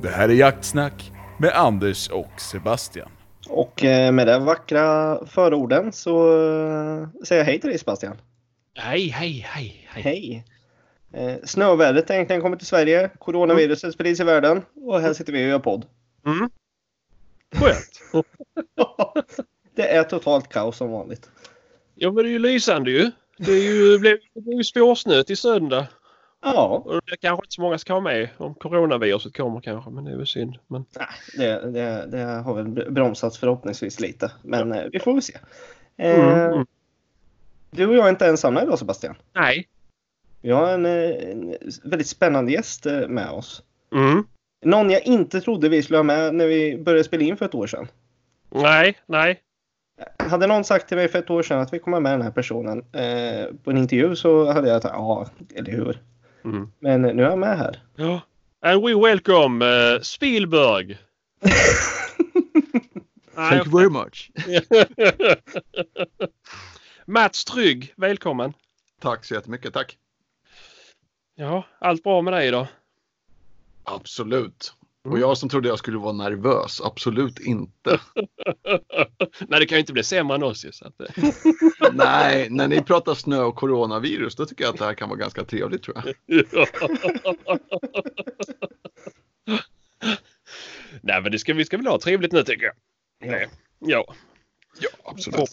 Det här är Jaktsnack med Anders och Sebastian. Och med de vackra förorden så säger jag hej till dig, Sebastian. Hej. Snövädret har egentligen kommit till Sverige. Coronaviruset sprids i världen. Och här sitter vi och gör podd. Skönt. Det är totalt kaos som vanligt. Ja, men det är ju lysande ju. Det blev ju spårsnö till söndag. Ja. Och det är kanske inte så många ska ha med om coronaviruset kommer kanske, men det är väl synd. Men... Nej, det har väl bromsats förhoppningsvis lite. Men vi får väl se. Du och jag är inte ensamma idag, Sebastian. Nej. Vi har en väldigt spännande gäst med oss. Mm. Någon jag inte trodde vi skulle ha med när vi började spela in för ett år sedan. Nej. Hade någon sagt till mig för ett år sedan att vi kommer med den här personen på en intervju, så hade jag sagt ja, eller hur. Men nu är jag med här. Ja. And we welcome Spielberg. Thank you very much. Mats Trygg, välkommen. Tack så jättemycket, tack. Ja, allt bra med dig då? Absolut. Och jag som trodde jag skulle vara nervös, absolut inte. Nej, det kan ju inte bli sämre än oss. Så att... Nej, när ni pratar snö och coronavirus, då tycker jag att det här kan vara ganska trevligt, tror jag. Nej, men vi ska väl ha trevligt nu, tycker jag. Ja, absolut.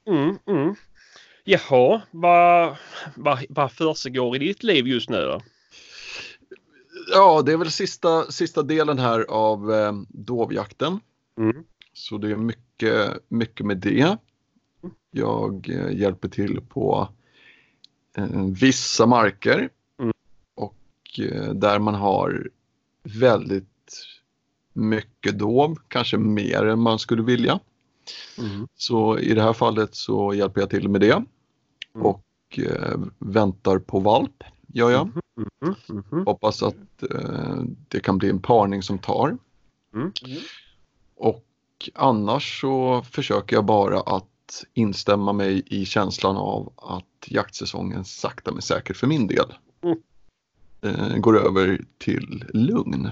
Jaha, vad försiggår i ditt liv just nu då? Ja, det är väl sista delen här av dovjakten. Så det är mycket med det. Jag hjälper till på vissa marker. Och där man har väldigt mycket dov, kanske mer än man skulle vilja. Så i det här fallet så hjälper jag till med det. Och väntar på valp, gör jag. Hoppas att det kan bli en parning som tar. Och annars så försöker jag bara att instämma mig i känslan av att jaktsäsongen sakta men säkert för min del går över till lugn.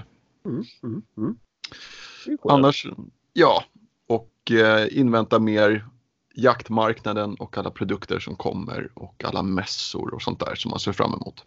Annars, ja, och invänta mer jaktmarknaden och alla produkter som kommer och alla mässor och sånt där som man ser fram emot.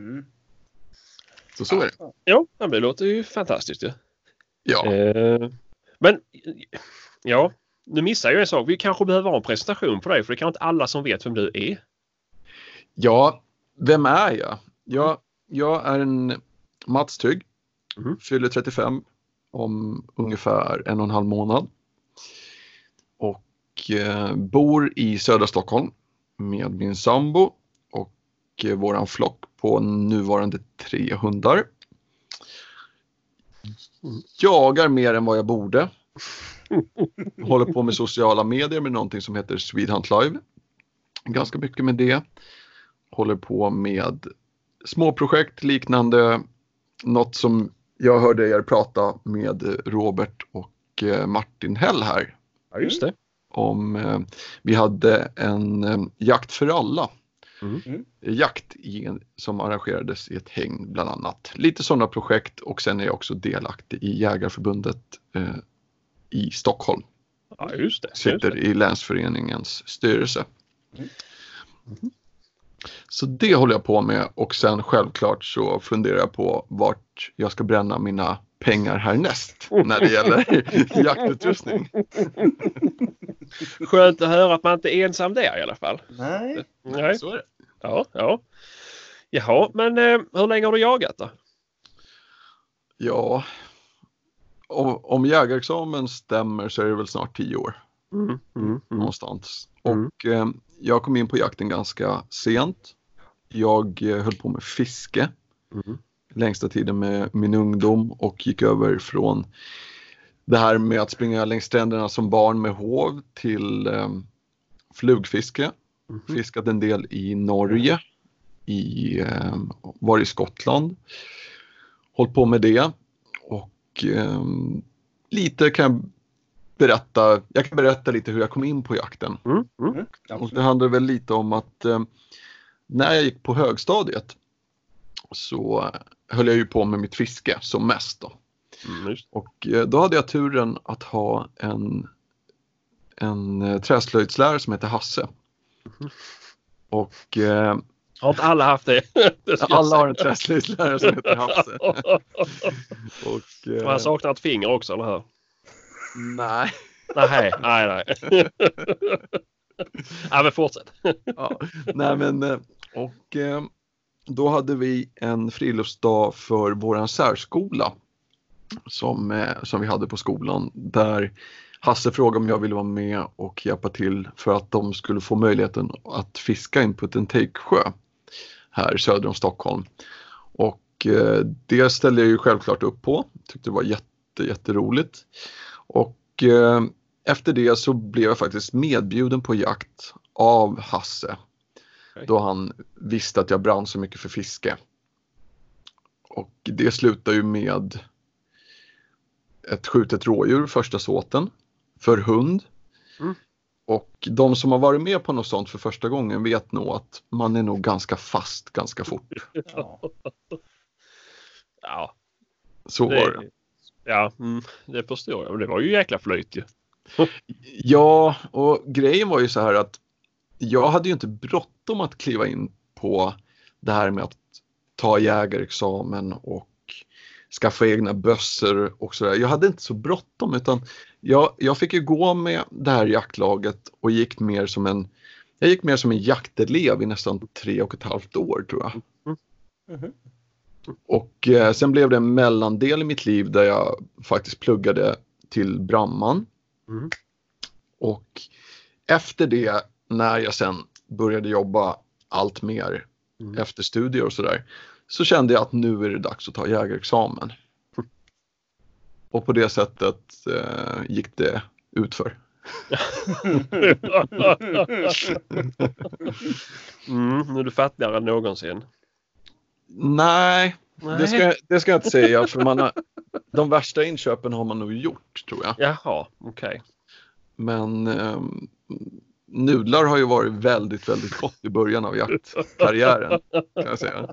Så är det. Ja, det låter ju fantastiskt. Ja. Men, ja, nu missar jag en sak. Vi kanske behöver ha en presentation på dig, för det kan inte alla som vet vem du är. Ja, vem är jag? Jag är en Mats Trygg. Fyller 35 om ungefär 1,5 månad. Och bor i södra Stockholm med min sambo och våran flock på nuvarande 3 hundar. Jagar mer än vad jag borde. Håller på med sociala medier med någonting som heter Swedhunt Live. Ganska mycket med det. Håller på med små projekt liknande något som jag hörde er prata med Robert och Martin Hell här. Ja, just det. Om vi hade en jakt för alla. Jakt som arrangerades i ett häng bland annat. Lite sådana projekt, och sen är jag också delaktig i Jägarförbundet i Stockholm. Ja, just det. Sitter i länsföreningens styrelse. Så det håller jag på med, och sen självklart så funderar jag på vart jag ska bränna mina pengar härnäst när det gäller jaktutrustning. Skönt att höra att man inte är ensam där i alla fall. Nej. Så är det. Ja. Jaha, men hur länge har du jagat då? Ja, om jägarexamen stämmer så är det väl snart 10 år. Någonstans. Och jag kom in på jakten ganska sent. Jag höll på med fiske längsta tiden med min ungdom, och gick över från det här med att springa längs stränderna som barn med hov till flugfiske. Fiskat en del i Norge, var i Skottland. Hållit på med det, och lite kan jag berätta. Jag kan berätta lite hur jag kom in på jakten. Och det handlar väl lite om att när jag gick på högstadiet så höll jag ju på med mitt fiske som mest då. Och då hade jag turen att ha en träslöjdslärare som heter Hasse. Och har inte alla haft det? Alla har en träslöjdslärare som heter Hasse. Och han saknar ett finger också, eller hur? Nej. Nej. Ja, men fortsätt. Ja, nej men och då hade vi en friluftsdag för våran särskola som vi hade på skolan, där Hasse frågade om jag ville vara med och hjälpa till för att de skulle få möjligheten att fiska in på en Take-sjö här söder om Stockholm. Och det ställde jag ju självklart upp på. Tyckte det var jätteroligt. Och efter det så blev jag faktiskt medbjuden på jakt av Hasse. Då han visste att jag brann så mycket för fiske. Och det slutar ju med ett skjutet rådjur, första såten, för hund. Och de som har varit med på något sånt för första gången vet nog att man är nog ganska fast ganska fort. Ja. Så var det. Ja, det förstår jag. Det var ju jäkla flöjt ju. Ja, och grejen var ju så här att jag hade ju inte bråttom att kliva in på det här med att ta jägarexamen och skaffa egna bössor och sådär. Jag hade inte så bråttom, utan jag fick ju gå med det här jaktlaget och gick mer som en jaktelev i nästan 3,5 år, tror jag. Och sen blev det en mellandel i mitt liv där jag faktiskt pluggade till brandman. Och efter det, när jag sen började jobba allt mer efter studier och sådär, så kände jag att nu är det dags att ta jägarexamen. Och på det sättet gick det utför. Nu är du fattigare än någonsin. Nej. Det ska jag inte säga, för de värsta inköpen har man nog gjort, tror jag. Jaha, okej. Men nudlar har ju varit väldigt, väldigt gott i början av jaktkarriären, kan jag säga.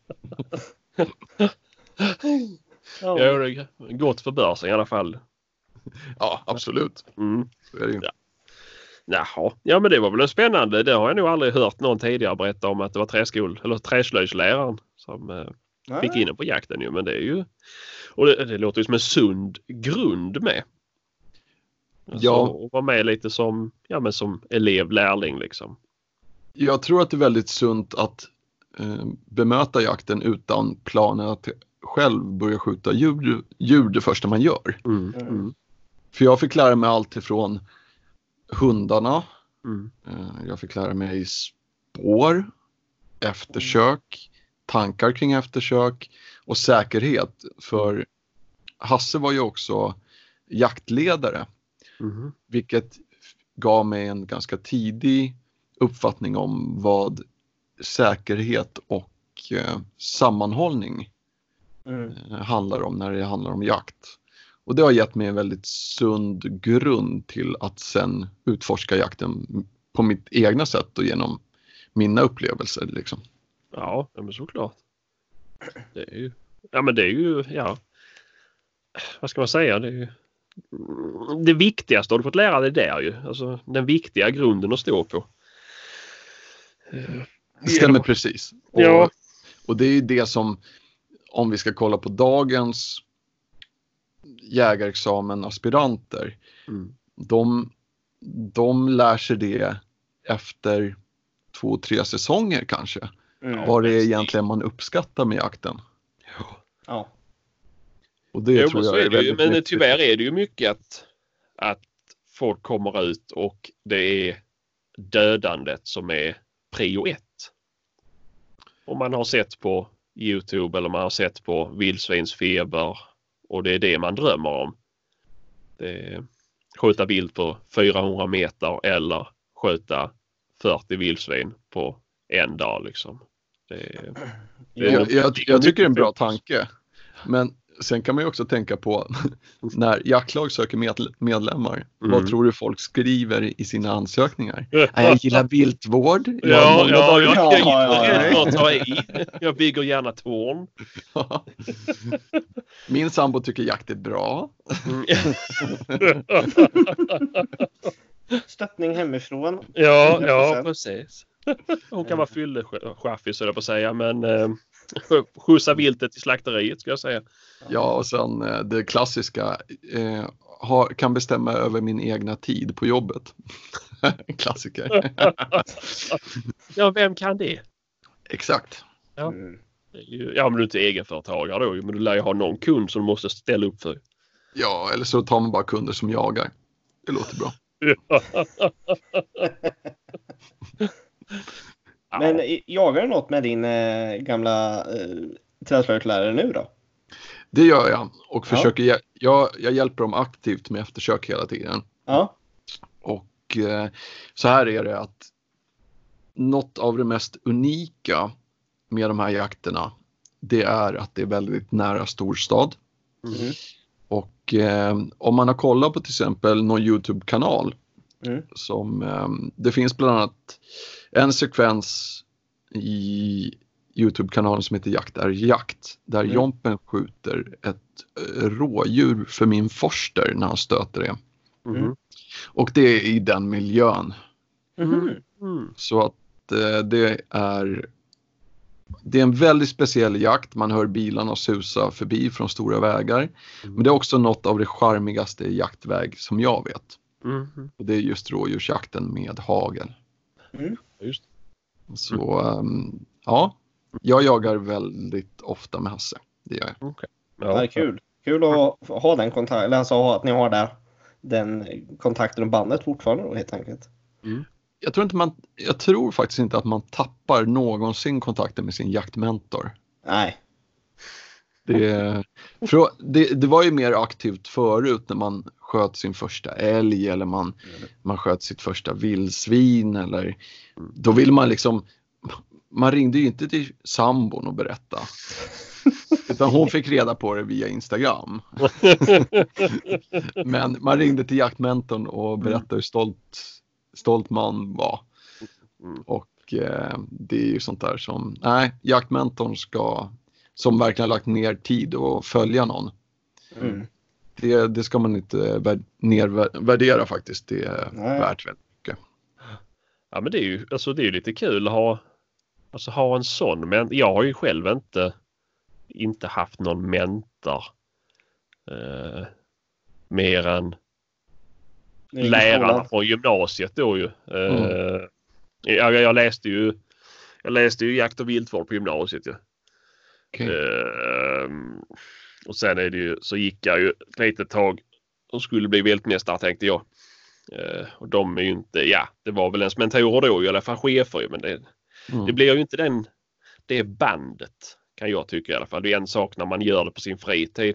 Ja, det är gott för börsen i alla fall. Ja, absolut. Så är det ju. Ja. Jaha, ja, men det var väl en spännande. Det har jag nog aldrig hört någon tidigare berätta om, att det var träslöjdsläraren som fick in på jakten ju. Men det är ju, och det låter ju som en sund grund med. Alltså, ja. Och vara med lite som elev, lärling liksom. Jag tror att det är väldigt sunt att bemöta jakten utan planen att själv börja skjuta djur det första man gör. För jag fick lära mig allt ifrån hundarna. Jag fick lära mig spår, eftersök, tankar kring eftersök och säkerhet. För Hasse var ju också jaktledare. Vilket gav mig en ganska tidig uppfattning om vad säkerhet och sammanhållning handlar om när det handlar om jakt. Och det har gett mig en väldigt sund grund till att sen utforska jakten på mitt egna sätt och genom mina upplevelser liksom. Ja, men såklart. Det är ju, vad ska man säga, det är ju det viktigaste har du fått lära dig där ju. Alltså den viktiga grunden att stå på. Det stämmer precis. Och det är ju det som, om vi ska kolla på dagens jägarexamen aspiranter, de lär sig det efter 2-3 säsonger kanske. Vad det är egentligen man uppskattar med jakten. Ja. Och det tror jag är väldigt men nyttigt. tyvärr är det ju mycket att folk kommer ut och det är dödandet som är prio 1. Och man har sett på YouTube eller man har sett på vildsvinsfeber och det är det man drömmer om. Det är skjuta vilt på 400 meter eller skjuta 40 vildsvin på en dag liksom. Jag tycker det är en bra tanke. Men sen kan man ju också tänka på när jaktlag söker medlemmar. Vad tror du folk skriver i sina ansökningar? Jag gillar viltvård. Jag bygger gärna torn. Min sambo tycker jakt är bra. Stöttning hemifrån. Ja, precis. Hon kan vara fyllechaffis, så jag på att säga, men skjutsa viltet till slakteriet, ska jag säga. Ja, och sen det klassiska, kan bestämma över min egna tid på jobbet. Klassiker. Ja, vem kan det? Exakt. Ja. Ja, men du är inte egenföretagare då, men du lär ju ha någon kund som du måste ställa upp för. Ja, eller så tar man bara kunder som jagar. Det låter bra. Men jagar du något med din gamla träslöjdlärare nu då? Det gör jag och försöker jag hjälper dem aktivt med eftersök hela tiden. Ja. Och så här är det att något av det mest unika med de här jakterna, det är att det är väldigt nära storstad. Mm. Och om man har kollat på till exempel någon YouTube-kanal som det finns bland annat en sekvens i YouTube-kanalen som heter Jakt är jakt, där Jompen skjuter ett rådjur för min forster när han stöter det. Och det är i den miljön. Så att det är en väldigt speciell jakt. Man hör bilarna susa förbi från stora vägar. Men det är också något av det charmigaste jaktväg som jag vet. Och det är just rådjursjakten med hagel. Just. Så ja, jag jagar väldigt ofta med Hasse. Det gör jag. Okay. Ja, det är kul. Kul att ha den kontakten, eller alltså att ni har den kontakten och bandet fortfarande då, helt enkelt. Jag tror faktiskt inte att man tappar någonsin kontakten med sin jaktmentor. Nej. Det var ju mer aktivt förut när man sköt sin första älg eller man sköt sitt första vildsvin, eller då vill man liksom, man ringde ju inte till sambon och berätta. Utan hon fick reda på det via Instagram. Men man ringde till jaktmentorn och berättade hur stolt man var. Och det är ju sånt där som, jaktmentorn som verkligen har lagt ner tid och följa någon. Det ska man inte nedvärdera faktiskt. Det är värt väldigt mycket. Ja, men det är ju det är lite kul att ha en sån, men jag har ju själv inte haft någon mentor mer än lärarna från gymnasiet då ju. Jag läste ju jakt och viltvård på gymnasiet ju. Okay. Och sen är det ju, så gick jag ju ett litet tag och skulle bli viltmästare, tänkte jag. Och de är ju inte, det var väl ens mentorer då, i alla fall chefer, men det blir ju inte det bandet, kan jag tycka i alla fall. Det är en sak när man gör det på sin fritid.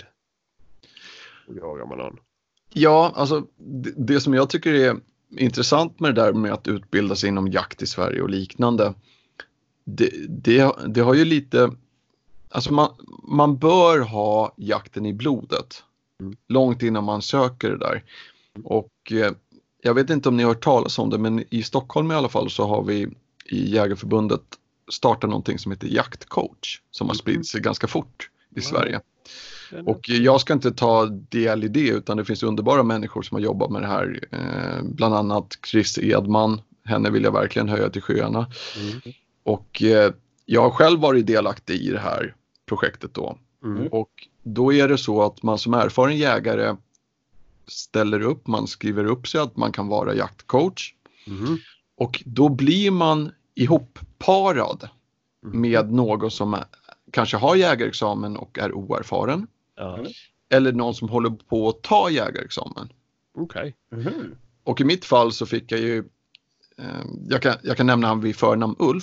Och jagar man någon. Ja, alltså det som jag tycker är intressant med det där med att utbilda sig inom jakt i Sverige och liknande, det har ju lite, alltså man bör ha jakten i blodet långt innan man söker det där. Och jag vet inte om ni har hört talas om det, men i Stockholm i alla fall så har vi i Jägarförbundet startat någonting som heter jaktcoach, som har spridit sig ganska fort i Sverige. Och jag ska inte ta del i det, utan det finns underbara människor som har jobbat med det här. Bland annat Chris Edman, henne vill jag verkligen höja till sjöarna. Och jag har själv varit delaktig i det här projektet då. Och då är det så att man som erfaren jägare ställer upp, man skriver upp sig att man kan vara jaktcoach. Och då blir man ihopparad med någon som kanske har jägarexamen och är oerfaren. Eller någon som håller på att ta jägarexamen. Okej. Och i mitt fall så fick jag ju, jag kan nämna han vid förnamn Ulf.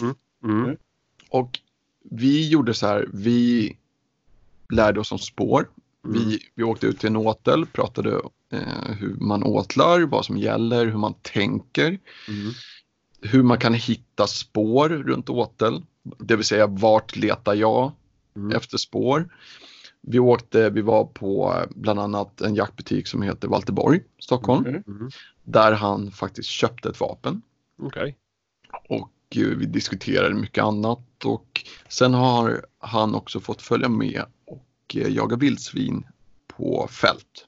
Och vi gjorde så här, vi lärde oss om spår. Vi åkte ut till en åtel, pratade hur man åtlar, vad som gäller, hur man tänker. Hur man kan hitta spår runt åtel. Det vill säga, vart letar jag efter spår. Vi var på bland annat en jaktbutik som heter Valterborg, Stockholm. Där han faktiskt köpte ett vapen. Okej. Och vi diskuterade mycket annat. Och sen har han också fått följa med och jaga vildsvin på fält.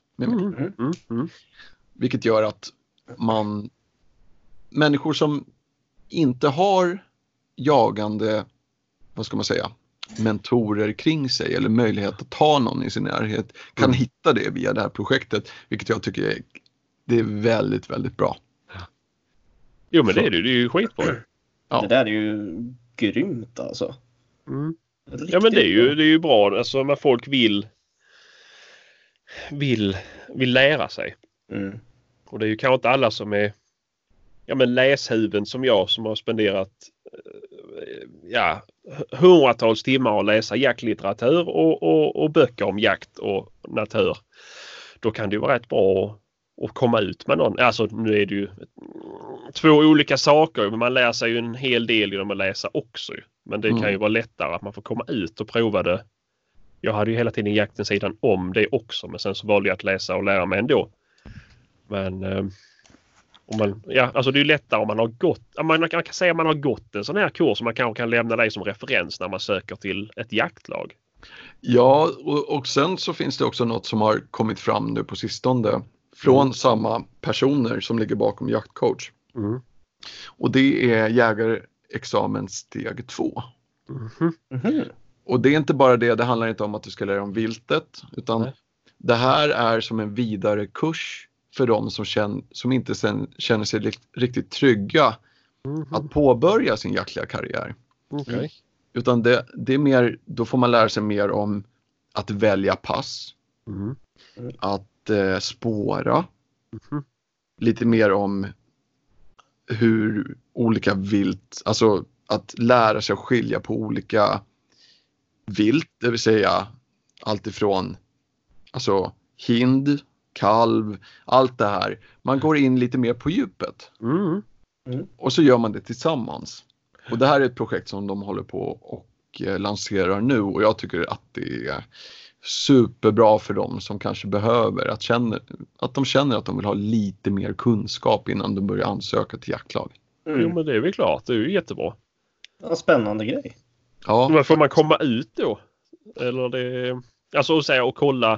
Vilket gör att människor som inte har jagande, vad ska man säga, mentorer kring sig eller möjlighet att ta någon i sin närhet kan hitta det via det här projektet, vilket jag tycker det är väldigt, väldigt bra. Jo, men det är ju skitbra. Ja. Det där är ju grymt alltså. Ja, men det är ju bra alltså, när folk vill lära sig. Och det är ju kanske inte alla som är läshuvuden som jag, som har spenderat hundratals timmar att läsa jaktlitteratur och böcker om jakt och natur. Då kan det ju vara rätt bra att komma ut med någon. Alltså nu är det ju 2 olika saker, men man lär sig ju en hel del genom att läsa också. Men det kan ju vara lättare att man får komma ut och prova det. Jag hade ju hela tiden jaktens sidan om det också, men sen så valde jag att läsa och lära mig ändå. Men alltså det är ju lättare om man har gått, man kan säga att man har gått en sån här kurs som man kanske kan lämna dig som referens när man söker till ett jaktlag. Ja, och sen så finns det också något som har kommit fram nu på sistone från samma personer som ligger bakom jaktcoach. Och det är jägarexamen steg 2. Och det är inte bara det handlar inte om att du ska lära om viltet, utan det här är som en vidare kurs för de som inte känner sig riktigt trygga att påbörja sin jaktliga karriär. Utan det är mer, då får man lära sig mer om att välja pass, att spåra, lite mer om hur olika vilt, alltså att lära sig att skilja på olika vilt, det vill säga allt ifrån alltså hind, kalv, allt det här. Man går in lite mer på djupet. Och så gör man det tillsammans. Och det här är ett projekt som de håller på och lanserar nu, och jag tycker att det är superbra för dem som kanske behöver att de känner att de vill ha lite mer kunskap innan de börjar ansöka till jaktlag. Jo, men det är väl klart, det är ju jättebra. Ja, spännande grej. Ja. Men får man komma ut då? Eller det, alltså att säga och kolla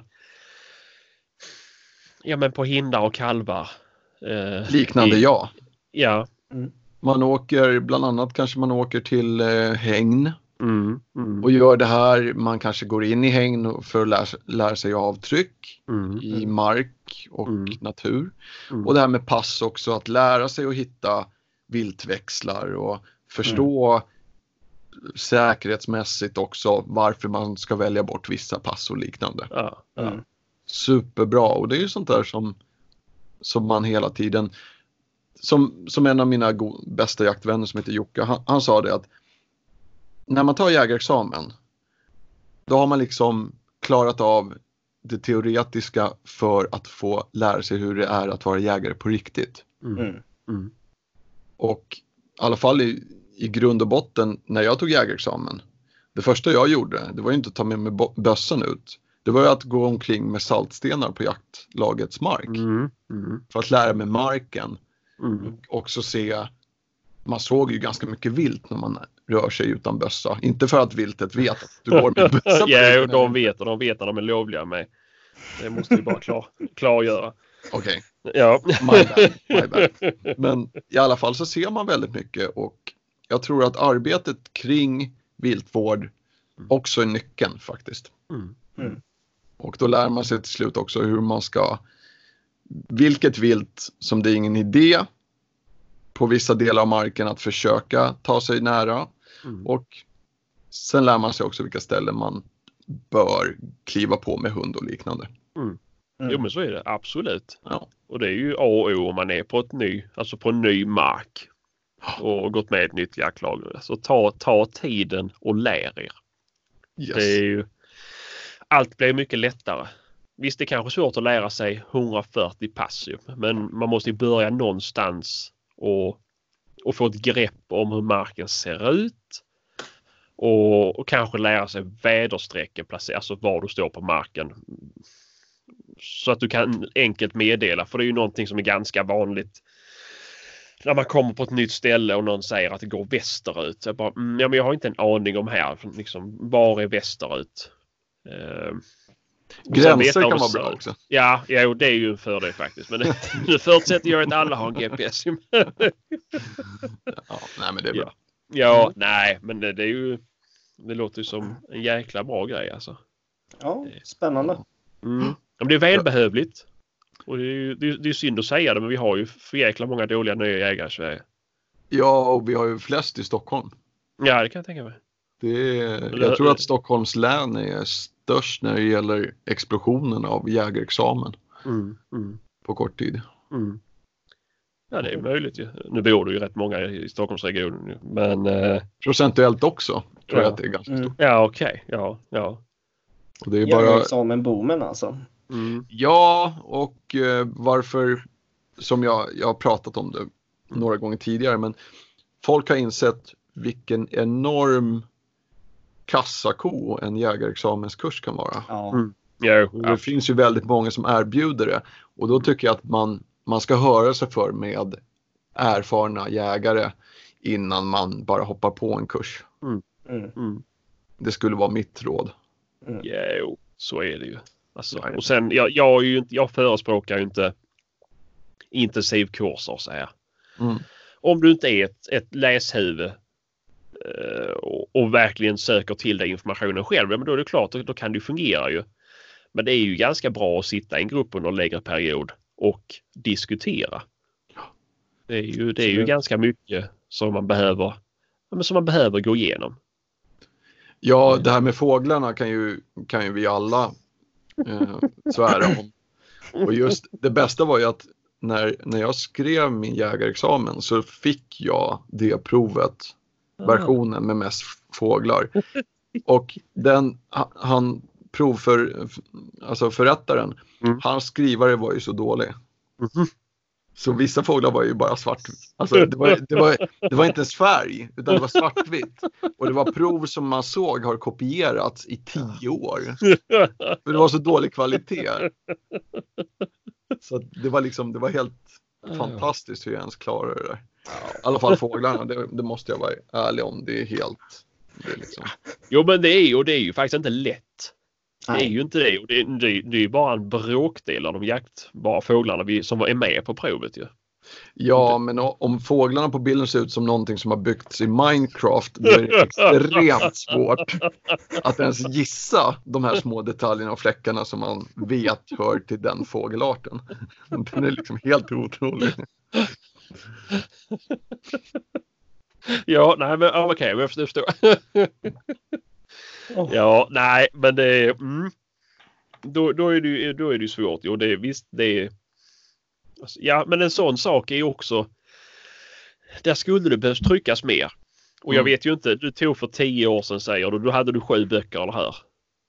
men på hindar och kalvar. Liknande Ja. Man åker, bland annat kanske man åker till hägn och gör det här. Man kanske går in i hägn för att lära sig avtryck i mark och natur. Och det här med pass också, att lära sig att hitta viltväxlar och förstå säkerhetsmässigt också varför man ska välja bort vissa pass och liknande. Superbra, och det är ju sånt där som man hela tiden, som en av mina bästa jaktvänner som heter Jocke, han sa det att när man tar jägarexamen, då har man liksom klarat av det teoretiska för att få lära sig hur det är att vara jägare på riktigt. Och i alla fall i grund och botten, när jag tog jägarexamen, det första jag gjorde, det var ju inte att ta med mig bössan ut. Det var ju att gå omkring med saltstenar på jaktlagets mark. För att lära mig marken. Och också se, man såg ju ganska mycket vilt när man rör sig utan bössa. Inte för att viltet vet att du går med bössa. Ja, och de vet att de är lovliga med. Det måste vi bara klargöra. Okej. Ja. My bad. Men i alla fall så ser man väldigt mycket, och jag tror att arbetet kring viltvård också är nyckeln faktiskt. Och då lär man sig till slut också hur man ska, vilket vilt som det är ingen idé på vissa delar av marken att försöka ta sig nära. Och sen lär man sig också vilka ställen man bör kliva på med hund och liknande. Jo, men så är det absolut. Ja. Och det är ju A och O om man är på en ny mark och gått med ett nytt jaktlag. Så ta tiden och lär er. Yes. Det är ju, allt blir mycket lättare. Visst, det är kanske svårt att lära sig 140 pass, men man måste ju börja någonstans och få ett grepp om hur marken ser ut. Och kanske lära sig väderstrecken, alltså var du står på marken. Så att du kan enkelt meddela, för det är ju någonting som är ganska vanligt. När man kommer på ett nytt ställe och någon säger att det går västerut. Så jag har inte en aning om här. Liksom, var är västerut? Gränser kan vara bra också. Ja, det är ju för det faktiskt. Men nu förutsätter jag att alla har en GPS. Nej, men det är bra. Ja, nej, men det är ju... Det låter ju som en jäkla bra grej alltså. Ja, spännande. Men det är välbehövligt. Och det är ju synd att säga det, men vi har ju för jäkla många dåliga nya jägare i Sverige. Ja, och vi har ju flest i Stockholm. Ja, det kan jag tänka mig. Jag tror att Stockholms län är störst när det gäller explosionen av jägarexamen på kort tid. Ja, det är möjligt ju. Nu bor det ju rätt många i Stockholmsregionen. Men procentuellt också tror jag att det är ganska stort. Ja, okej. Ja. Och det är bara examen-boomen alltså. Ja, och varför, som jag har pratat om det några gånger tidigare, men folk har insett vilken enorm kassako en jägarexamenskurs kan vara. Det finns ju väldigt många som erbjuder det, och då tycker jag att man ska höra sig för med erfarna jägare innan man bara hoppar på en kurs. Det skulle vara mitt råd. Jo, så är det ju. Alltså, och sen, jag förespråkar ju inte intensivkurser så här. Om du inte är ett läshuvud och verkligen söker till dig informationen själv, men då är det klart, då kan det fungera ju. Men det är ju ganska bra att sitta i en grupp under en längre period och diskutera. Det är ju ganska mycket som man behöver gå igenom. Ja, det här med fåglarna kan ju vi alla svära om. Och just det bästa var ju att när jag skrev min jägarexamen så fick jag det provet, versionen med mest fåglar. Och han förrättaren, hans skrivare var ju så dålig. Så vissa fåglar var ju bara svart. Alltså det var inte ens färg, utan det var svartvitt. Och det var prov som man såg har kopierats i 10 år. För det var så dålig kvalitet. Så det var helt fantastiskt hur jag ens klarade det där. I alla fall fåglarna, det måste jag vara ärlig om. Det är helt... Jo, men det är ju faktiskt inte lätt. Det är ju inte det. Och det är ju bara en bråkdel av de jaktbara fåglarna som är med på provet ju. Ja, men om fåglarna på bilden ser ut som någonting som har byggts i Minecraft, då är det extremt svårt att ens gissa de här små detaljerna och fläckarna som man vet hör till den fågelarten. Den är liksom helt otrolig. Ja, nej men okej, jag förstår. Ja, nej, men det är då är det ju svårt. Jo, det är visst det är alltså, ja, men en sån sak är ju också där skulle det behövs tryckas mer. Och jag vet ju inte, du tog för 10 år sedan säger du, då hade du 7 böcker eller här.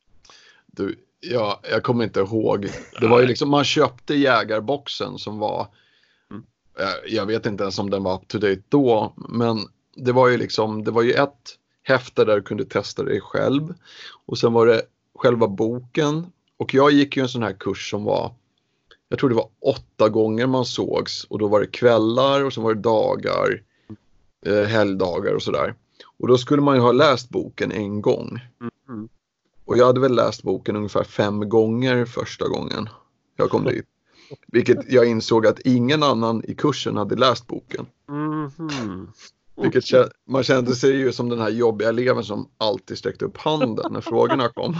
Jag kommer inte ihåg. Det var ju liksom, man köpte jägarboxen som var jag vet inte ens om den var up to date då, men det var ju ett häfte där du kunde testa dig själv. Och sen var det själva boken. Och jag gick ju en sån här kurs som var, jag tror det var 8 gånger man sågs. Och då var det kvällar och så var det dagar, helgdagar och sådär. Och då skulle man ju ha läst boken en gång. Och jag hade väl läst boken ungefär 5 gånger första gången jag kom dit. Vilket jag insåg att ingen annan i kursen hade läst boken. Vilket man kände sig ju som den här jobbiga eleven som alltid sträckte upp handen när frågorna kom.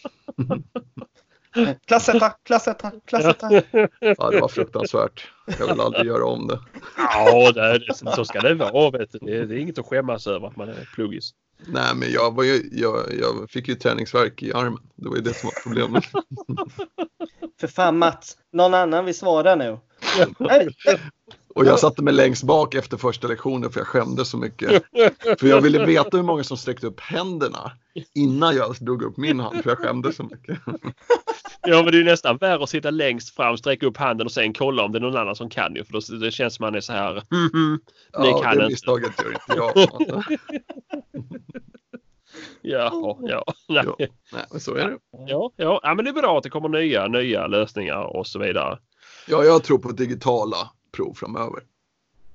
Klass 1. Ja, det var fruktansvärt. Jag vill aldrig göra om det. Ja, så ska det vara. Vet du. Det är inget att skämmas över att man är pluggis. Nej, men jag fick ju träningsvärk i armen. Det var ju det som var problemet. För fan, Mats. Någon annan vill svara nu. Och jag satte mig längst bak efter första lektionen för jag skämdes så mycket. För jag ville veta hur många som sträckte upp händerna innan jag drog upp min hand, för jag skämdes så mycket. Ja, men det är ju nästan värre att sitta längst fram, sträcka upp handen och sen kolla om det är någon annan som kan ju. För då det känns som man är så här. Ja, det misstaget gör inte jag. Ja. Nej, men så är det. Ja, men det är bra att det kommer nya lösningar och så vidare. Ja, jag tror på digitala prov framöver.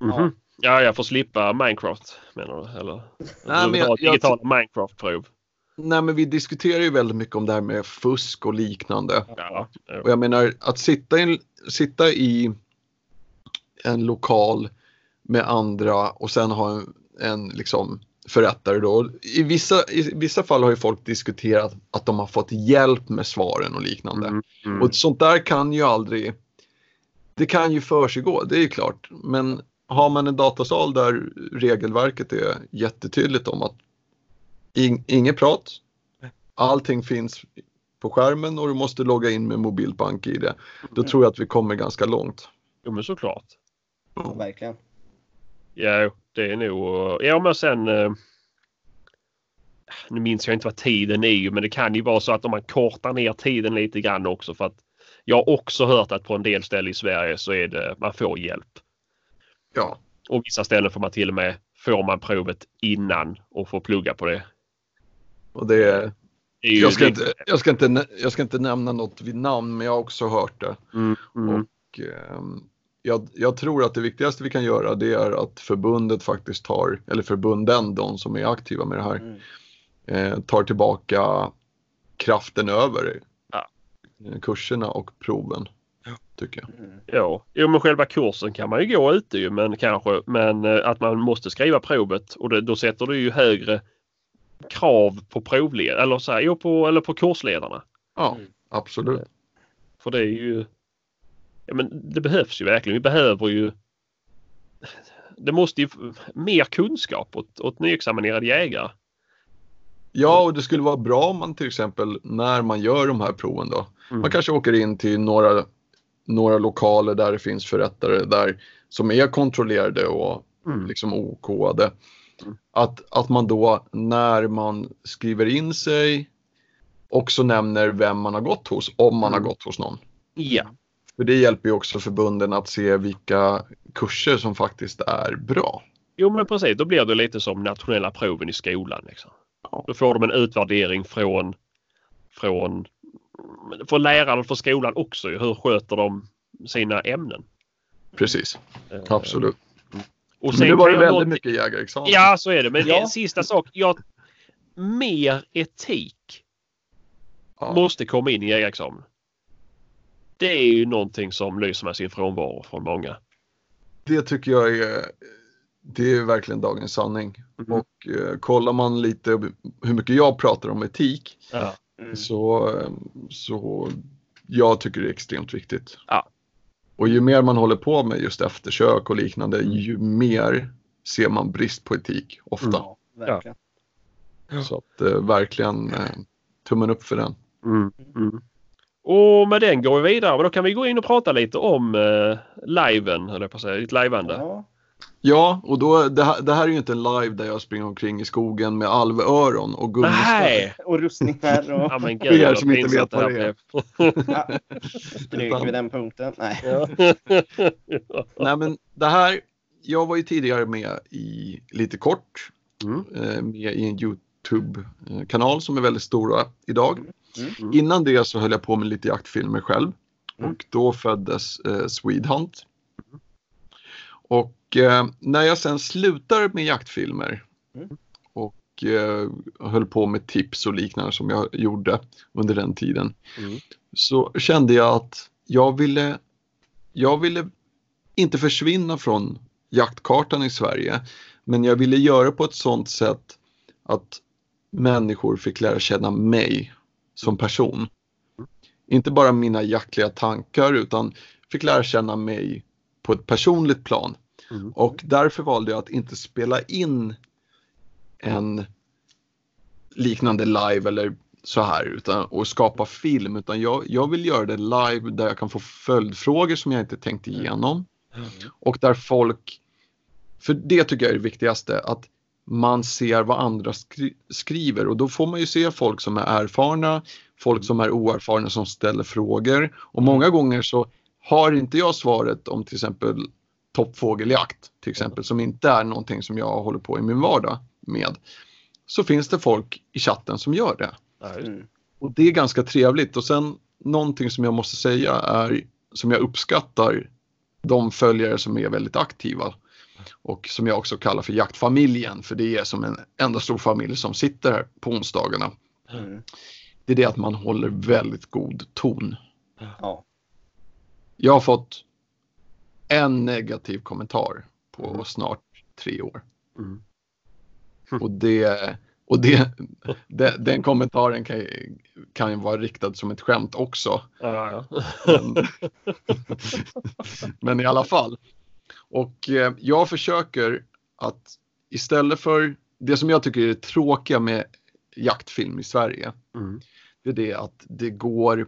Ja, jag får slippa Minecraft, menar du? Eller? Nej, men digitala Minecraft-prov. Nej, men vi diskuterar ju väldigt mycket om det här med fusk och liknande. Ja. Och jag menar att sitta i en lokal med andra och sen ha en liksom förrättare då. I vissa fall har ju folk diskuterat att de har fått hjälp med svaren och liknande. Och sånt där kan ju aldrig, det kan ju försiggå, det är ju klart. Men har man en datasal där regelverket är jättetydligt om att inget prat, allting finns på skärmen och du måste logga in med mobilbank i det. Då tror jag att vi kommer ganska långt. Jo, men såklart. Ja, verkligen. Ja, det är nog... Ja, men sen... Nu minns jag inte vad tiden är, men det kan ju vara så att om man kortar ner tiden lite grann också, för att jag har också hört att på en del ställen i Sverige så är det, man får hjälp. Ja. Och vissa ställen får man till och med, får man provet innan och får plugga på det. Och det är ju jag ska inte nämna något vid namn, men jag har också hört det. Och jag tror att det viktigaste vi kan göra, det är att förbundet faktiskt eller förbunden, de som är aktiva med det här, tar tillbaka kraften över kurserna och proven, tycker jag. Ja, men själva kursen kan man ju gå ute ju, men att man måste skriva provet, och då sätter du ju högre krav på provledare eller på kursledarna. Ja, absolut. För det är ju, ja, men det behövs ju verkligen. Vi behöver ju, det måste ju mer kunskap åt nyexaminerade jägare. Ja, och det skulle vara bra om man till exempel när man gör de här proven då. Man kanske åker in till några lokaler där det finns förrättare där som är kontrollerade och liksom okode. Att man då när man skriver in sig också nämner vem man har gått hos, om man har gått hos någon. Ja. För det hjälper ju också förbunden att se vilka kurser som faktiskt är bra. Jo, men precis. Då blir det lite som nationella proven i skolan. Liksom. Ja. Då får de en utvärdering från lärarna för skolan också. Hur sköter de sina ämnen? Precis, absolut. Och sen men det var ju väldigt mycket jägarexamen. Ja, så är det. Men en sista sak. Mer etik måste komma in i jägarexamen. Det är ju någonting som lyser med sin frånvaro från många. Det tycker jag det är verkligen dagens sanning. Och kollar man lite hur mycket jag pratar om etik, så jag tycker det är extremt viktigt. Ja. Och ju mer man håller på med just eftersök och liknande, ju mer ser man brist på etik ofta. Ja, verkligen. Så att verkligen tummen upp för den. Och med den går vi vidare. Men då kan vi gå in och prata lite om liven, eller på att säga, ditt liveande. Ja, och då, det här är ju inte en live där jag springer omkring i skogen med alvöron och gummistöd. Nej, och rustningar och... Ja, men för er som inte vet vad det är. Stryker vi den punkten? Nej. Nej, men det här, jag var ju tidigare med i lite kort, med i en YouTube-kanal som är väldigt stora idag. Innan det så höll jag på med lite jaktfilmer själv. Och då föddes Swedehunt. Och när jag sen slutar med jaktfilmer och höll på med tips och liknande som jag gjorde under den tiden, så kände jag att jag ville inte försvinna från jaktkartan i Sverige, men jag ville göra på ett sånt sätt att människor fick lära känna mig som person. Inte bara mina jaktliga tankar, utan fick lära känna mig på ett personligt plan. Och därför valde jag att inte spela in en liknande live eller så här och skapa film, utan jag vill göra det live där jag kan få följdfrågor som jag inte tänkt igenom. Och där folk, för det tycker jag är det viktigaste, att man ser vad andra skriver, och då får man ju se folk som är erfarna, folk som är oerfarna som ställer frågor, och många gånger så har inte jag svaret om till exempel toppfågeljakt till exempel, som inte är någonting som jag håller på i min vardag med, så finns det folk i chatten som gör det. Och det är ganska trevligt. Och sen någonting som jag måste säga är, som jag uppskattar, de följare som är väldigt aktiva och som jag också kallar för jaktfamiljen, för det är som en enda stor familj som sitter här på onsdagarna Det är det att man håller väldigt god ton. Ja. Jag har fått en negativ kommentar på snart 3 år. Och den kommentaren kan ju vara riktad som ett skämt också. Men i alla fall. Och jag försöker att istället för det som jag tycker är det tråkiga med jaktfilm i Sverige. Det är det att det går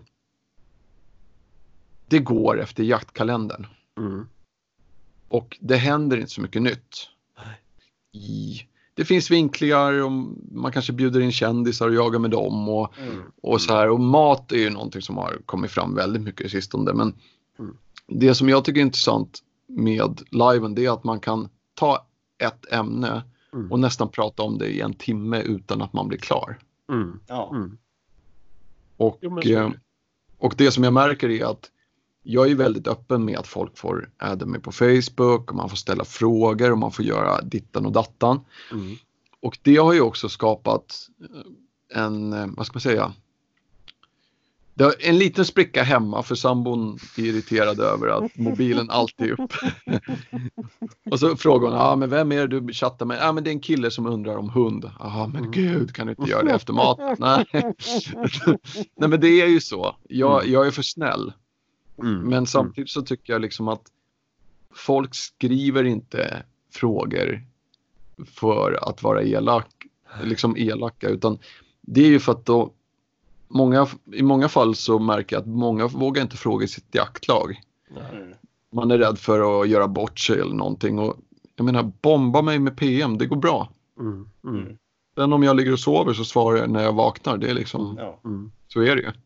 efter jaktkalendern. Och det händer inte så mycket nytt. Det finns vinklingar och man kanske bjuder in kändisar och jagar med dem och så här. Och mat är ju någonting som har kommit fram väldigt mycket i sistone. Men det som jag tycker är intressant med liven, det är att man kan ta ett ämne och nästan prata om det i 1 timme utan att man blir klar. Och det som jag märker är att jag är väldigt öppen med att folk får adda mig på Facebook och man får ställa frågor och man får göra dittan och dattan. Och det har ju också skapat vad ska man säga? Det är en liten spricka hemma för sambon är irriterad över att mobilen alltid är upp. Och så frågar hon, men vem är det du chattar med? Men det är en kille som undrar om hund. Men gud, kan du inte göra det efter mat? Nej. Nej, men det är ju så. Jag är för snäll. Men samtidigt så tycker jag liksom att folk skriver inte frågor för att vara elaka, utan det är ju för att i många fall så märker jag att många vågar inte fråga i sitt jaktlag. Man är rädd för att göra bort sig eller någonting, och jag menar, bomba mig med PM, det går bra. Sen om jag ligger och sover så svarar jag när jag vaknar, det är liksom så är det ju.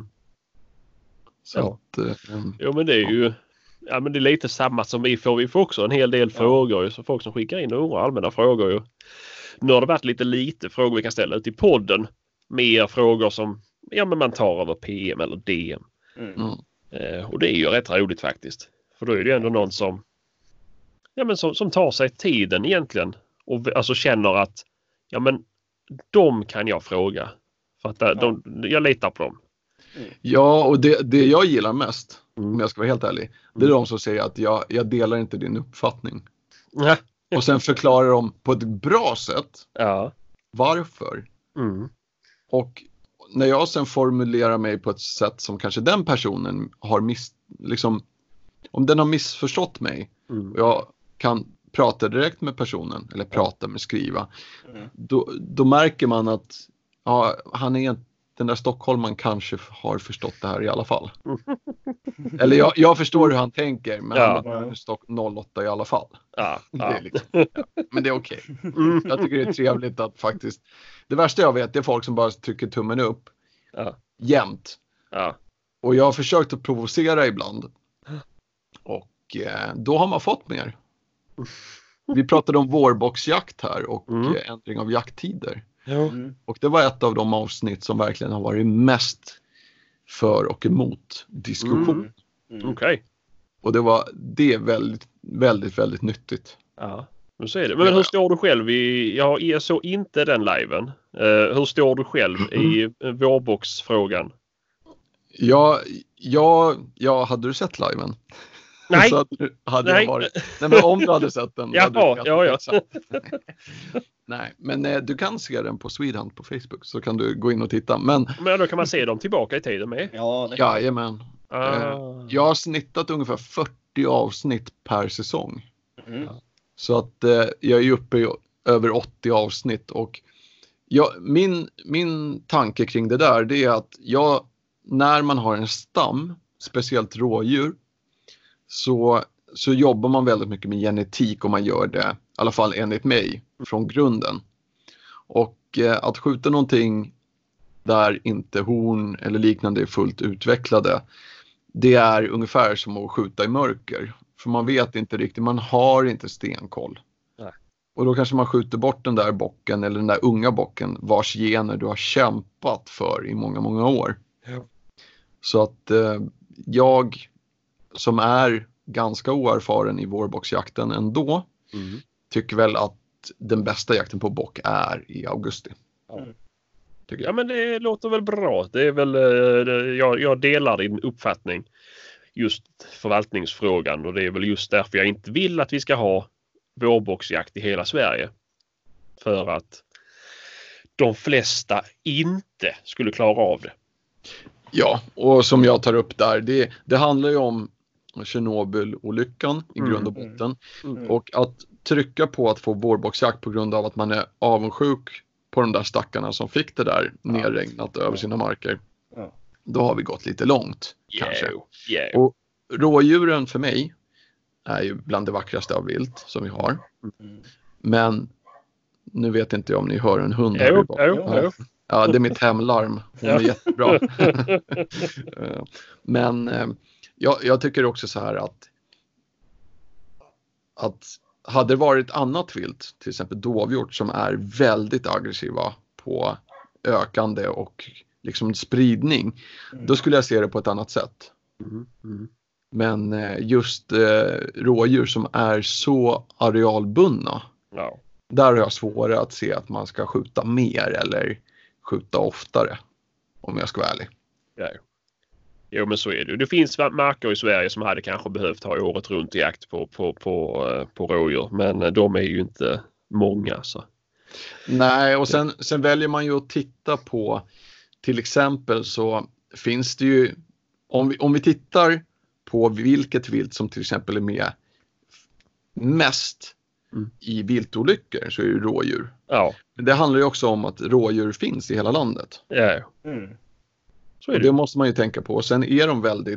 Så att, jo, men det är ju men det är lite samma som vi får också en hel del frågor ju, så folk som skickar in och allmänna frågor ju. Nu har det varit lite frågor vi kan ställa ut i podden, mer frågor som men man tar över PM eller DM. Och det är ju rätt roligt faktiskt, för då är det ju ändå någon som som tar sig tiden egentligen och alltså känner att de kan jag fråga för att jag litar på dem. Ja, och det jag gillar mest, om jag ska vara helt ärlig, det är de som säger att jag delar inte din uppfattning. Och sen förklarar de på ett bra sätt varför. Och när jag sen formulerar mig på ett sätt som kanske den personen har om den har missförstått mig, och jag kan prata direkt med personen eller prata med skriva, då märker man att den där stockholman kanske har förstått det här i alla fall. Eller jag förstår hur han tänker, men han är bara 08 i alla fall. Det är men det är okej. Jag tycker det är trevligt att faktiskt, det värsta jag vet är folk som bara trycker tummen upp jämt. Och jag har försökt att provocera ibland. Och då har man fått mer. Vi pratade om vårboxjakt här och ändring av jakttider. Och det var ett av de avsnitt som verkligen har varit mest för och emot diskussion. Okej. Och det är väldigt, väldigt, väldigt nyttigt. Nu ser det. Men hur står du själv jag såg inte den liven. Hur står du själv i vårboxfrågan? Ja, hade du sett liven? Nej. Så hade jag varit. Nej, men om du hade sett den. Ja. Nej, men du kan se den på Swedhunt på Facebook, så kan du gå in och titta. Men då kan man se dem tillbaka i tiden med. Jajamän. Jag har snittat ungefär 40 avsnitt per säsong. Så att jag är uppe i över 80 avsnitt. Och min tanke kring det där, det är att när man har en stam, speciellt rådjur, så jobbar man väldigt mycket med genetik, och man gör det, i alla fall enligt mig, från grunden. Och att skjuta någonting där inte horn eller liknande är fullt utvecklade, det är ungefär som att skjuta i mörker. För man vet inte riktigt, man har inte stenkoll. Nej. Och då kanske man skjuter bort den där bocken eller den där unga bocken vars gener du har kämpat för i många, många år. Så att jag som är ganska oerfaren i vårboxjakten ändå tycker väl att den bästa jakten på bock är i augusti. tycker Ja, jag. men det låter väl bra. Det är väl, jag delar din uppfattning just förvaltningsfrågan, och det är väl just därför jag inte vill att vi ska ha vårboxjakt i hela Sverige. För att de flesta inte skulle klara av det. Ja, och som jag tar upp där, det handlar ju om Tjernobyl-olyckan i grund och botten. Och att trycka på att få vårboxjakt på grund av att man är avundsjuk på de där stackarna som fick det där nerregnat över sina marker. Ja. Då har vi gått lite långt, kanske. Yeah. Och rådjuren för mig är ju bland det vackraste av vilt som vi har. Men nu vet inte jag om ni hör en hund här Jo. Ja, det är mitt hemlarm. Hon är jättebra. Men jag tycker också så här att hade det varit annat vilt, till exempel dovhjort, som är väldigt aggressiva på ökande och liksom spridning, då skulle jag se det på ett annat sätt. Men just rådjur som är så arealbundna, där har jag svårare att se att man ska skjuta mer eller skjuta oftare, om jag ska vara ärlig. Ja. Jo, men så är det. Det finns marker i Sverige som hade kanske behövt ha året runt jakt på rådjur, men de är ju inte många. Så. Nej, och sen väljer man ju att titta på, till exempel så finns det ju, om vi tittar på vilket vilt som till exempel är med mest i viltolyckor, så är det rådjur. Ja. Men det handlar ju också om att rådjur finns i hela landet. Ja. Så är det måste man ju tänka på. Och sen är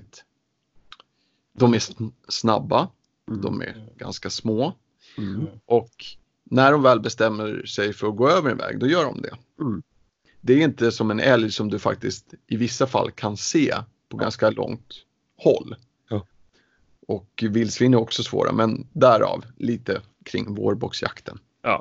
de är snabba. De är ganska små. Och när de väl bestämmer sig för att gå över en väg, då gör de det. Det är inte som en älg som du faktiskt i vissa fall kan se på ganska långt håll. Och vildsvin är också svåra, men därav lite kring vårboxjakten.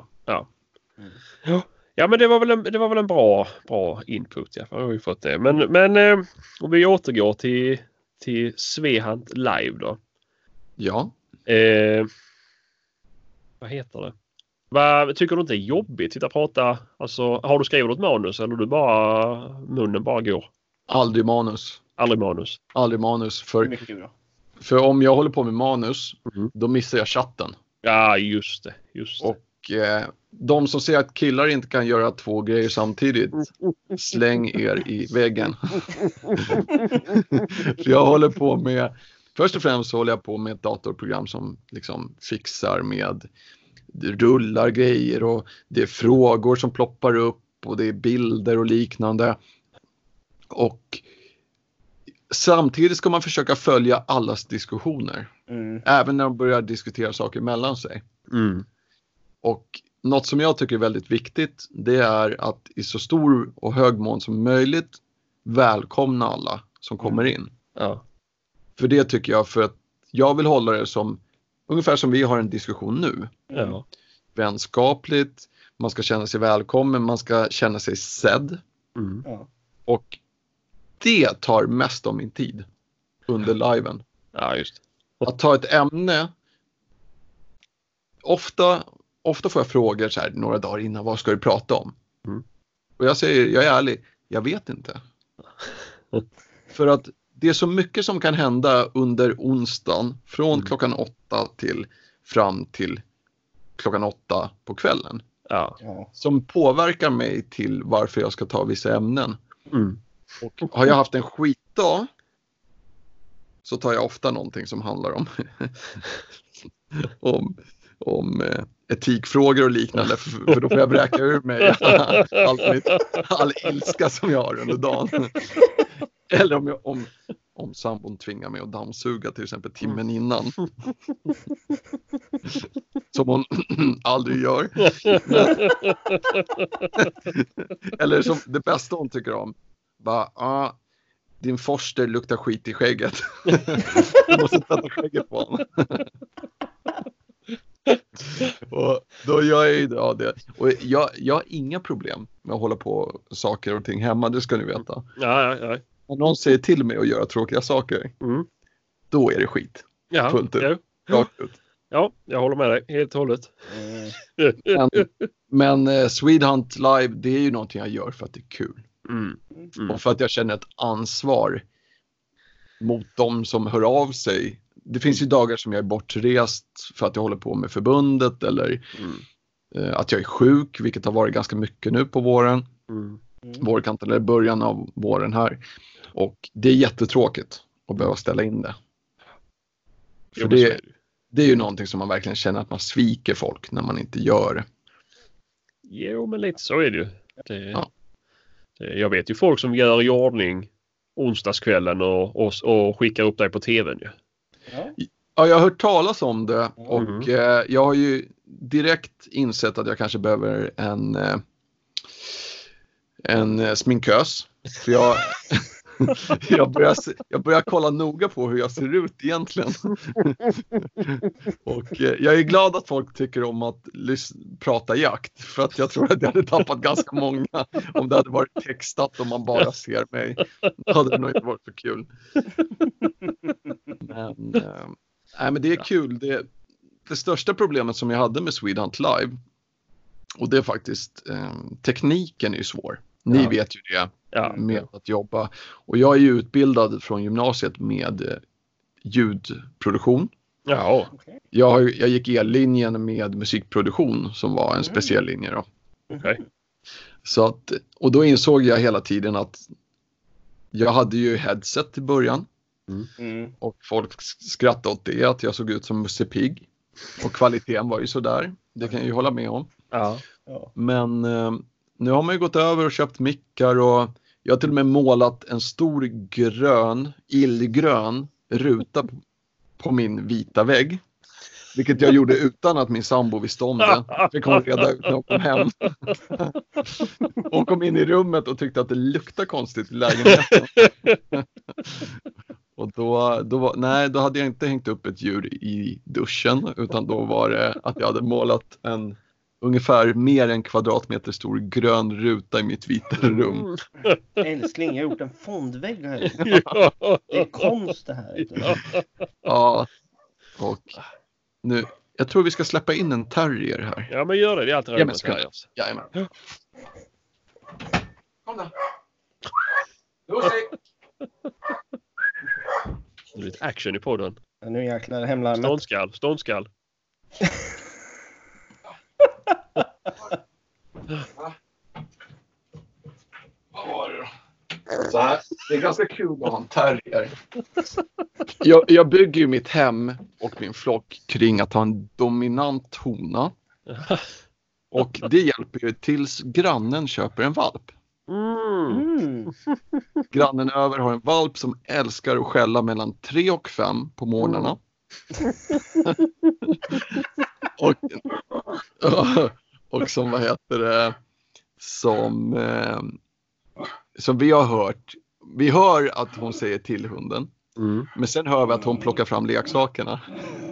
Ja, men det var väl en bra input. Ja, har vi fått det. Men om vi återgår till Svehunt Live då. Ja. Vad heter det? Vad tycker du inte är jobbigt att prata? Alltså, har du skrivit något manus eller munnen bara går? Aldrig manus. För om jag håller på med manus, då missar jag chatten. Ja, just det. Och de som säger att killar inte kan göra 2 grejer samtidigt, släng er i väggen. För jag håller på med, först och främst så håller jag på med ett datorprogram som liksom fixar med, det rullar grejer och det är frågor som ploppar upp och det är bilder och liknande. Och samtidigt ska man försöka följa allas diskussioner. Även när de börjar diskutera saker mellan sig. Och något som jag tycker är väldigt viktigt, det är att i så stor och hög mån som möjligt välkomna alla som kommer in. För det tycker jag, för att jag vill hålla det som ungefär som vi har en diskussion nu. Vänskapligt, man ska känna sig välkommen, man ska känna sig sedd. Och det tar mest av min tid under liven. Ja, just. Att ta ett ämne. Ofta får jag frågor så här några dagar innan, vad ska du prata om? Och jag säger, jag är ärlig, jag vet inte. För att det är så mycket som kan hända under onsdagen från klockan 8 till fram till klockan 8 på kvällen. Som påverkar mig till varför jag ska ta vissa ämnen. Och har jag haft en skitdag, så tar jag ofta någonting som handlar om etikfrågor och liknande, för då får jag bräka ur mig all ilska som jag har under dagen. Eller om sambon tvingar mig att dammsuga till exempel timmen innan. Som hon aldrig gör. Eller som det bästa hon tycker om. Bara, din forster luktar skit i skägget. Du måste sätta skägget på honom. Och då gör jag ju det. Och jag har inga problem med att hålla på saker och ting hemma, det ska ni veta. Ja. Om någon säger till mig att göra tråkiga saker, då är det skit. Fullt ut. Rakt ut. Ja, jag håller med dig helt och hållet. Men Swedhunt Live, det är ju någonting jag gör för att det är kul. Mm. Och för att jag känner ett ansvar mot dem som hör av sig. Det finns ju dagar som jag är bortrest för att jag håller på med förbundet eller att jag är sjuk, vilket har varit ganska mycket nu på våren. Vårkanten eller början av våren här. Och det är jättetråkigt att behöva ställa in det. För det är ju någonting som man verkligen känner att man sviker folk när man inte gör det. Jo, men lite så är det ju. Jag vet ju folk som gör i ordning onsdagskvällen och skickar upp dig på tvn ju. Ja, jag har hört talas om det och jag har ju direkt insett att jag kanske behöver en sminkös. För jag börjar kolla noga på hur jag ser ut egentligen. Och jag är glad att folk tycker om att prata jakt. För att jag tror att jag hade tappat ganska många om det hade varit textat och man bara ser mig. Då hade det nog inte varit för kul. Men det är kul. Det största problemet som jag hade med Swedhunt Live, och det är faktiskt tekniken är ju svår. Ni vet ju det med att jobba. Och jag är ju utbildad från gymnasiet med ljudproduktion. Ja. Jag gick ellinjen med musikproduktion som var en speciell linje då. Okay. Så att, och då insåg jag hela tiden att jag hade ju headset i början. Och folk skrattade åt det, att jag såg ut som Musse Pigg. Och kvaliteten var ju sådär. Det kan jag ju hålla med om. Men nu har man ju gått över och köpt mickar och jag har till och med målat en stor illgrön ruta på min vita vägg. Vilket jag gjorde utan att min sambo visste om det. Fick hon reda ut när hon kom hem. Hon kom in i rummet och tyckte att det luktade konstigt i lägenheten. Och då hade jag inte hängt upp ett djur i duschen, utan då var det att jag hade målat en ungefär mer än kvadratmeter stor grön ruta i mitt vita rum. Älskling, jag har gjort en fondvägg här. Det är konst det här. Ja, och nu, jag tror vi ska släppa in en terrier här. Ja, men gör det. Det är alltid roligt med terriers. Jajamän. Kom då. Lucy. Det är lite action i podden. Ja, nu jäklar hemlarmet. Ståndskall. Vad var det då? Så här, det är ganska kul att ha en terrier. Jag bygger ju mitt hem och min flock kring att ha en dominant hona. Och det hjälper ju tills grannen köper en valp. Grannen över har en valp som älskar att skälla mellan 3 och 5 på morgnarna. Och som vad heter det, som vi har hört, vi hör att hon säger till hunden, men sen hör vi att hon plockar fram leksakerna.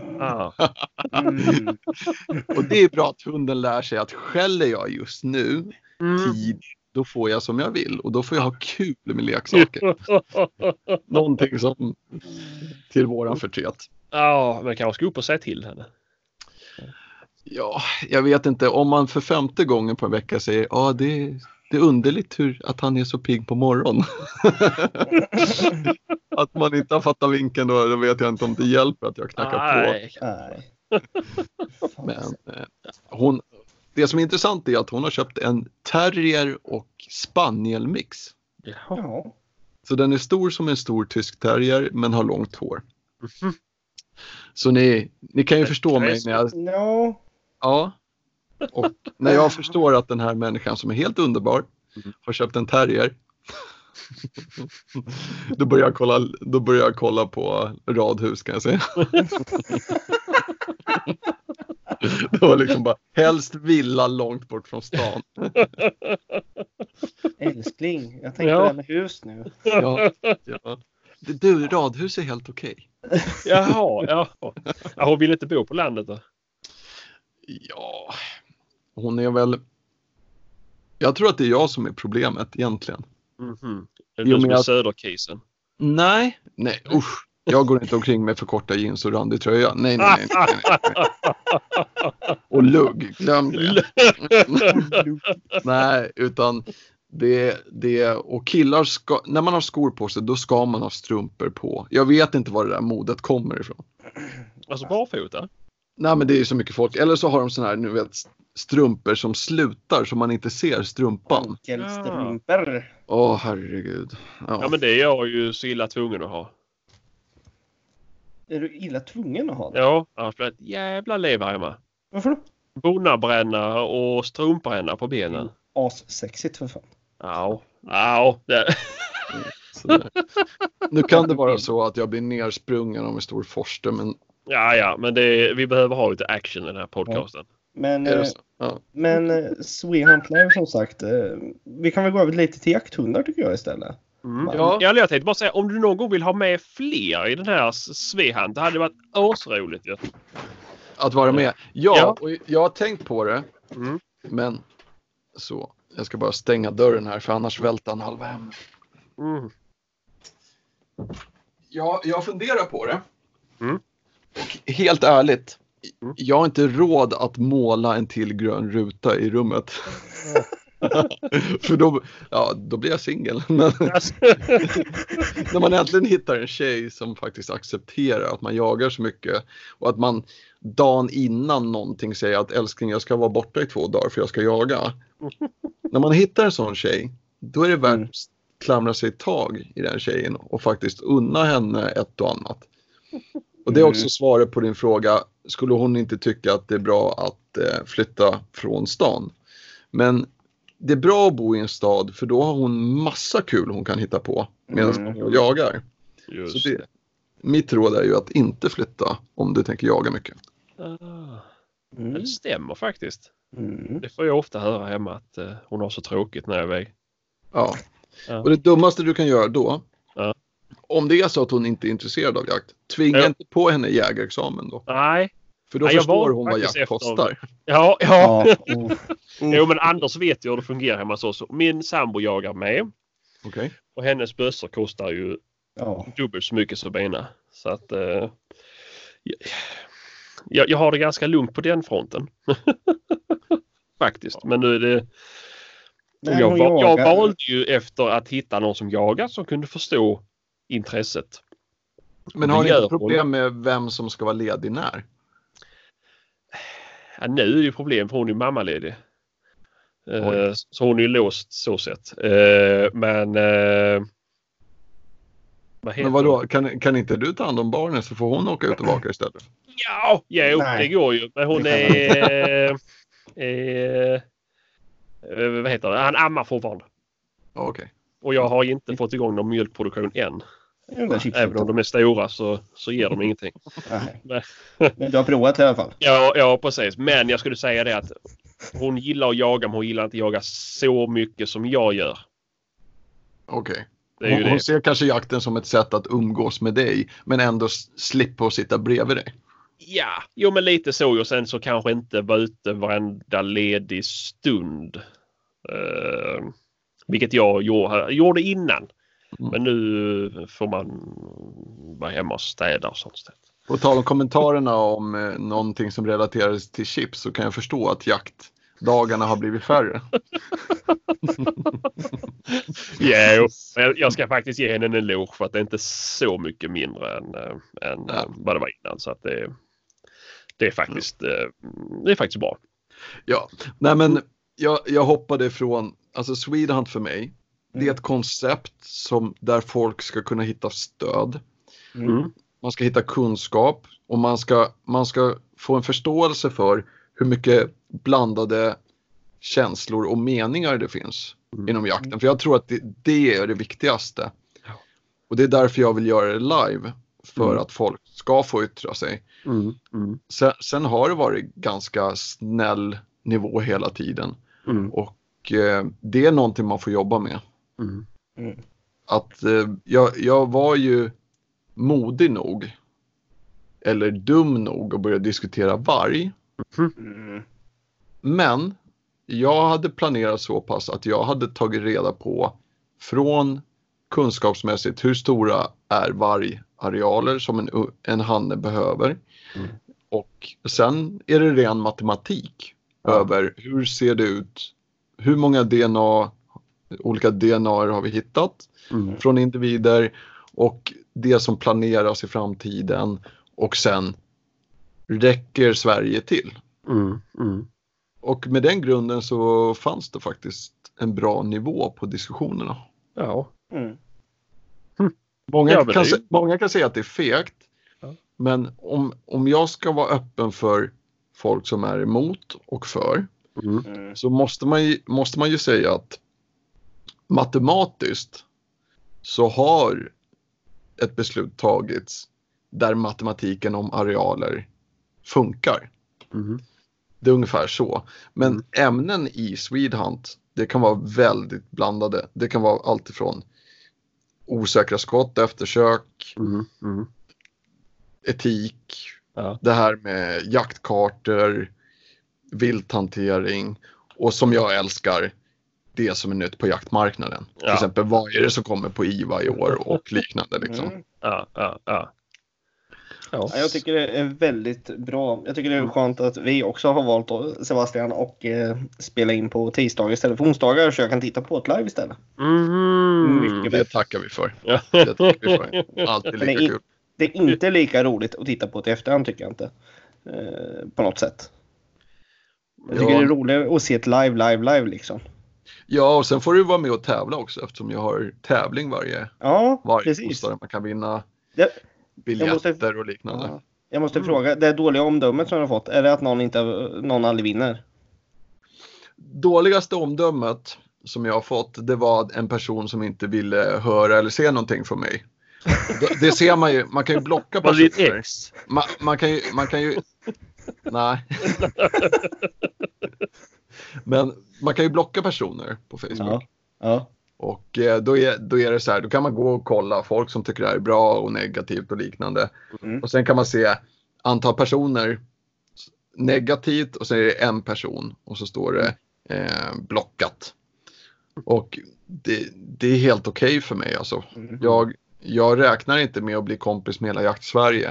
Och det är bra att hunden lär sig att skäller jag just nu tid, då får jag som jag vill och då får jag ha kul med leksaker. Någonting som till våran förtret. Ja, men kanske ska upp och säga till henne. Ja, jag vet inte. Om man för 5:e gången på en vecka säger det är underligt att han är så pigg på morgon. Att man inte har fattat vinkeln då vet jag inte om det hjälper att jag knackar på. Men det som är intressant är att hon har köpt en terrier och spanielmix. Ja. Så den är stor som en stor tysk terrier men har långt hår. Så ni kan ju förstå mig när jag... Ja. Och när jag förstår att den här människan som är helt underbar har köpt en terrier, då börjar jag kolla på radhus, kan jag säga. Det var liksom bara helst villa långt bort från stan. Älskling, jag tänker på det här med hus nu. Ja. Du, radhus är helt okej. Jaha. Hon vill inte bo på landet då? Ja, hon är väl... Jag tror att det är jag som är problemet egentligen. Är det du som är söderkisen? Nej, usch. Jag går inte omkring med för korta jeans och randig tröja. Nej. Och lugg, glöm det. Nej, utan det och killar ska, när man har skor på sig, då ska man ha strumpor på. Jag vet inte var det där modet kommer ifrån. Alltså barfota? Nej, men det är så mycket folk. Eller så har de såna här, nu vet, strumpor som slutar så man inte ser strumpan. Ankelstrumpor. Herregud. Ja, men det är jag ju så illa tvungen att ha. Är du illa tvungen att ha det? Ja, annars blir det ett jävla liv här hemma. Varför då? Bonnabränna och strumpbränna på benen. Assexigt för fan. Ja. Nu kan det vara så att jag blir nersprungen av en stor forster, men... Ja, men vi behöver ha lite action i den här podcasten. Ja. Men Swehunt Live, som sagt, vi kan väl gå över lite till jakthundar tycker jag istället. Jag tänkte bara säga, om du någon gång vill ha med fler i den här Swehunt, det hade varit asroligt ju. Att vara med. Ja, och jag har tänkt på det. Men så, jag ska bara stänga dörren här för annars välter han halva hem. Jag funderar på det. Och helt ärligt, jag har inte råd att måla en till grön ruta i rummet. För då blir jag singel. Men när man äntligen hittar en tjej som faktiskt accepterar att man jagar så mycket och att man dagen innan någonting säger att älskling, jag ska vara borta i 2 dagar för jag ska jaga. När man hittar en sån tjej, då är det värt att klamra sig tag i den tjejen och faktiskt unna henne ett och annat. Och det är också svaret på din fråga, skulle hon inte tycka att det är bra att flytta från stan? Men det är bra att bo i en stad, för då har hon massa kul hon kan hitta på medan hon jagar. Just. Så mitt råd är ju att inte flytta om du tänker jaga mycket. Det stämmer faktiskt. Det får jag ofta höra hemma, att hon har så tråkigt när jag är iväg. Ja, och det dummaste du kan göra då, om det är så att hon inte är intresserad av jakt, tvinga inte på henne jägarexamen då. Nej. För då förstår hon vad jakt kostar. Ja. Jo, men Anders vet ju hur det fungerar hemma så. Min sambo jagar med. Okay. Och hennes bössor kostar ju dubbelt så mycket som mina. Så att jag har det ganska lugnt på den fronten. Faktiskt. Men nu är det... Jag valde ju efter att hitta någon som jagar som kunde förstå intresset. Men har ni inte problem med vem som ska vara ledig när? Ja, nu är det ju problem för hon är mammaledig. Så hon är ju låst så sett. Men vadå? Kan inte du ta hand om barnen så får hon åka ut och vaka istället? Ja, det går ju. Men hon är... vad heter det? Han ammar fortfarande. Okej. Och jag har inte fått igång någon mjölkproduktion än. Även om de är stora så ger de ingenting. Men du har provat i alla fall. Ja, precis. Men jag skulle säga det att hon gillar att jaga, men hon gillar inte att jaga så mycket som jag gör. Okej. Hon ser kanske jakten som ett sätt att umgås med dig, men ändå slippa att sitta bredvid dig. Ja, men lite så. Och sen så kanske inte vara ute varenda ledig stund. Vilket jag gjorde innan. Men nu får man vara hemma och städa och sånt. På tal om kommentarerna om någonting som relateras till chips, så kan jag förstå att jaktdagarna har blivit färre. Jag ska faktiskt ge henne en eloge för att det inte är så mycket mindre än vad det var innan. Så att det är faktiskt bra. Ja, nej men jag hoppade ifrån, alltså Swehunt för mig, det är ett koncept där folk ska kunna hitta stöd. Man ska hitta kunskap och man ska få en förståelse för hur mycket blandade känslor och meningar det finns inom jakten. För jag tror att det är det viktigaste. Och det är därför jag vill göra det live. För att folk ska få yttra sig. Sen har det varit ganska snäll nivå hela tiden. Och det är någonting man får jobba med. Att jag var ju modig nog eller dum nog att börja diskutera varg. Men jag hade planerat så pass att jag hade tagit reda på från kunskapsmässigt hur stora är vargarealer som en hanne behöver. Och sen är det ren matematik över hur ser det ut, hur många olika DNA har vi hittat från individer och det som planeras i framtiden, och sen räcker Sverige till. Och med den grunden så fanns det faktiskt en bra nivå på diskussionerna. Ja. Många kan säga att det är fegt. Ja. Men om jag ska vara öppen för folk som är emot och för, så måste man ju säga att matematiskt så har ett beslut tagits där matematiken om arealer funkar. Det är ungefär så. Men ämnen i Swedhunt, det kan vara väldigt blandade. Det kan vara allt ifrån osäkra skott, eftersök, etik, det här med jaktkartor, vilthantering, och som jag älskar, det som är nytt på jaktmarknaden. Till exempel, vad är det som kommer på IVA i år och liknande liksom. Jag tycker det är väldigt bra. Jag tycker det är skönt att vi också har valt, Sebastian, och spela in på tisdagar istället för onsdagar, så jag kan titta på ett live istället. Mycket bättre. Det tackar vi för. Alltid lika kul. Det är inte lika roligt att titta på det i efterhand, tycker jag inte. På något sätt. Jag tycker det är roligt att se ett live liksom. Ja, och sen får du vara med och tävla också, eftersom jag har tävling varje onsdag. Man kan vinna biljetter och liknande. Ja. Jag måste fråga, det dåliga omdömet som du har fått, är det att någon aldrig vinner? Dåligaste omdömet som jag har fått, det var en person som inte ville höra eller se någonting från mig. Det ser man ju, man kan ju blocka personer. Man kan ju nej. Men man kan ju blocka personer på Facebook. Ja. Och då är det så här, då kan man gå och kolla folk som tycker det här är bra och negativt och liknande. Och sen kan man se antal personer negativt, och sen är det en person och så står det blockat. Och det är helt okej för mig alltså. Jag räknar inte med att bli kompis med hela Jakt-Sverige.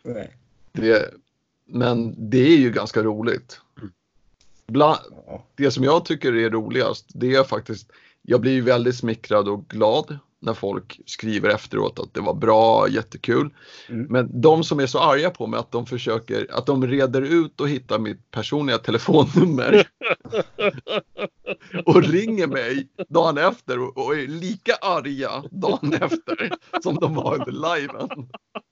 Men det är ju ganska roligt. Det som jag tycker är roligast, det är faktiskt, jag blir ju väldigt smickrad och glad när folk skriver efteråt att det var bra, jättekul. Men de som är så arga på mig att de reder ut och hittar mitt personliga telefonnummer och ringer mig dagen efter och är lika arga dagen efter som de var under liven.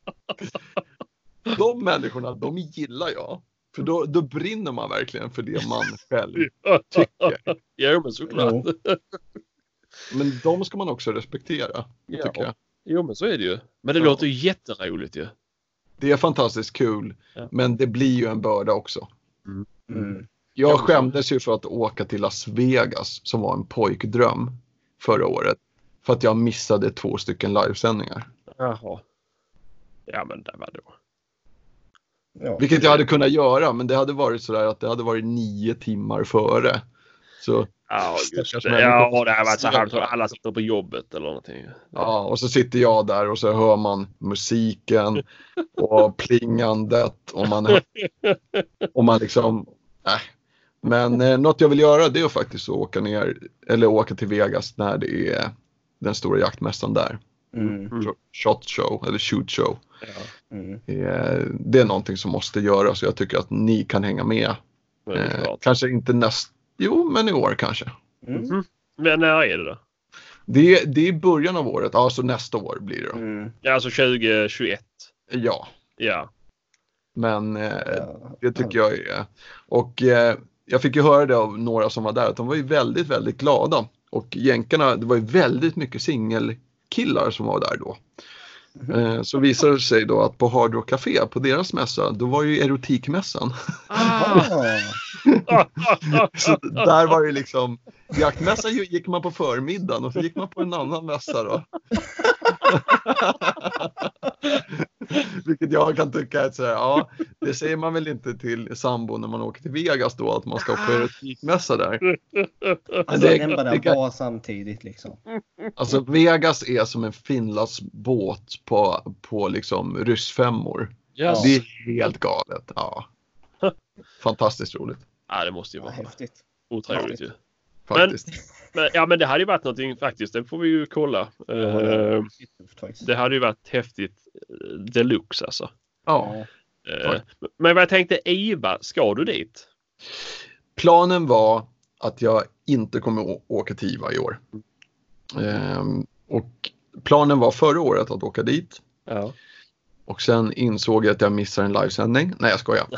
De människorna, de gillar jag. För då brinner man verkligen för det man själv tycker. Ja, men såklart. Men de ska man också respektera, tycker jag. Jo, men så är det ju. Men det låter ju jätteroligt ju. Det är fantastiskt kul, men det blir ju en börda också. Jag skämdes ju för att åka till Las Vegas, som var en pojkdröm förra året. För att jag missade 2 stycken livesändningar. Jaha. Ja, men det var då. Ja. Vilket jag hade kunnat göra, men det hade varit sådär att det hade varit 9 timmar före. Så just det. Ja, det har varit så här, alla sitter på jobbet eller någonting. Ja, och så sitter jag där och så hör man musiken och plingandet och man liksom Men något jag vill göra, det är faktiskt att åka till Vegas när det är den stora jaktmässan där. Shot show eller shoot show. Det är någonting som måste göras, så jag tycker att ni kan hänga med. Kanske inte men i år kanske. Men när är det då? Det är i början av året, alltså nästa år blir det då. Ja, alltså 2021. Ja. Men det tycker jag är. Och jag fick ju höra det av några som var där, att de var ju väldigt, väldigt glada. Och jänkarna, det var ju väldigt mycket singelkillar som var där då. Så visade det sig då att på Hard Rock Café, på deras mässa, då var ju erotikmässan. Så där var det liksom, jaktmässan gick man på förmiddagen och så gick man på en annan mässa då. Vilket jag kan tycka är sådär, det säger man väl inte till sambo när man åker till Vegas då, att man ska på erotikmässa där. Alltså den bara var samtidigt liksom. Alltså Vegas är som en Finlandsbåt på liksom ryssfemmor. Yes. Det är helt galet. Ja. Fantastiskt roligt. Ja, det måste ju Ja, vara häftigt. otroligt ju. Faktiskt. Men det hade ju varit någonting faktiskt. Det får vi ju kolla. Det hade ju varit häftigt deluxe alltså. Ja. Men vad jag tänkte, IVA, ska du dit? Planen var att jag inte kommer åka till IVA i år. Och planen var förra året att åka dit. Ja. Och sen insåg jag att jag missar en livesändning. Nej, jag skojar.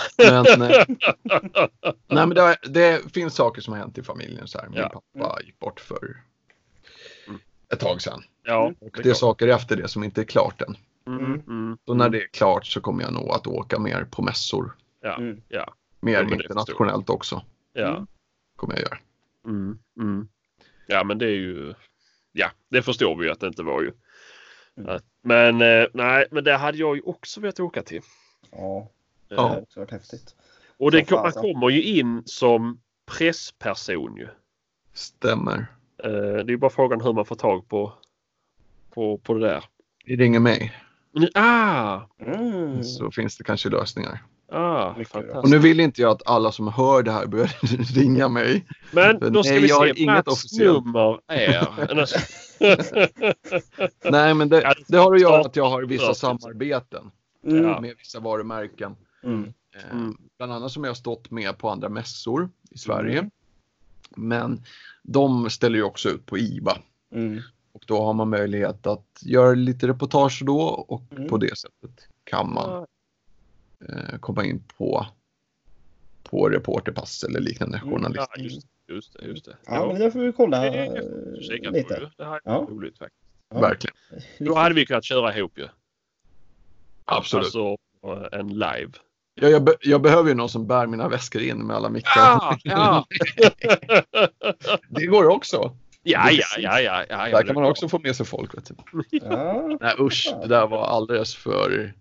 Men det finns saker som har hänt i familjen. Så här. Min pappa gick bort för ett tag sedan. Ja, det är saker efter det som inte är klart än. Så när det är klart så kommer jag nog att åka mer på mässor. Ja. Mer internationellt också. Ja. Kommer jag göra. Ja, men det är ju... Ja, det förstår vi ju att det inte var ju. Men nej, men det hade jag ju också velat åka till. Ja, det har också varit häftigt. Och man kommer ju in som pressperson ju. Stämmer. Det är ju bara frågan hur man får tag på det där. Det ringer mig. Så finns det kanske lösningar. Fantastiskt. Och nu vill inte jag att alla som hör det här börjar ringa mig. Men då ska vi se inget officiellt nummer är. Nej, men det har att göra att jag har vissa samarbeten med vissa varumärken. Bland annat som jag har stått med på andra mässor i Sverige. Men de ställer ju också ut på IVA. Och då har man möjlighet att göra lite reportage då. Och på det sättet kan man komma in på reporterpass eller liknande journalist. Ja, just det. Ja, men det får vi kolla lite. Det här är roligt faktiskt. Ja. Verkligen. Då hade vi kunnat köra ihop ju. Absolut. Alltså en live. Ja, jag behöver ju någon som bär mina väskor in med alla mickar. Ja. Det går också. Ja. Där kan man också få med sig folk. Vet du. Nej, usch. Det där var alldeles för...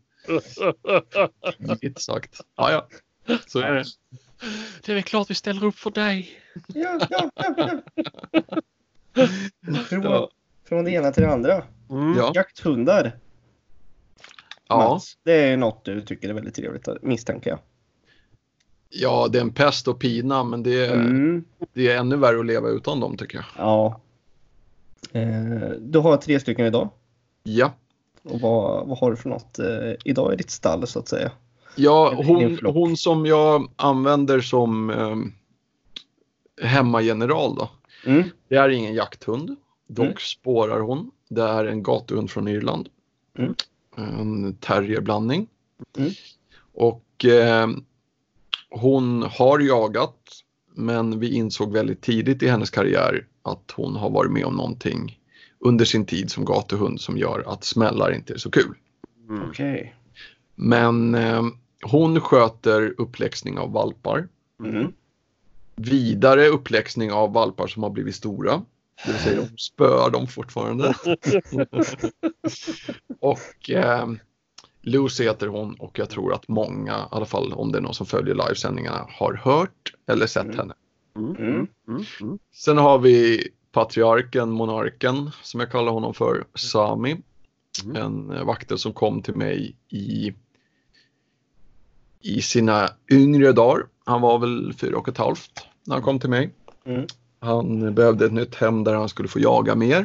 Inte sagt. Ja. Så är det. Det är väl klart vi ställer upp för dig. Ja. Från det ena till det andra. Jakthundar. Ja. Mats, det är något du tycker är väldigt trevligt, misstänker jag. Ja, det är en pest och pina, men det är ännu värre att leva utan dem, tycker jag. Ja. Du har 3 stycken idag. Ja. Och vad har du för något idag i ditt stall, så att säga? Ja, hon som jag använder som hemmageneral då. Det är ingen jakthund. Dock spårar hon. Det är en gatuhund från Irland. En terrierblandning. Och hon har jagat, men vi insåg väldigt tidigt i hennes karriär att hon har varit med om någonting under sin tid som gatuhund som gör att smällar inte är så kul. Okej. Men hon sköter uppläxning av valpar. Vidare uppläxning av valpar som har blivit stora. Det vill säga de spör dem fortfarande. Och Lucy heter hon, och jag tror att många, i alla fall om det är någon som följer livesändningarna, har hört eller sett henne. Sen har vi patriarken, monarken, som jag kallar honom för, Sami. En vaktel som kom till mig i sina yngre dagar. Han var väl 4,5 när han kom till mig. Han behövde ett nytt hem där han skulle få jaga mer.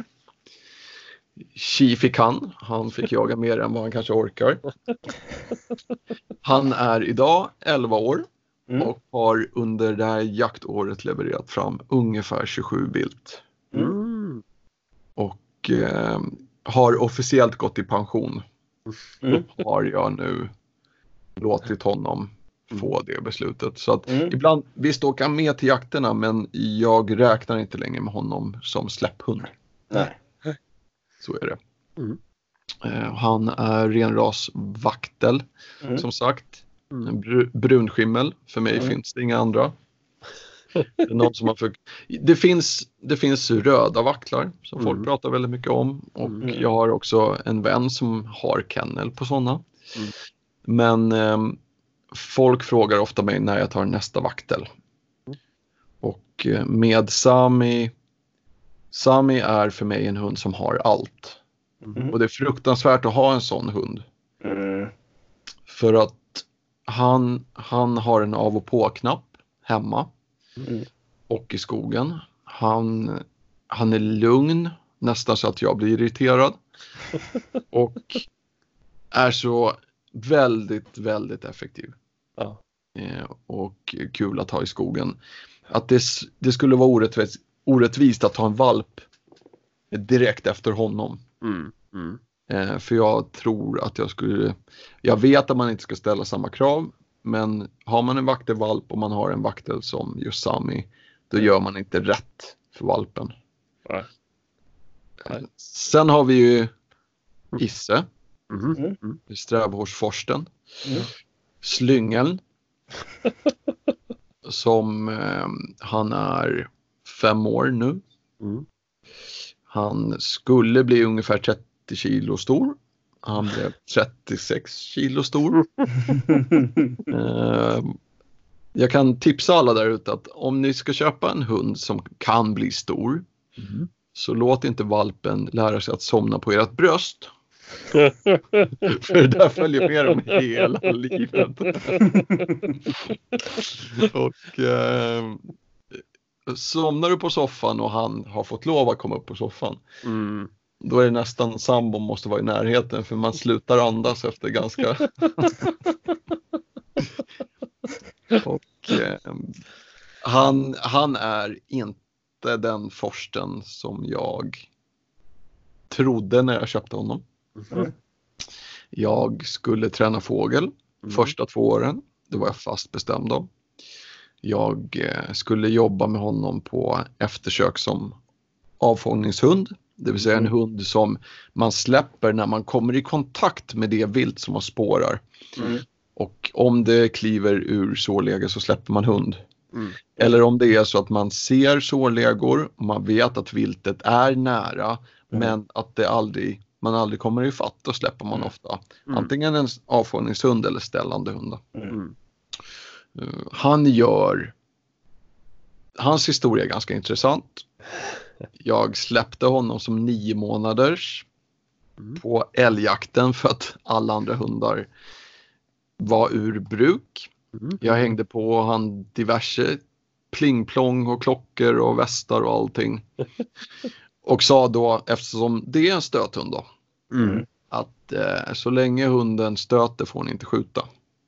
Fick han fick jaga mer än vad han kanske orkar. Han är idag 11 år och har under det här jaktåret levererat fram ungefär 27 vilt. Och har officiellt gått i pension. Har jag nu låtit honom få det beslutet. Så att ibland, visst åker han med till jakterna, men jag räknar inte längre med honom som släpphund. Nej. Så är det. Han är renrasvaktel, som sagt. Brunskimmel. För mig finns det inga andra. Det är någon som har det finns röda vaktlar som folk pratar väldigt mycket om. Och jag har också en vän som har kennel på sådana. Men folk frågar ofta mig när jag tar nästa vaktel. Och med Sami Sami är för mig en hund som har allt. Mm. Och det är fruktansvärt att ha en sån hund. Mm. För att han har en av och på-knapp hemma. Mm. Och i skogen. Han är lugn. Nästan så att jag blir irriterad. Och är så väldigt, väldigt effektiv. Ja. Och kul att ha i skogen. Att det skulle vara orättvist att ha en valp direkt efter honom. För jag tror att jag vet att man inte ska ställa samma krav, men har man en vaktelvalp och man har en vaktel som just Sami, då gör man inte rätt för valpen. Nej. Sen har vi ju Isse, Mm. Strävhårsforsten, Mm. Slyngeln, som han är 5 år nu. Mm. Han skulle bli ungefär 30 kilo stor. Han blev 36 kilo stor. Jag kan tipsa alla där ute att om ni ska köpa en hund som kan bli stor, så låt inte valpen lära sig att somna på ert bröst. För det där följer med dem hela livet. Och somnar du på soffan och han har fått lov att komma upp på soffan, då är det nästan sambon måste vara i närheten, för man slutar andas efter ganska. Och han är inte den forsten som jag trodde när jag köpte honom. Jag skulle träna fågel första 2 åren. Det var jag fast bestämd om. Jag skulle jobba med honom på eftersök som avfångningshund. Det vill säga en hund som man släpper när man kommer i kontakt med det vilt som har spårar. Och om det kliver ur sårläge så släpper man hund. Eller om det är så att man ser sårlägor och man vet att viltet är nära, men att man aldrig kommer i fatt, då släpper man ofta. Antingen en avfångningshund eller ställande hund. Hans historia är ganska intressant. Jag släppte honom som 9 månaders på älgjakten för att alla andra hundar var ur bruk. Jag hängde på han diverse plingplong och klockor och västar och allting. Och sa då, eftersom det är en stöthund då, att så länge hunden stöter får ni inte skjuta.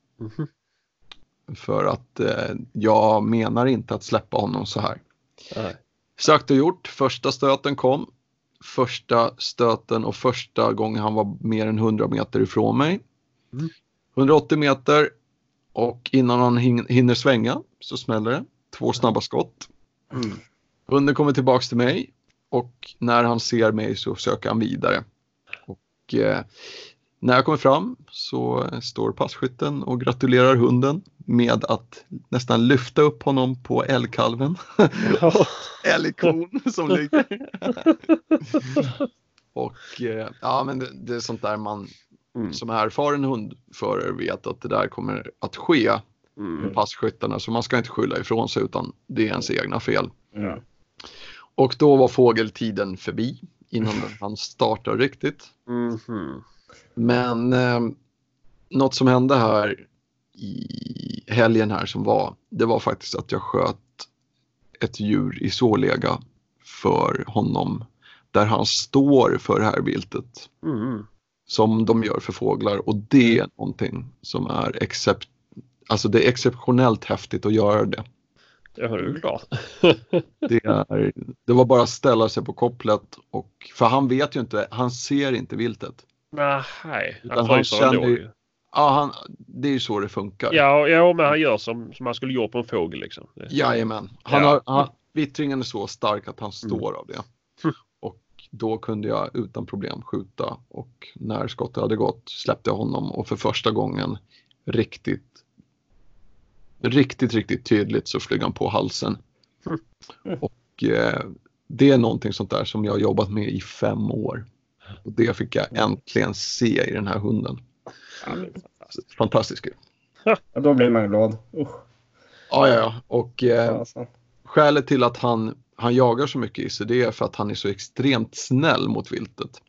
För att jag menar inte att släppa honom så här. Sagt och gjort, första stöten kom. Första stöten och första gången han var mer än 100 meter ifrån mig. 180 meter, och innan han hinner svänga så smäller det. 2 snabba skott. Hunden kommer tillbaks till mig, och när han ser mig så söker han vidare. Och när jag kommer fram så står passkytten och gratulerar hunden med att nästan lyfta upp honom på älgkalven. Älgkon som ligger. Och ja, men det är sånt där man som erfaren hundförare vet att det där kommer att ske med passkyttarna. Så man ska inte skylla ifrån sig, utan det är ens egna fel. Och då var fågeltiden förbi innan han startar riktigt. Men något som hände här i helgen här det var faktiskt att jag sköt ett djur i sårläge för honom, där han står för det här viltet som de gör för fåglar, och det är någonting som är det är exceptionellt häftigt att göra det. Det har du klart. Det var bara att ställa sig på kopplet, och för han vet ju inte, han ser inte viltet. Nej, han känner, ja, det är ju så det funkar. Ja, men han gör som man skulle göra på en fågel liksom. Jajamän. Vittringen är så stark att han står av det. Och då kunde jag utan problem skjuta, och när skottet hade gått släppte jag honom, och för första gången riktigt tydligt så flög han på halsen. Och det är någonting sånt där som jag har jobbat med i 5 år. Och det fick jag äntligen se i den här hunden. Fantastiskt kul. Ja, då blir man glad. Ja. Och skälet till att han han jagar så mycket Isse, det är för att han är så extremt snäll mot viltet.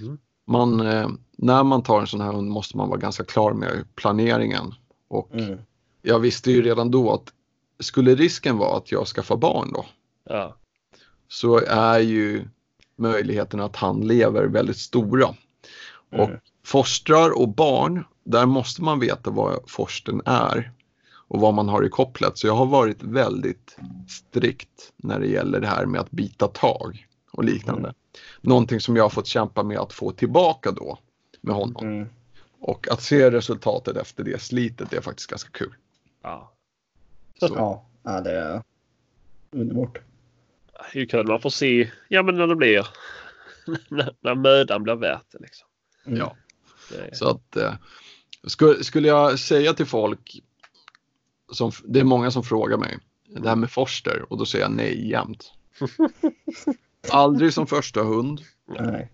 När man tar en sån här hund måste man vara ganska klar med planeringen. Och jag visste ju redan då att skulle risken vara att jag skaffar barn då, så är ju möjligheten att han lever väldigt stora. Och fostrar och barn, där måste man veta vad forsten är och vad man har i kopplet. Så jag har varit väldigt strikt när det gäller det här med att bita tag och liknande. Någonting som jag har fått kämpa med att få tillbaka då med honom. Och att se resultatet efter det slitet, det är faktiskt ganska kul. Ja. Ja, det är underbart. Det är ju kul, man får se när det blir när mödan blir värt det liksom. Ja. Så att skulle jag säga till folk det är många som frågar mig det här med forster, och då säger jag nej jämt. Aldrig som första hund. Nej.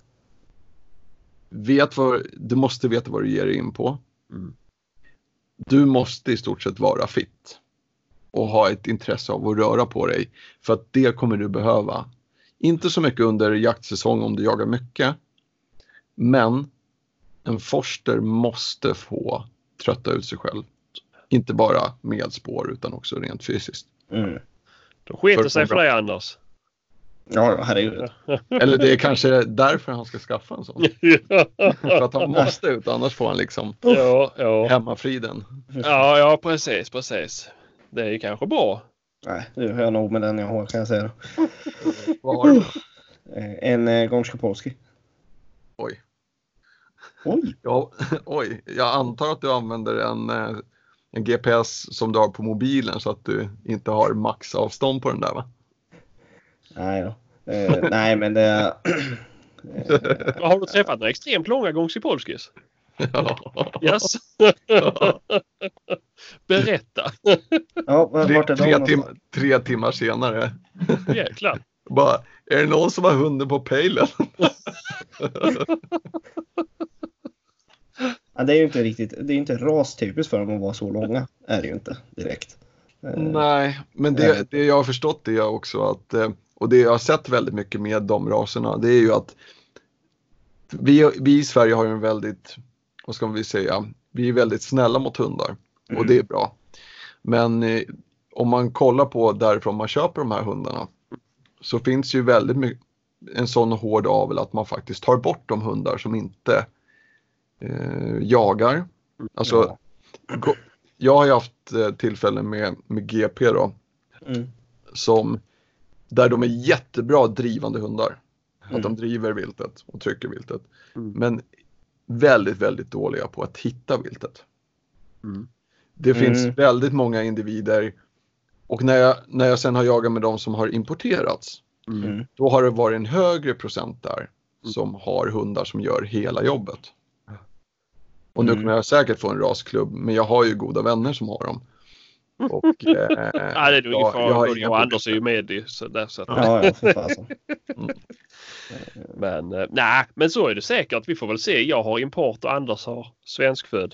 Du måste veta vad du ger dig in på. Du måste i stort sett vara fit och ha ett intresse av att röra på dig, för att det kommer du behöva. Inte så mycket under jaktsäsong om du jagar mycket, men en forster måste få trötta ut sig själv. Inte bara med spår utan också rent fysiskt. De skiter sig för dig annars. Ja, herregud. Eller det är kanske därför han ska skaffa en sån. För att han måste ut, annars får han liksom hemmafriden. Ja, precis. Det är ju kanske bra. Nej, nu har jag nog med den jag har, kan jag säga. Vad har du? En Gąska Polski. Oj. Oj. Ja, oj. Jag antar att du använder en GPS som du har på mobilen, så att du inte har maxavstånd på den där, va? Nej då. Nej, men det... Har du träffat några extremt långa Gąska Polskis? Ja. Yes. Berätta. Ja, vart är de? 3 timmar senare. Jäklar. Bara, är det någon som har hunden på pejlen? Ja, det är ju inte riktigt, det är inte rastypiskt för dem att vara så långa. Är det ju inte direkt. Nej, men det jag har förstått det också att, och det jag har sett väldigt mycket med de raserna, det är ju att vi i Sverige har ju en väldigt, vad ska vi säga, vi är väldigt snälla mot hundar och det är bra. Men om man kollar på därifrån man köper de här hundarna, så finns ju väldigt mycket en sån hård avel att man faktiskt tar bort de hundar som inte jagar. Alltså, jag har ju haft tillfällen med GP då, där de är jättebra drivande hundar. Att de driver viltet och trycker viltet. Men väldigt, väldigt dåliga på att hitta viltet. Det finns väldigt många individer. Och när jag sen har jagat med de som har importerats, då har det varit en högre procent där som har hundar som gör hela jobbet. Och nu kommer jag säkert få en rasklubb, men jag har ju goda vänner som har dem. Och, det är du ungefär. Jag och Anders är ju med i så där, så att... Ja, för fasen. Men så är det säkert. Vi får väl se. Jag har import och Anders har svenskfödd.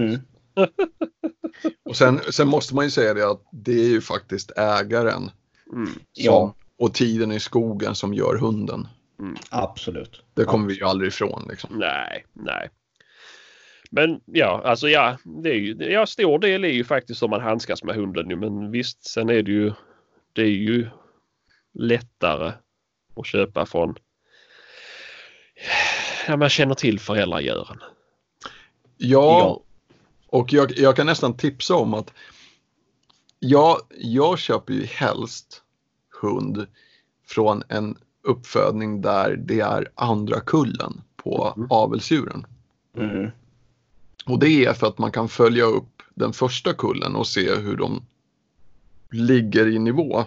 Och sen måste man ju säga det att det är ju faktiskt ägaren och tiden i skogen som gör hunden. Absolut. Det kommer vi ju aldrig ifrån liksom. Nej. Men det är ju stor del är ju faktiskt om man handskas med hunden nu, men visst, sen är det är ju lättare att köpa från man känner till föräldragören. Ja. Och jag kan nästan tipsa om att jag köper ju helst hund från en uppfödning där det är andra kullen på avelsdjuren. Och det är för att man kan följa upp den första kullen och se hur de ligger i nivå.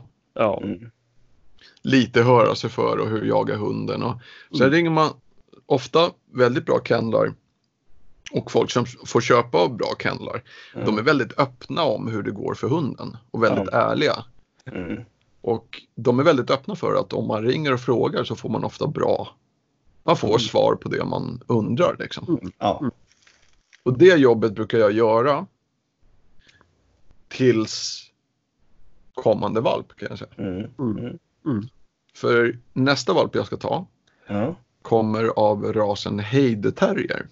Lite höra sig för och hur jagar hunden. Och sen ringer man ofta väldigt bra kennlar. Och folk som får köpa av bra kennlar, de är väldigt öppna om hur det går för hunden. Och väldigt ärliga. Och de är väldigt öppna för att om man ringer och frågar så får man ofta man får svar på det man undrar liksom. Och det jobbet brukar jag göra tills kommande valp, kan jag säga. För nästa valp jag ska ta kommer av rasen Heideterrier.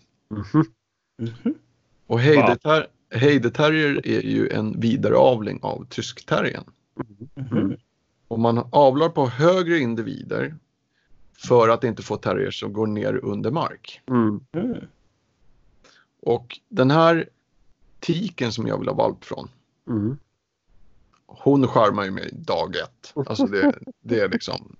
Och Heideterrier är ju en vidareavling av tyskterriern. Och man avlar på högre individer för att inte få terrier som går ner under mark. Och den här tiken som jag vill ha valp från, hon charmar ju mig dag ett. Alltså det är liksom,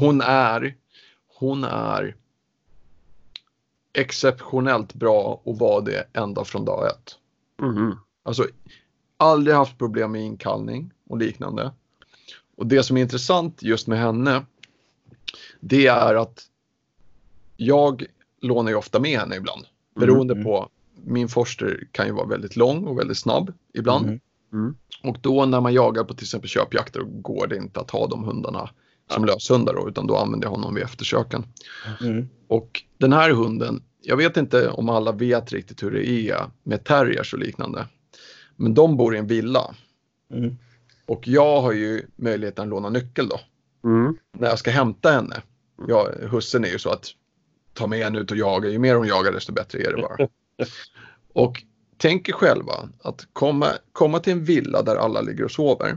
hon är exceptionellt bra och var det ända från dag ett. Alltså aldrig haft problem med inkallning och liknande. Och det som är intressant just med henne, det är att jag lånar ju ofta med henne ibland. Beroende på, min forster kan ju vara väldigt lång och väldigt snabb ibland. Och då när man jagar på till exempel köpjakter går det inte att ha de hundarna som löshundar då, utan då använder jag honom vid eftersöken. Och den här hunden, jag vet inte om alla vet riktigt hur det är med terriers och liknande. Men de bor i en villa. Och jag har ju möjligheten att låna nyckel då. När jag ska hämta henne. Hussen är ju så att ta med henne ut och jaga. Ju mer hon jagar desto bättre är det bara. Och tänk er själva att komma till en villa där alla ligger och sover.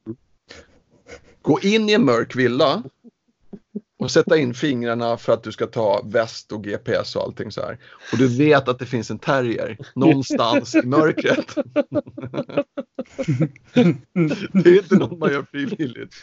Gå in i en mörk villa och sätta in fingrarna för att du ska ta väst och GPS och allting så här. Och du vet att det finns en terrier någonstans i mörkret. Det är inte något man gör frivilligt.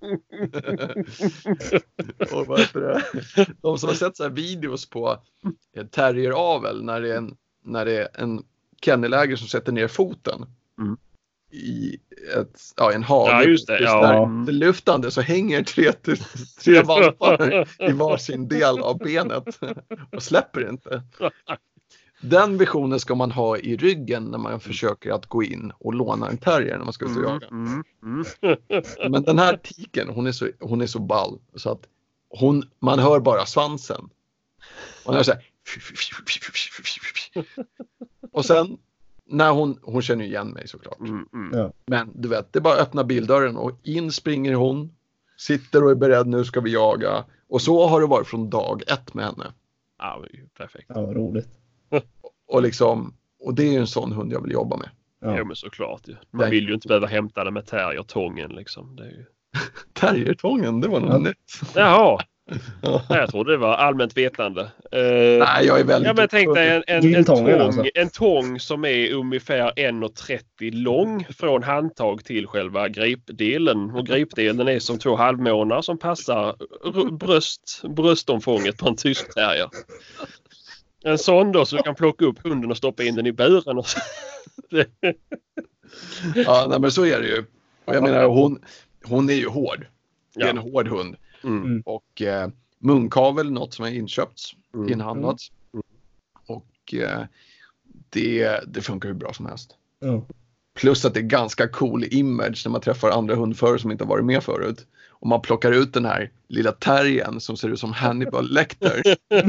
Och vad heter det? De som har sett så här videos på terrieravel när det är en kenneläger som sätter ner foten i en hage. Ja, just det. Det luftande så hänger tre valpar i varsin del av benet och släpper inte. Den visionen ska man ha i ryggen när man försöker att gå in och låna en terrier när man ska ut och jaga. Men den här tiken, hon är så ball så att man hör bara svansen. Och hör så här. Och sen när hon känner igen mig såklart. Men du vet, det är bara att öppna bildörren och in springer hon. Sitter och är beredd, nu ska vi jaga. Och så har det varit från dag ett med henne. Ja, perfekt. Ja, vad roligt. Och det är ju en sån hund jag vill jobba med. Ja, men såklart. Man vill ju inte behöva hämta det med terriertången liksom. Det är ju... Terriertången, det var något nytt. Jaha. Jag trodde det var allmänt vetande. Nej, jag är väldigt... Ja, men tänk dig en tång som är ungefär 1,30 lång från handtag till själva gripdelen. Och gripdelen är som 2 halvmånar som passar bröstomfånget på en tysk terrier. En sån då så du kan plocka upp hunden och stoppa in den i buren. Ja, nej, men så är det ju. Och jag menar, hon är ju hård. Det är en hård hund. Och munkavel, något som är inhandlats. Och det funkar ju bra som helst. Plus att det är ganska cool image när man träffar andra hundförare som inte har varit med förut. Och man plockar ut den här lilla terriern som ser ut som Hannibal Lecter.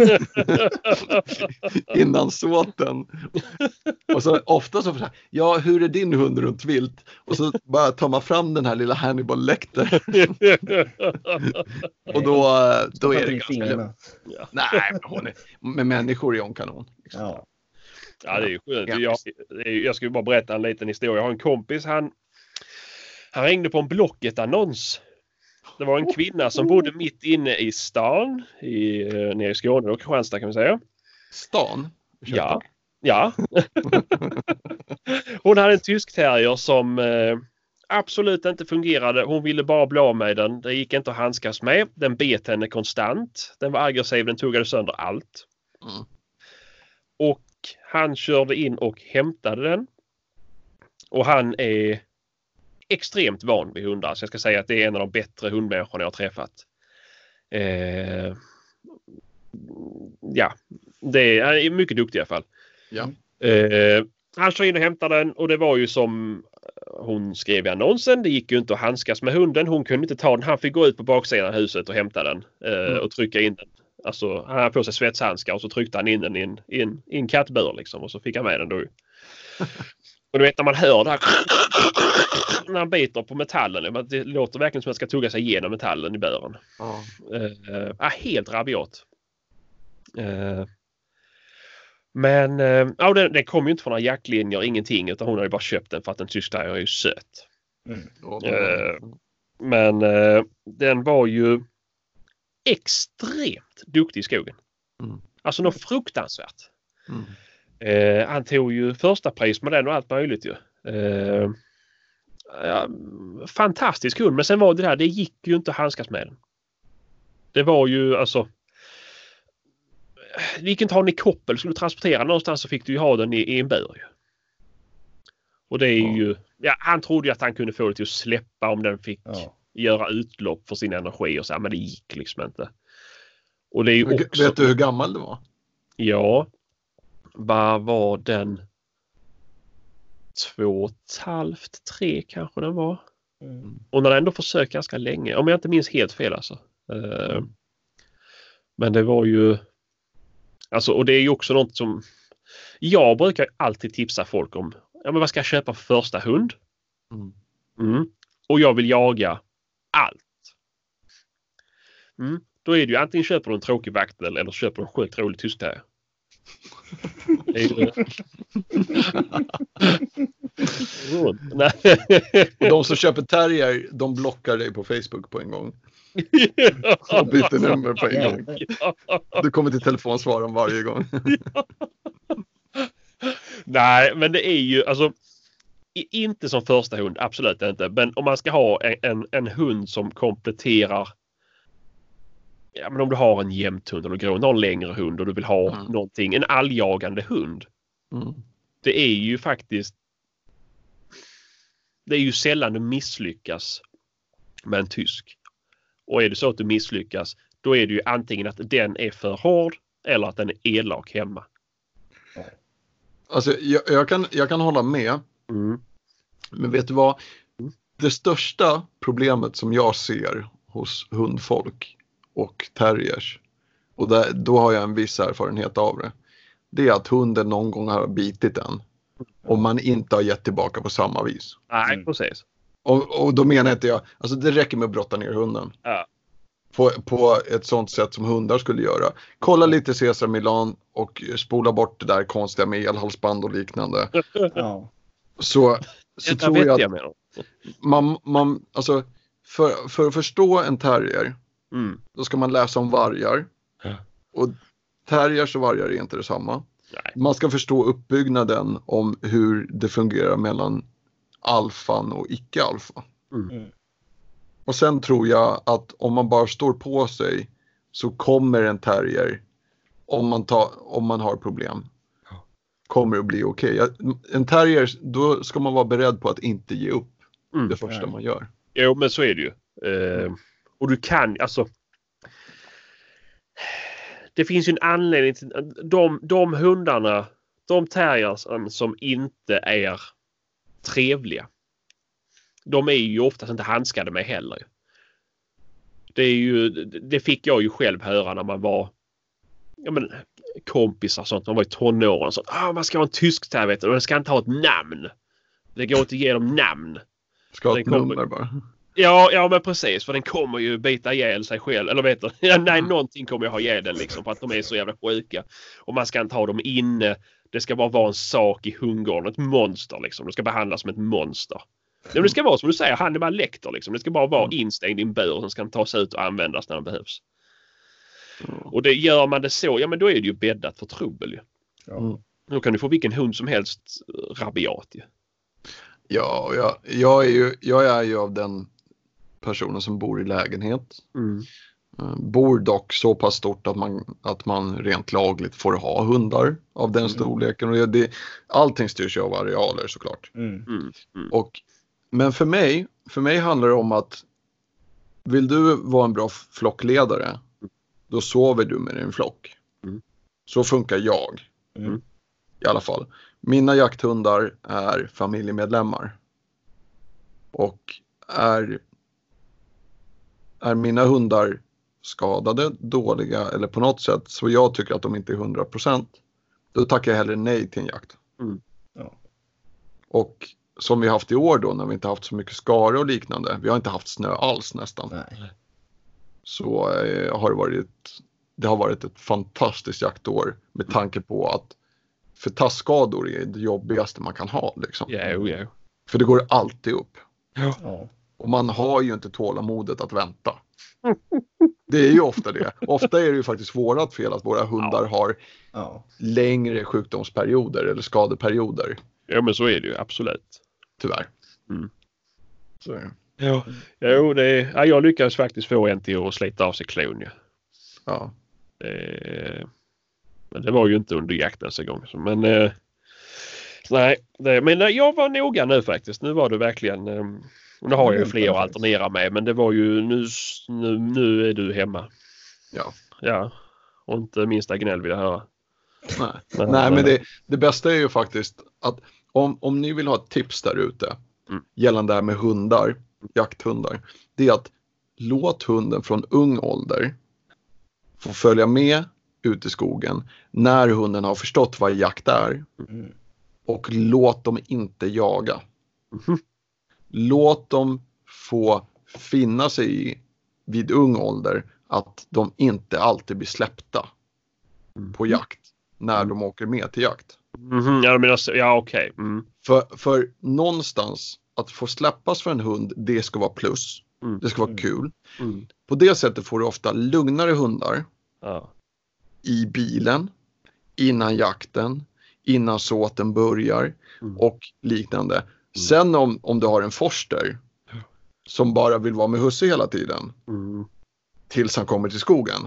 Innan såten. Och så ofta så frågar ja, hur är din hund runt vilt? Och så bara tar man fram den här lilla Hannibal Lecter. Och då är det ganska... Nej, med människor är hon kanon. Liksom. Ja, det är ju skönt. Jag ska ju bara berätta en liten historia. Jag har en kompis, han ringde på en Blocket-annons. Det var en kvinna som bodde mitt inne i stan, nere i Skåne och Kristianstad kan man säga. Stan? Ja. Hon hade en tysk terrier som absolut inte fungerade. Hon ville bara bli av med den. Det gick inte att handskas med. Den bet henne konstant. Den var aggressiv, den tuggade sönder allt. Och han körde in och hämtade den. Och han är extremt van vid hundar. Så jag ska säga att det är en av de bättre hundmänniskorna jag har träffat. Det är mycket duktig i alla fall. Ja. Han kör in och hämtar den och det var ju som hon skrev i annonsen. Det gick ju inte att handskas med hunden. Hon kunde inte ta den. Han fick gå ut på baksidan av huset och hämta den och trycka in den Alltså han hade på sig svetshandskar och så tryckte han in den i en kattbur liksom och så fick han med den då. Och du vet när man hör det här när han biter på metallen, det låter verkligen som att man ska tugga sig igenom metallen i buren. Helt rabiat. Men den kom ju inte från några jaktlinjer, ingenting, utan hon hade bara köpt den för att den tysk terrier är ju söt. Men den var ju extremt duktig i skogen. Alltså något fruktansvärt. Han tog ju första pris med den och allt möjligt ju. Fantastisk hund, men sen var det där, det gick ju inte att handskas med den. Det var ju alltså det gick inte att ha den i koppel, skulle du transportera någonstans så fick du ju ha den i en bur ju. Och det är ju han trodde ju att han kunde få det till att släppa om den fick göra utlopp för sin energi och så, men det gick liksom inte. Och det är ju också... Vet du hur gammal det var? Ja. Vad var den? 2,5-3 kanske den var. Och när den ändå försökt ganska länge. Om jag inte minns helt fel alltså. Men det var ju... Alltså, och det är ju också något som... Jag brukar alltid tipsa folk om. Ja, men vad ska jag köpa för första hund? Och jag vill jaga allt. Då är det ju antingen köper du en tråkig vaktel eller köper du en sjukt rolig tysk terrier. Och de som köper terrier, de blockar dig på Facebook på en gång. Och byter nummer på en gång. Du kommer till telefonsvaren varje gång. Nej, men det är ju alltså inte som första hund, absolut inte. Men om man ska ha en hund som kompletterar, ja, men om du har en jämthund eller du har en längre hund och du vill ha någonting, en alljagande hund. Det är ju faktiskt, det är ju sällan du misslyckas med en tysk. Och är det så att du misslyckas, då är det ju antingen att den är för hård eller att den är elak hemma. Alltså jag kan hålla med. Men vet du vad? Det största problemet som jag ser hos hundfolk och terriers, och då har jag en viss erfarenhet av det, det är att hunden någon gång har bitit en och man inte har gett tillbaka på samma vis. Nej, precis. Och då menar inte jag, alltså det räcker med att brotta ner hunden. Ja. På ett sånt sätt som hundar skulle göra. Kolla lite Cesar Milan och spola bort det där konstiga med elhalsband och liknande. Så tror jag att man alltså för att förstå en terrier, då ska man läsa om vargar. Och terriers och vargar är inte detsamma. Nej. Man ska förstå uppbyggnaden om hur det fungerar mellan alfan och icke-alfa. Och sen tror jag att om man bara står på sig så kommer en terrier, om man har problem, kommer att bli okej. En terrier, då ska man vara beredd på att inte ge upp det första man gör. Jo, men så är det ju. Och du kan, alltså det finns ju en anledning till de hundarna, de terriers som inte är trevliga. De är ju oftast inte handskade med heller. Det fick jag ju själv höra när man var kompisar och sånt. Man var i tonåren och sånt. Man ska ha en tysk terrier, vet du. Den ska inte ha ett namn. Det går inte att ge dem namn. Ska ha ett nummer bara. Ja, men precis. För den kommer ju bita ihjäl sig själv. Eller vet du? Nej, någonting kommer ju ha ihjäl den liksom. För att de är så jävla sjuka. Och man ska inte ha dem inne. Det ska bara vara en sak i hundgården. Ett monster liksom. Det ska behandlas som ett monster. Men det ska vara som du säger, Hannibal Lecter liksom. Det ska bara vara instängd i en bur som ska tas ut och användas när den behövs. Och det gör man det så, ja men då är det ju bäddat för trubbel ju. Då kan du få vilken hund som helst rabiat ju. Ja, jag är ju av den personen som bor i lägenhet. Bor dock så pass stort att man rent lagligt får ha hundar av den storleken. Och allting styrs ju av arealer såklart. Men för mig handlar det om att vill du vara en bra flockledare, då sover du med din flock. Så funkar jag. I alla fall. Mina jakthundar är familjemedlemmar. Och är mina hundar skadade, dåliga eller på något sätt så jag tycker att de inte är 100%, då tackar jag hellre nej till en jakt. Ja. Och som vi har haft i år då, när vi inte haft så mycket skare och liknande, vi har inte haft snö alls nästan. Nej. Så har det har varit ett fantastiskt jaktår med tanke på att för tassskador är det jobbigaste man kan ha liksom. Ja. För det går alltid upp. Ja. Och man har ju inte tålamodet att vänta. Det är ju ofta det. Ofta är det ju faktiskt vårat fel att våra hundar har längre sjukdomsperioder eller skadeperioder. Ja, men så är det ju absolut. Tyvärr. Så. Ja. Jo, jag lyckades faktiskt få en till att slita av sig klon. Ja. Men det var ju inte under jakten så gång. Men nej, men jag var noga nu faktiskt. Nu var det verkligen. Nu har jag ju fler att alternera med, men det var ju nu är du hemma. Ja. Ja. Och inte minsta gnäll vill jag höra. Nej, men det bästa är ju faktiskt att om ni vill ha ett tips där ute gällande det här med hundar, jakthundar, det är att låt hunden från ung ålder få följa med ut i skogen när hunden har förstått vad jakt är. Och låt dem inte jaga. Låt dem få finna sig i vid ung ålder att de inte alltid blir släppta på jakt när de åker med till jakt. Okej. För någonstans att få släppas för en hund, det ska vara plus. Det ska vara kul. På det sättet får du ofta lugnare hundar i bilen innan jakten, innan såten börjar och liknande. Sen om du har en forster som bara vill vara med husse hela tiden tills han kommer till skogen,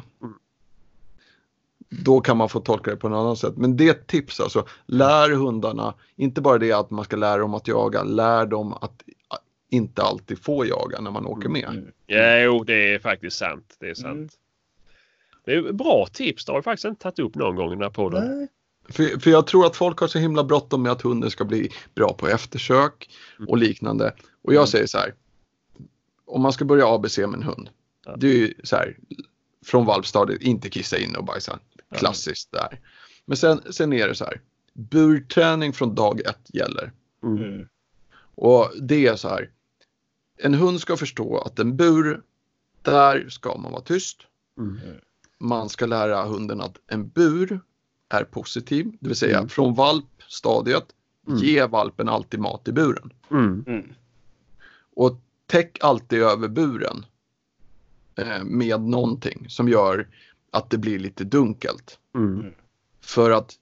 då kan man få tolka det på en annan sätt. Men det är ett tips, alltså. Lär hundarna, inte bara det att man ska lära dem att jaga, lär dem att inte alltid få jaga när man åker med. Jo, det är faktiskt sant. Det är sant. Det är bra tips, det har jag faktiskt inte tagit upp någon gång i den här podden. För jag tror att folk har så himla bråttom med att hunden ska bli bra på eftersök och liknande. Och jag säger så här, om man ska börja ABC med en hund, det är ju så här, från valpstadiet, inte kissa in och bajsa. Klassiskt där. Men sen är det så här, burträning från dag 1 gäller. Och det är så här, en hund ska förstå att en bur, där ska man vara tyst. Man ska lära hunden att en bur är positiv, det vill säga från valpstadiet, ge valpen alltid mat i buren. Och täck alltid över buren med någonting som gör att det blir lite dunkelt. För att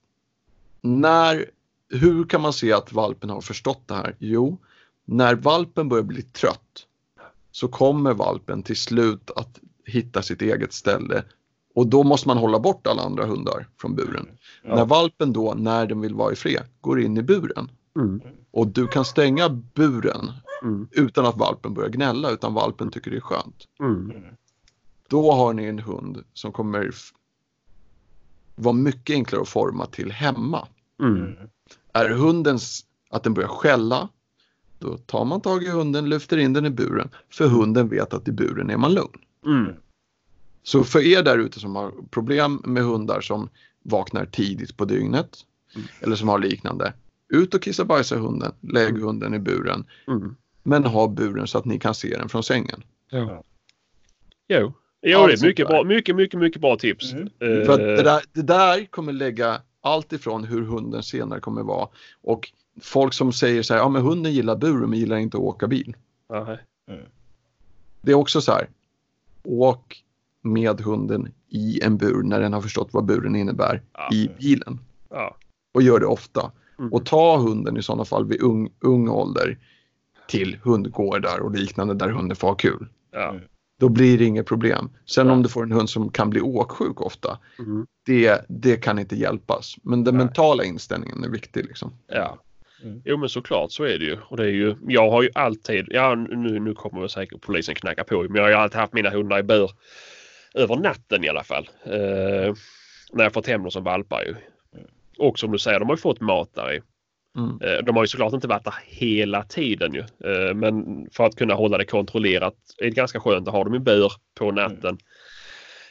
hur kan man se att valpen har förstått det här? Jo, när valpen börjar bli trött så kommer valpen till slut att hitta sitt eget ställe. Och då måste man hålla bort alla andra hundar från buren. När valpen då, när den vill vara i fred, går in i buren. Och du kan stänga buren utan att valpen börjar gnälla, utan valpen tycker det är skönt. Då har ni en hund som kommer vara mycket enklare att forma till hemma. Är hundens att den börjar skälla, då tar man tag i hunden, lyfter in den i buren. För hunden vet att i buren är man lugn. Så för er där ute som har problem med hundar som vaknar tidigt på dygnet eller som har liknande, ut och kissa bajsa hunden, lägg hunden i buren, men ha buren så att ni kan se den från sängen. Jo, det är mycket bra tips. För att det där kommer lägga allt ifrån hur hunden senare kommer vara, och folk som säger så här, ja men hunden gillar buren men gillar inte att åka bil. Det är också så här, åk med hunden i en bur när den har förstått vad buren innebär i bilen. Och gör det ofta. Och ta hunden i sådana fall vid ung ålder till hundgårdar och liknande där hunden får ha kul. Då blir det inget problem. Sen om du får en hund som kan bli åksjuk ofta, det kan inte hjälpas. Men den mentala inställningen är viktig liksom. Jo, men såklart så är det ju. Och det är ju, jag har ju alltid, nu kommer väl säkert polisen knacka på, men jag har ju alltid haft mina hundar i bur över natten i alla fall. När jag fått hem dem som valpar ju. Och som du säger, de har ju fått mat där i. De har ju såklart inte varit där hela tiden ju. Men för att kunna hålla det kontrollerat är det ganska skönt att ha dem i bur på natten.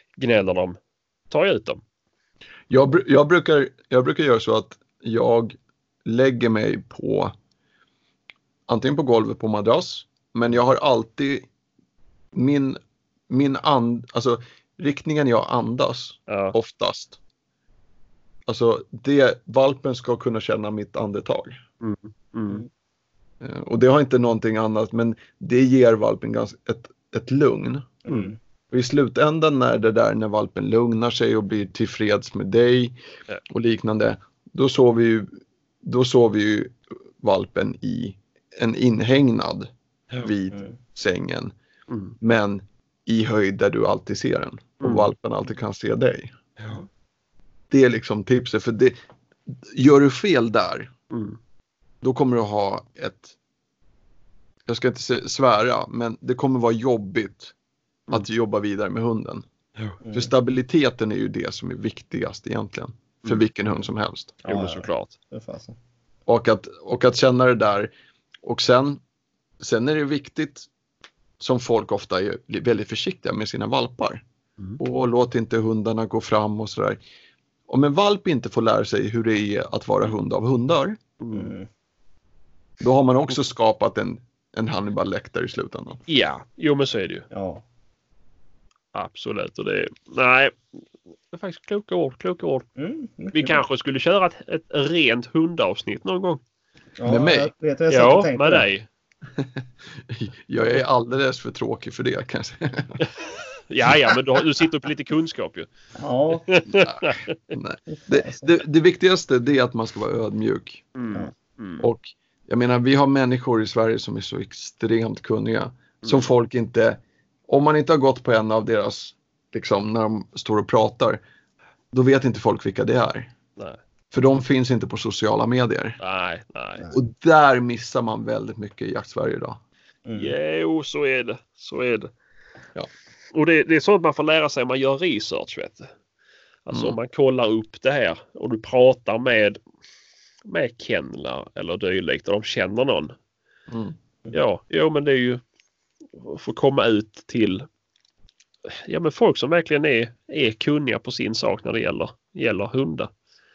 gnäller de, tar jag ut dem. Jag brukar göra så att jag lägger mig på antingen på golvet på madrass, men jag har alltid alltså riktningen jag andas oftast. Alltså valpen ska kunna känna mitt andetag. Och det har inte någonting annat, men det ger valpen ett lugn. Och i slutändan när valpen lugnar sig och blir tillfreds med dig och liknande, då sover ju valpen i en inhägnad vid sängen, men i höjd där du alltid ser den och valpen alltid kan se dig. Det är liksom tipset, för det gör du fel där, då kommer du ha jag ska inte svära, men det kommer vara jobbigt att jobba vidare med hunden. För stabiliteten är ju det som är viktigast egentligen för vilken hund som helst. Jo, såklart. Och att känna det där. Och sen är det viktigt, som folk ofta är väldigt försiktiga med sina valpar. Och låt inte hundarna gå fram och sådär. Om en valp inte får lära sig hur det är att vara hund av hundar, då har man också skapat en Hannibal Lecter i slutändan. Ja, jo men så är det ju. Ja. Absolut. Och det är faktiskt kloka ord. Vi kanske skulle köra ett rent hundavsnitt någon gång. Ja, med mig? Med dig. Jag är alldeles för tråkig för det, kanske. Ja, men du sitter på lite kunskap ju. Ja. Nej. Det viktigaste är att man ska vara ödmjuk. Och jag menar, vi har människor i Sverige som är så extremt kunniga. Som folk inte, om man inte har gått på en av deras, liksom, när de står och pratar, då vet inte folk vilka det är. Nej. För de finns inte på sociala medier. Nej. Och där missar man väldigt mycket i Jakt-Sverige idag. Jo, så är det. Ja. Och det är sånt man får lära sig om man gör research, vet du. Alltså om man kollar upp det här och du pratar med kennlar eller dylikt och de känner någon. Men det är ju för att komma ut till men folk som verkligen är kunniga på sin sak när det gäller hundar.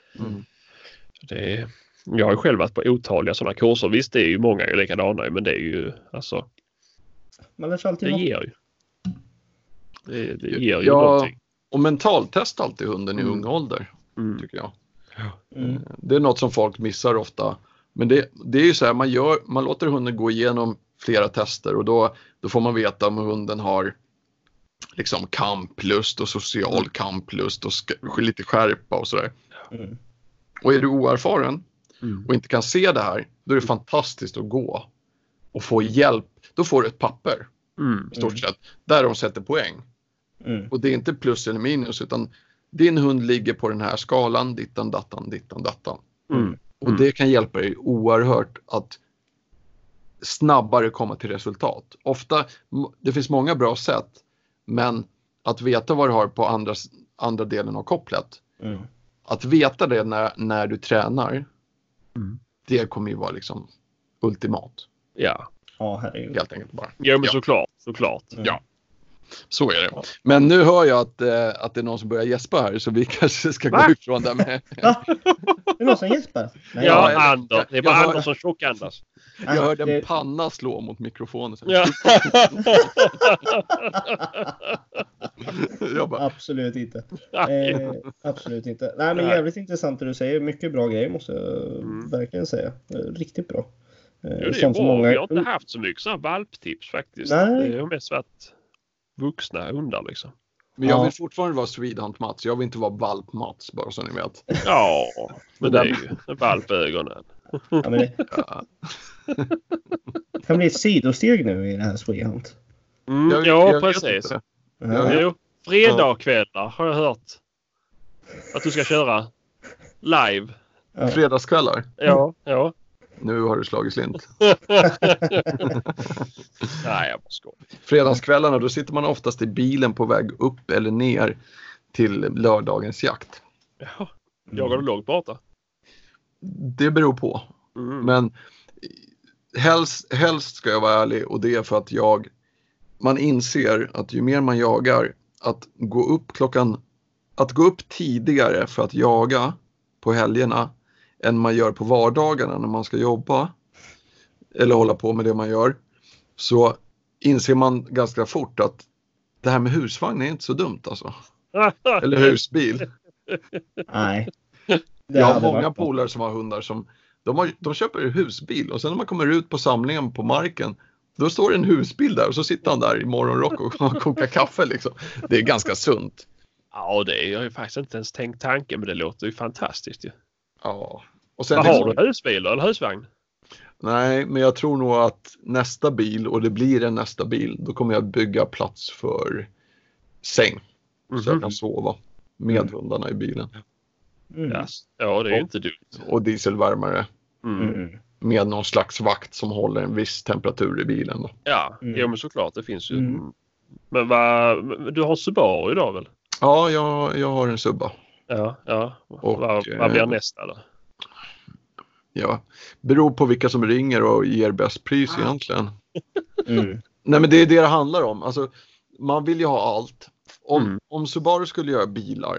Jag har ju själv varit på otaliga sådana kurser. Visst, det är ju många är likadana, men det är ju alltså man lär sig alltid det ger ju. Det ger ju någonting. Och mentaltesta alltid hunden i ung ålder, tycker jag. Det är något som folk missar ofta. Men det är ju så här, man låter hunden gå igenom flera tester och då får man veta om hunden har liksom kamplust och social kamplust och lite skärpa och sådär. Och är du oerfaren och inte kan se det här, då är det fantastiskt att gå och få hjälp. Då får du ett papper i stort sett där de sätter poäng. Och det är inte plus eller minus, utan din hund ligger på den här skalan, dittan dattan. Och det kan hjälpa dig oerhört att snabbare komma till resultat. Ofta, det finns många bra sätt, men att veta vad du har på andra delen av kopplet, att veta det när du tränar, det kommer ju vara liksom ultimat. Ja, herregud. Helt enkelt bara. Ja, men såklart. Ja. Så är det. Men nu hör jag att det är någon som börjar gäspa här, så vi kanske ska gå ifrån där med. Det är någon som gäspar? Nej, ja, Anders. Det är bara Anders som tjockandas. Jag hörde en panna slå mot mikrofonen. Ja. Absolut inte. Absolut inte. Nej, men jävligt intressant det du säger. Mycket bra grejer måste jag verkligen säga. Riktigt bra. Det är bra. Vi har inte haft så mycket sådana valptips faktiskt. Nej. Det har mest varit vuxna hundar liksom. Men jag vill fortfarande vara Swedhunt Mats. Jag vill inte vara valp Mats, bara så ni vet. Ja, men det är ju valpögonen. Ja, men det kan bli ett sidosteg nu i det här Swedhunt. Ja, precis. Fredagskvällar har jag hört att du ska köra live. Fredagskvällar? Ja. Nu har du slagit slint. Nej, jag bara skojar. Fredagskvällarna, då sitter man oftast i bilen på väg upp eller ner till lördagens jakt. Ja, jagar du långt borta? Det beror på. Men helst ska jag vara ärlig, och det är för att man inser att ju mer man jagar, att gå upp tidigare för att jaga på helgerna än man gör på vardagarna när man ska jobba eller hålla på med det man gör, så inser man ganska fort att det här med husvagn är inte så dumt alltså. Eller husbil. Nej. Jag har många polare som har hundar som de köper en husbil och sen när man kommer ut på samlingen på marken, då står det en husbil där och så sitter han där i morgonrock och kokar kaffe liksom. Det är ganska sunt. Ja, det är jag ju faktiskt inte ens tänkt tanken, men det låter ju fantastiskt ju. Ja. Och sen har du husbil eller husvagn? Nej, men jag tror nog att nästa bil, och det blir en nästa bil, då kommer jag bygga plats för säng. Så jag kan sova med hundarna i bilen. Yes. Ja, det är ju inte dumt. Och dieselvärmare. Med någon slags vakt som håller en viss temperatur i bilen då. Ja, jo, men såklart, det finns ju. Men du har Subaru idag väl? Ja, jag har en Subba. Ja. Och, vad blir nästa då? Ja, beror på vilka som ringer och ger bäst pris egentligen. Nej, men det är det handlar om. Alltså, man vill ju ha allt. Om Subaru skulle göra bilar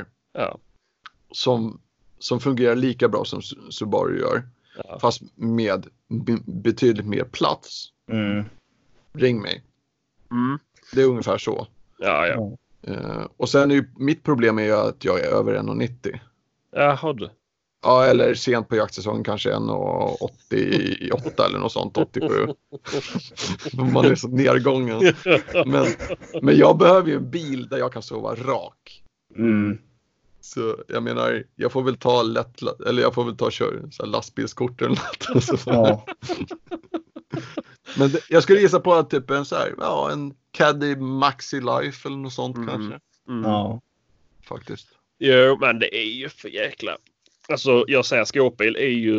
som fungerar lika bra som Subaru gör, fast med betydligt mer plats, ring mig. Det är ungefär så. Ja. Och sen är ju mitt problem är ju att jag är över 1,90. Jaha du. Ja, eller sent på jaktsäsongen kanske 1,88 eller något sånt, 87. Man är så nedgången. Men jag behöver ju en bil där jag kan sova rak. Så jag menar, jag får väl ta lastbilskort eller något. Ja. Men jag skulle gissa på att typ en Caddy Maxi Life eller något sånt kanske. Ja. Faktiskt. Jo, men det är ju för jäkla. Alltså, jag säger skåpbil är ju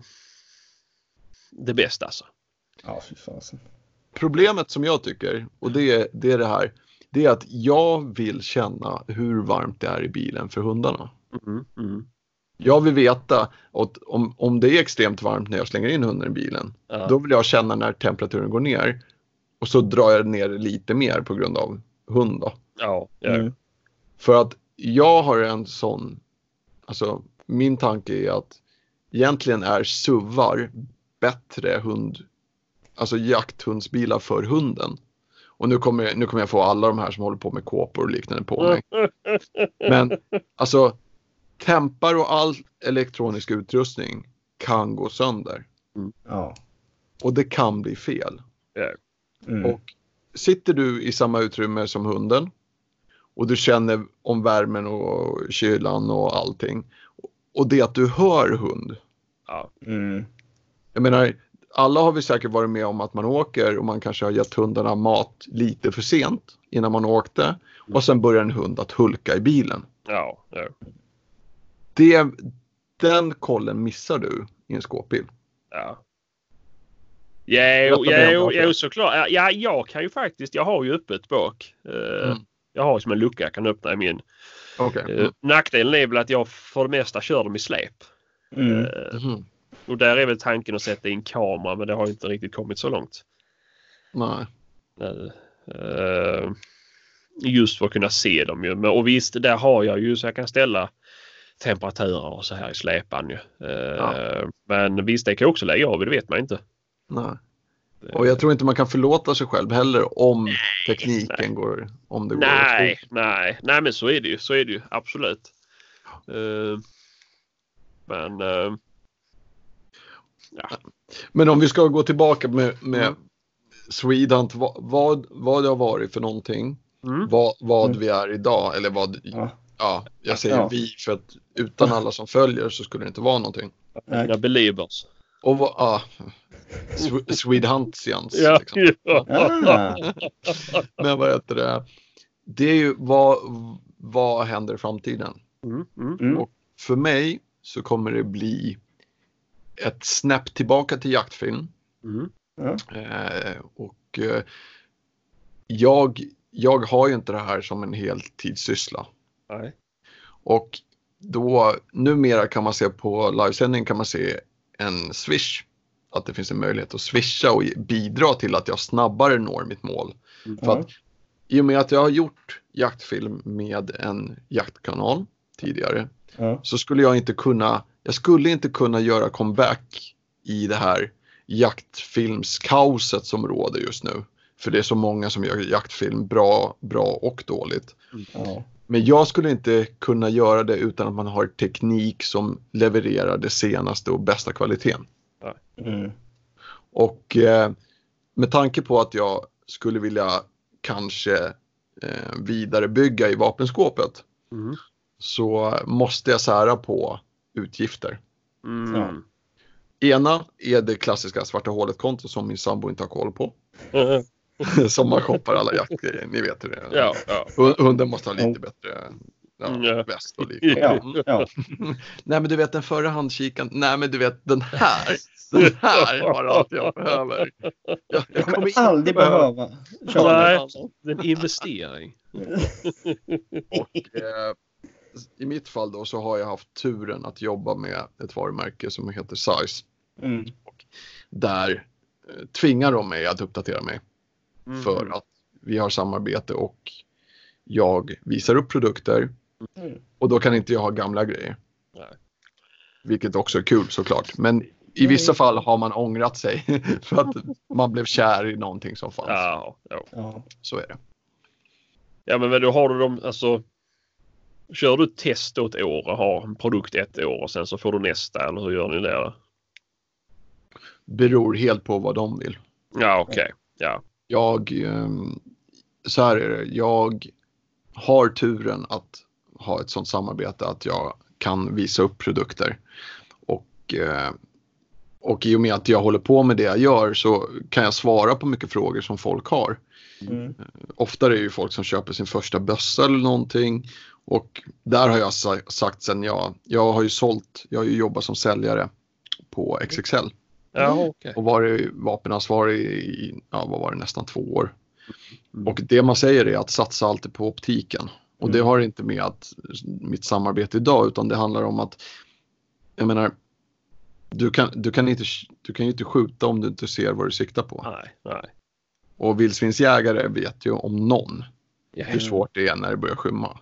det bästa alltså. Ja, fy fasen. Problemet som jag tycker, och det är det här, det är att jag vill känna hur varmt det är i bilen för hundarna. Jag vill veta att om det är extremt varmt när jag slänger in hunden i bilen, då vill jag känna när temperaturen går ner. Och så drar jag ner lite mer på grund av hund då. Ja. För att jag har en sån, alltså min tanke är att egentligen är SUVar bättre jakthundsbilar för hunden. Och nu kommer jag få alla de här som håller på med kåpor och liknande på mig. Men alltså tempar och all elektronisk utrustning kan gå sönder. Ja. Och det kan bli fel. Yeah. Och sitter du i samma utrymme som hunden och du känner om värmen och kylan och allting, och det att du hör hund. Jag menar, alla har vi säkert varit med om att man åker och man kanske har gett hundarna mat lite för sent innan man åkte, och sen börjar en hund att hulka i bilen. Ja. Den kollen missar du i en skåpbil. Jo, såklart. Ja, jag kan ju faktiskt, jag har ju öppet bak. Jag har som en lucka jag kan öppna i min. Nackdelen är väl att jag för det mesta kör dem i släp. Och där är väl tanken att sätta in kamera, men det har inte riktigt kommit så långt. Nej. Just för att kunna se dem ju. Och visst, där har jag ju så jag kan ställa temperaturer och så här i släpan ju. Men visst, det kan också lägga av, det vet man inte. Nej. Och jag tror inte man kan förlåta sig själv heller om tekniken går, om det går. Nej, men så är det ju, absolut. Men om vi ska gå tillbaka med Swedehunt, vad det har varit för någonting, vad vi är idag, eller vad jag säger vi, för att utan alla som följer så skulle det inte vara någonting. Mina believers. Och Swedehuntians. Liksom. Men vad heter det? Det är ju vad händer i framtiden. Och för mig så kommer det bli ett snäpp tillbaka till jaktfilm. Och jag har ju inte det här som en heltidssyssla. Nej. Och då numera kan man se på livesändning, kan man se en swish, att det finns en möjlighet att swisha och bidra till att jag snabbare når mitt mål. För att I och med att jag har gjort jaktfilm med en jaktkanal tidigare så skulle jag inte kunna göra comeback i det här jaktfilmskaoset som råder just nu. För det är så många som gör jaktfilm bra och dåligt. Men jag skulle inte kunna göra det utan att man har teknik som levererar det senaste och bästa kvaliteten. Och med tanke på att jag skulle vilja kanske vidarebygga i vapenskåpet så måste jag sära på utgifter. Ena är det klassiska svarta hålet-konto som min sambo inte har koll på. Som man shoppar alla jaktgrejer, ni vet hur det är. Hunden måste ha lite bättre väst och liknande. Nej men du vet den förra handkikan, nej men du vet den här har allt jag behöver. Jag kommer aldrig behöva. Nej, det är en investering. Och i mitt fall då så har jag haft turen att jobba med ett varumärke som heter Size. Och där tvingar de mig att uppdatera mig. För att vi har samarbete och jag visar upp produkter. Och då kan inte jag ha gamla grejer. Vilket också är kul såklart. Men i vissa fall har man ångrat sig för att man blev kär i någonting som fanns. Ja. Så är det. Ja men då har du dem, alltså kör du test ett år och har en produkt ett år och sen så får du nästa, eller hur gör ni det? Beror helt på vad de vill. Ja, okej. Ja. Så här är det. Jag har turen att ha ett sånt samarbete att jag kan visa upp produkter. Och i och med att jag håller på med det jag gör så kan jag svara på mycket frågor som folk har. Ofta är det ju folk som köper sin första bössa eller någonting. Och där har jag sagt sen jag har ju jobbat som säljare på XXL. Och varit vapenansvarig i vad var det, nästan 2 år. Och det man säger är att satsa alltid på optiken. Och det har inte med att mitt samarbete idag, utan det handlar om att jag menar du kan ju inte skjuta om du inte ser vad du siktar på. Nej. Och vildsvinsjägare vet ju om någon hur svårt det är när det börjar skymma.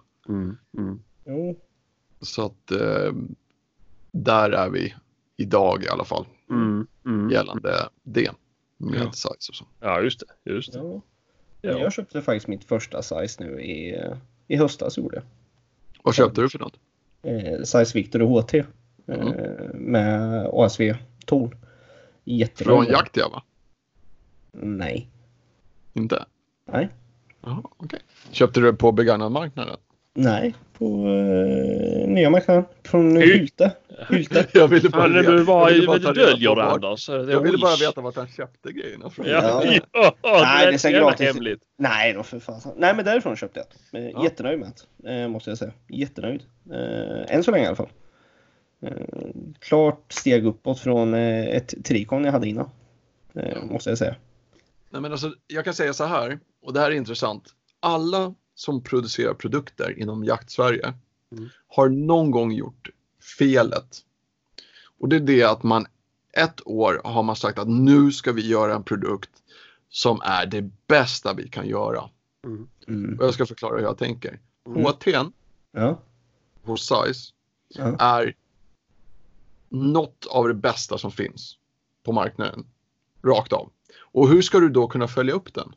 Så att där är vi idag i alla fall. Gällande det med size och så. Ja, just det. Ja. Jag köpte faktiskt mitt första size nu i höstas gjorde jag. Vad köpte du för något? Size Victor och HT. Med ASV-torn. Jättebra. Från Jaktia va? Nej. Inte? Nej. Jaha, okej. Köpte du på begagnad marknaden? Nej, på nya marknaden. Från Hylte. Jag ville bara veta. Du var ju döljer det Anders. Jag ville bara veta vart han köpte grejerna från. Nej, det är så gratis. Hemligt. Nej då för fan. Nej, men därifrån köpte jag det. Jättenöjd med det, måste jag säga. Jättenöjd. Än så länge i alla fall. Klart steg uppåt från ett trikon jag hade innan. Måste jag säga. Nej, men alltså, jag kan säga så här, och det här är intressant. Alla som producerar produkter inom Jaktsverige har någon gång gjort felet. Och det är det att man ett år har man sagt att nu ska vi göra en produkt som är det bästa vi kan göra. Och jag ska förklara hur jag tänker. HT:n hos Size är något av det bästa som finns på marknaden. Rakt av. Och hur ska du då kunna följa upp den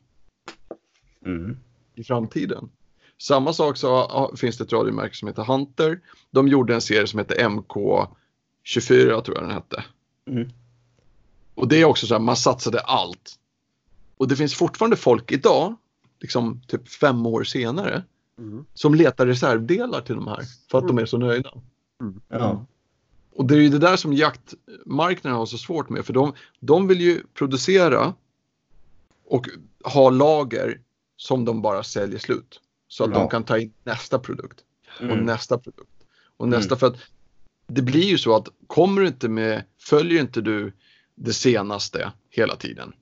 i framtiden? Samma sak så finns det ett radiomärke som heter Hunter. De gjorde en serie som heter MK24 tror jag den hette. Och det är också så här, man satsade allt. Och det finns fortfarande folk idag, liksom typ 5 år senare, som letar reservdelar till de här för att de är så nöjda. Och det är ju det där som jaktmarknaden har så svårt med. För de vill ju producera och ha lager som de bara säljer slut. Så att de kan ta in nästa produkt. Och nästa produkt. Och nästa. För att det blir ju så att följer inte du det senaste hela tiden.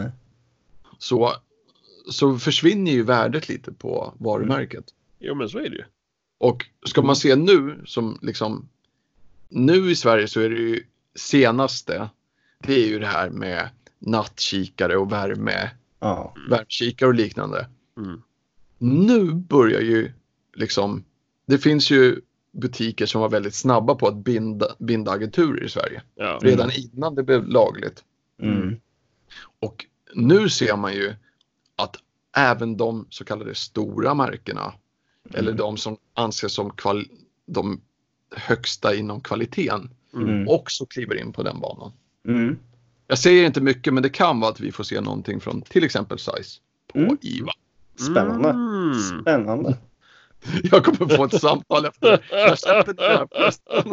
Så försvinner ju värdet lite på varumärket. Jo men så är det ju. Och ska man se nu som liksom nu i Sverige så är det ju senaste, det är ju det här med nattkikare och värmekikare och liknande. nu börjar ju liksom, det finns ju butiker som var väldigt snabba på att binda agenturer i Sverige. Ja. Redan innan det blev lagligt. Och nu ser man ju att även de så kallade stora märkena eller de som anses som de högsta inom kvaliteten också kliver in på den banan. Jag säger inte mycket, men det kan vara att vi får se någonting från till exempel Size på IVA. Spännande. Jag kommer få ett samtal efter. Jag släpper det här förresten.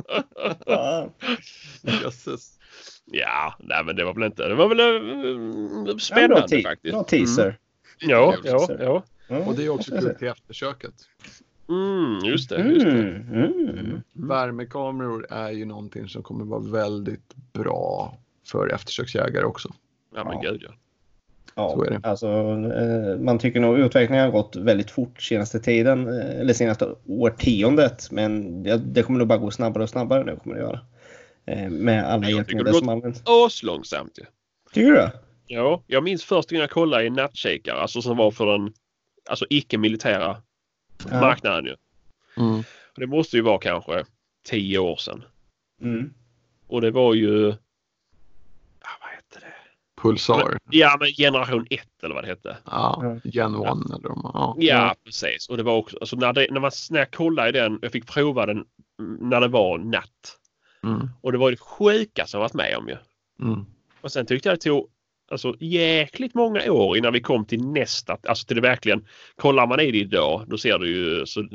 Jösses. Ja, nej men det var väl inte. Det var väl spännande faktiskt. Bra teaser. Ja. Och det är också kul till eftersöket. Just det. Värmekameror är ju någonting som kommer vara väldigt bra för eftersöksjägare också. Ja men gud ja. Ja, så är det. Alltså, man tycker nog utvecklingen har gått väldigt fort senaste tiden, eller senaste årtiondet, men det kommer nog bara gå snabbare och snabbare nu kommer det göra. Med alla hjälpmedel som används. Långsamt ju. Tycker du det? Ja, jag minns först när jag kollade i nattkikare, alltså som var för den icke-militära marknaden ju. Och det måste ju vara kanske 10 år sedan. Och det var ju vad heter det? Pulsar. Ja, men generation 1 eller vad det hette. Ja, Gen 1 eller ja, precis. Och det var också alltså när jag kollade i den, jag fick prova den när det var natt. Och det var det sjuka som jag varit med om ju. Och sen tyckte jag det tog jäkligt många år innan vi kom till nästa, alltså till det verkligen, kollar man i det idag, då ser det ju så,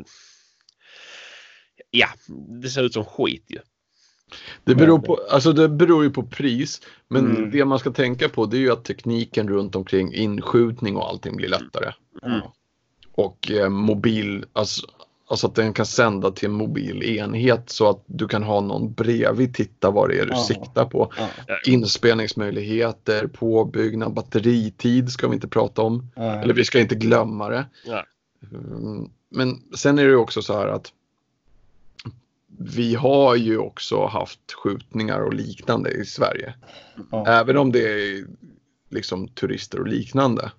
ja, det ser ut som skit ju. Det beror ju på pris, men det man ska tänka på det är ju att tekniken runt omkring inskjutning och allting blir lättare. Och mobil, alltså att den kan sända till en mobil enhet så att du kan ha någon bredvid titta vad det är du siktar på. Inspelningsmöjligheter, påbyggnad, batteritid ska vi inte prata om. Eller vi ska inte glömma det. Men sen är det också så här att vi har ju också haft skjutningar och liknande i Sverige. Även om det är liksom turister och liknande.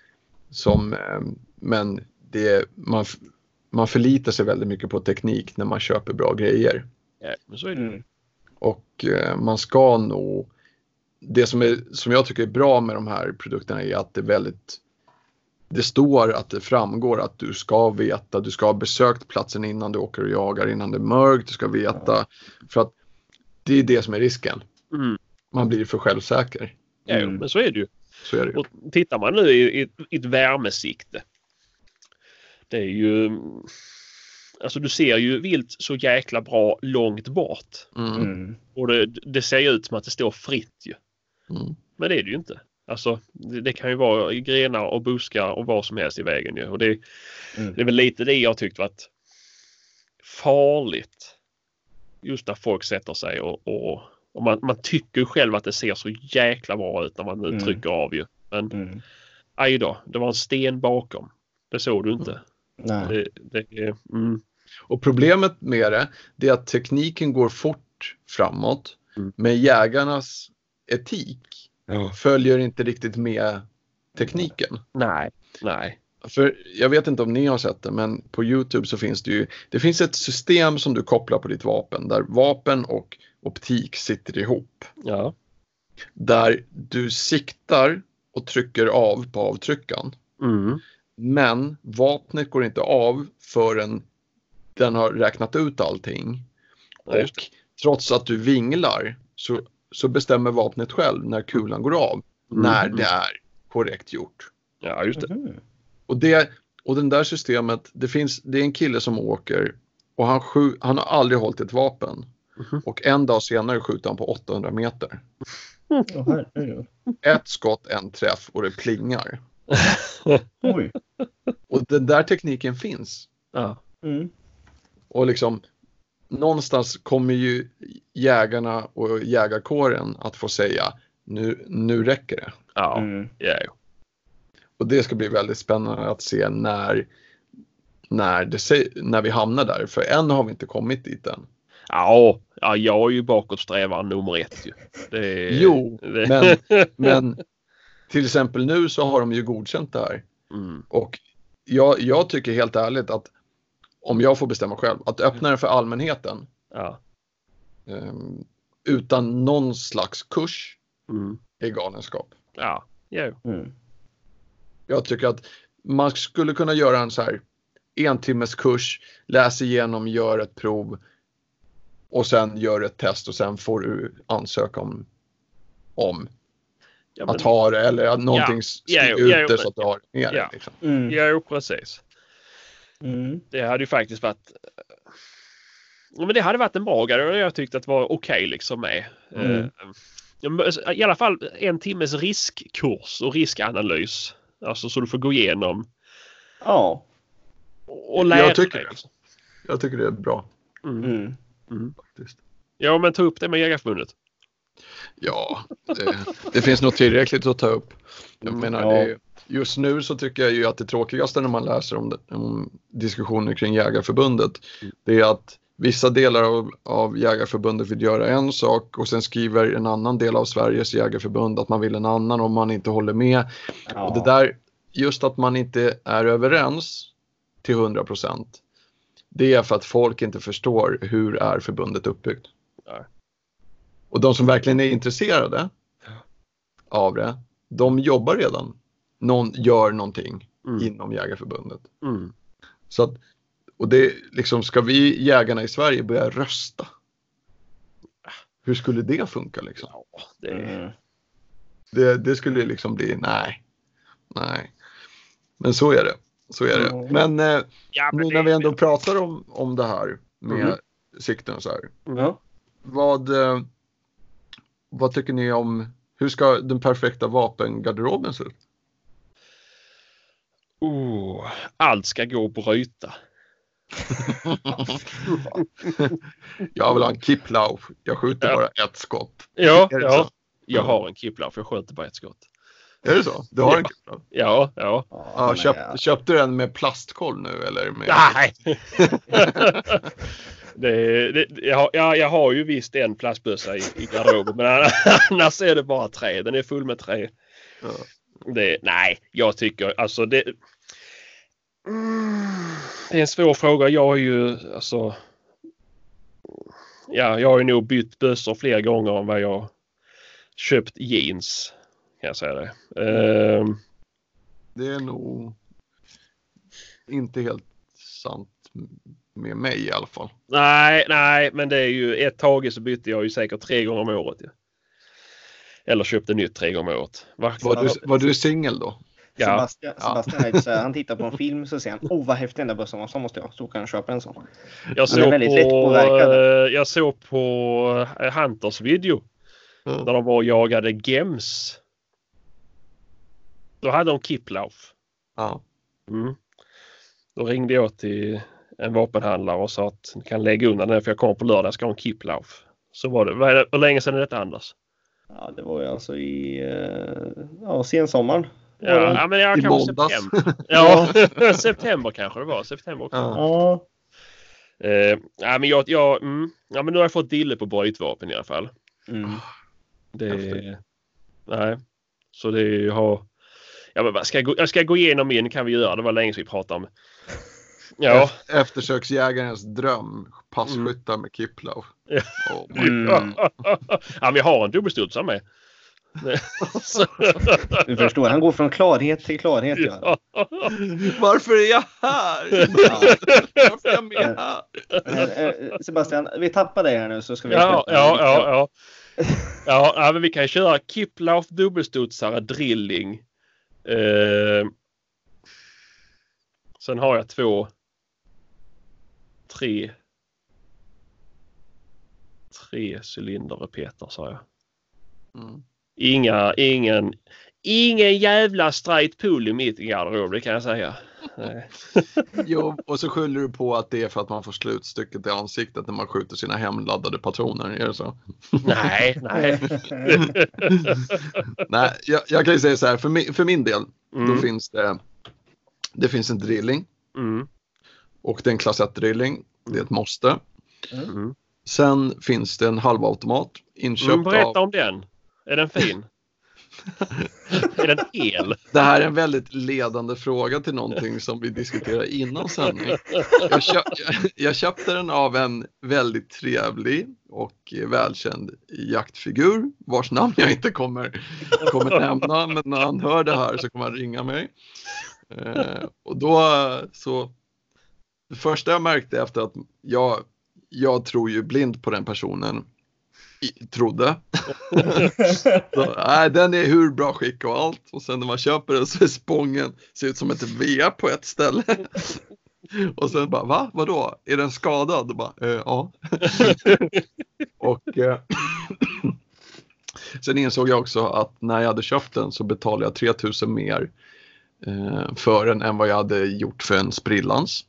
Men man förlitar sig väldigt mycket på teknik när man köper bra grejer. Ja, men så är det. Och man ska nog... Det som jag tycker är bra med de här produkterna är att det står att det framgår att du ska veta, du ska ha besökt platsen innan du åker och jagar, innan det är mörkt, du ska veta. För att det är det som är risken. Man blir för självsäker. Ja, men så är det ju. Så är det ju. Och tittar man nu i ett värmesikte. Det är ju... Alltså du ser ju vilt så jäkla bra långt bort. Och det ser ju ut som att det står fritt ju. Men det är det ju inte. Alltså det kan ju vara i grenar och buskar och vad som helst i vägen ju. Och det är väl lite det jag tyckte var farligt. Just när folk sätter sig och man tycker ju själv att det ser så jäkla bra ut när man nu trycker av ju. Men aj då, det var en sten bakom. Det såg du inte. Nej. Och problemet med det är att tekniken går fort framåt. Men jägarnas etik följer inte riktigt med tekniken. Nej. För jag vet inte om ni har sett det, men på YouTube så finns det finns ett system som du kopplar på ditt vapen där vapen och optik sitter ihop. Ja. Där du siktar och trycker av på avtryckan. Men vapnet går inte av förrän den har räknat ut allting. Och trots att du vinglar så bestämmer vapnet själv när kulan går av. När det är korrekt gjort. Ja, just det. Och den där systemet, det är en kille som åker och han har aldrig hållit ett vapen. Och en dag senare skjuter han på 800 meter. Ett skott, en träff och det plingar. Oj. Och den där tekniken finns. Och liksom någonstans kommer ju jägarna och jägarkåren att få säga nu räcker det. Ja. Och det ska bli väldigt spännande att se när vi hamnar där. För än har vi inte kommit dit än. Ja, jag är ju bakåtsträvaren nummer 1 ju. Men till exempel nu så har de ju godkänt det här. Och jag tycker helt ärligt att om jag får bestämma själv, att öppna den för allmänheten utan någon slags kurs är galenskap. Ja, Jag tycker att man skulle kunna göra en så här 1 timmes kurs, läs igenom, gör ett prov och sen gör ett test och sen får du ansöka om att ha det eller att någonting skriver ut så att du har med det. Liksom. Ja, precis. Det hade ju faktiskt varit men det hade varit en bra grej och jag tyckte att det var okej liksom med. I alla fall 1 timmes riskkurs och riskanalys. Alltså så du får gå igenom. Ja. Och lära dig. Jag tycker det är bra. Faktiskt. Ja, men ta upp det med Jägarförbundet. Ja, det finns nog tillräckligt att ta upp. Jag menar, just nu så tycker jag ju att det tråkigaste när man läser om diskussioner kring Jägarförbundet, det är att vissa delar av Jägarförbundet vill göra en sak och sen skriver en annan del av Sveriges Jägarförbund att man vill en annan om man inte håller med. Och det där, just att man inte är överens till 100%, det är för att folk inte förstår hur är förbundet uppbyggt. Och de som verkligen är intresserade av det, de jobbar redan. Någon gör någonting inom Jägarförbundet. Så att, och det liksom, ska vi jägarna i Sverige börja rösta? Hur skulle det funka liksom? Det skulle liksom bli nej. Men så är det. Men nu när vi ändå pratar om det här med sikten och så här. Vad tycker ni om, hur ska den perfekta vapengarderoben se ut? Allt ska gå att bryta. Jag vill ha en Kiplauf. Jag skjuter bara ett skott. Ja. Jag har en Kiplauf. Jag skjuter bara ett skott. Är det så? Du har en Kiplauf? Ja. Köpte du den med plastkoll nu eller med? Nej. Jag har ju visst en plastbössa i garderoben, men annars är det bara trä. Den är full med trä. Jag tycker alltså det är en svår fråga. Jag har ju jag har ju nog bytt bössor fler gånger än vad jag köpt jeans, kan jag säga det. Det är nog inte helt sant med mig i alla fall. Nej, men det är ju ett tag så bytte jag ju säkert 3 gånger om året. Ja. Eller köpte nytt 3 gånger om året. Var du singel då? Ja. Sebastian är så här, han tittar på en film så säger han, vad häftig den där bössan var, så måste jag. Så kan jag köpa en sån. Jag såg på Hunters video där de var och jagade gems. Då hade de Kiplauf. Ja. Då ringde jag till en vapenhandlare och sa att ni kan lägga undan den för jag kommer på lördag, jag ska ha en Kiplauf. Så var det. Hur länge sedan är detta, Anders? Ja, det var ju alltså i sensommaren. Ja, men jag kanske september. Ja, september kanske det var. September också. Men men nu har jag fått dille på brytvapen i alla fall. Så det är men jag ska gå igenom min, kan vi göra. Det var länge sedan vi pratade om. Ja. Eftersöksjägarens dröm. Passkyttar med Kiplauf. Men jag har en dubbelstudsare med. Du förstår, han går från klarhet till klarhet. Varför är jag här? Varför är jag med här? Sebastian, vi tappar dig här nu så ska vi... Ja, men vi kan köra Kiplauf, dubbelstudsare, drilling. Sen har jag 3 cylinderrepeter, sa jag. Ingen jävla straight pull i mitt garderob, det kan jag säga. Jo, och så skyller du på att det är för att man får slutstycket i ansiktet när man skjuter sina hemladdade patroner, är det så? Nej. Nej, jag kan ju säga så här, för min del, då finns det finns en drilling. Och det är en klass 1 drilling, det är ett måste. Sen finns det en halvautomat inköpt berätta om den. Är den fin? Är den hel? Det här är en väldigt ledande fråga till någonting som vi diskuterade innan sändning. Jag köpte den av en väldigt trevlig och välkänd jaktfigur vars namn jag inte kommer nämna, men när han hör det här så kommer han ringa mig. Och då så det första jag märkte efter att jag tror ju blind på den personen trodde. Så, den är hur bra skick och allt. Och sen när man köper den så är spången ser ut som ett V på ett ställe. Och sen bara, va? Vadå? Är den skadad? Och bara, ja. Och sen insåg jag också att när jag hade köpt den så betalade jag 3000 mer för den än vad jag hade gjort för en sprillans.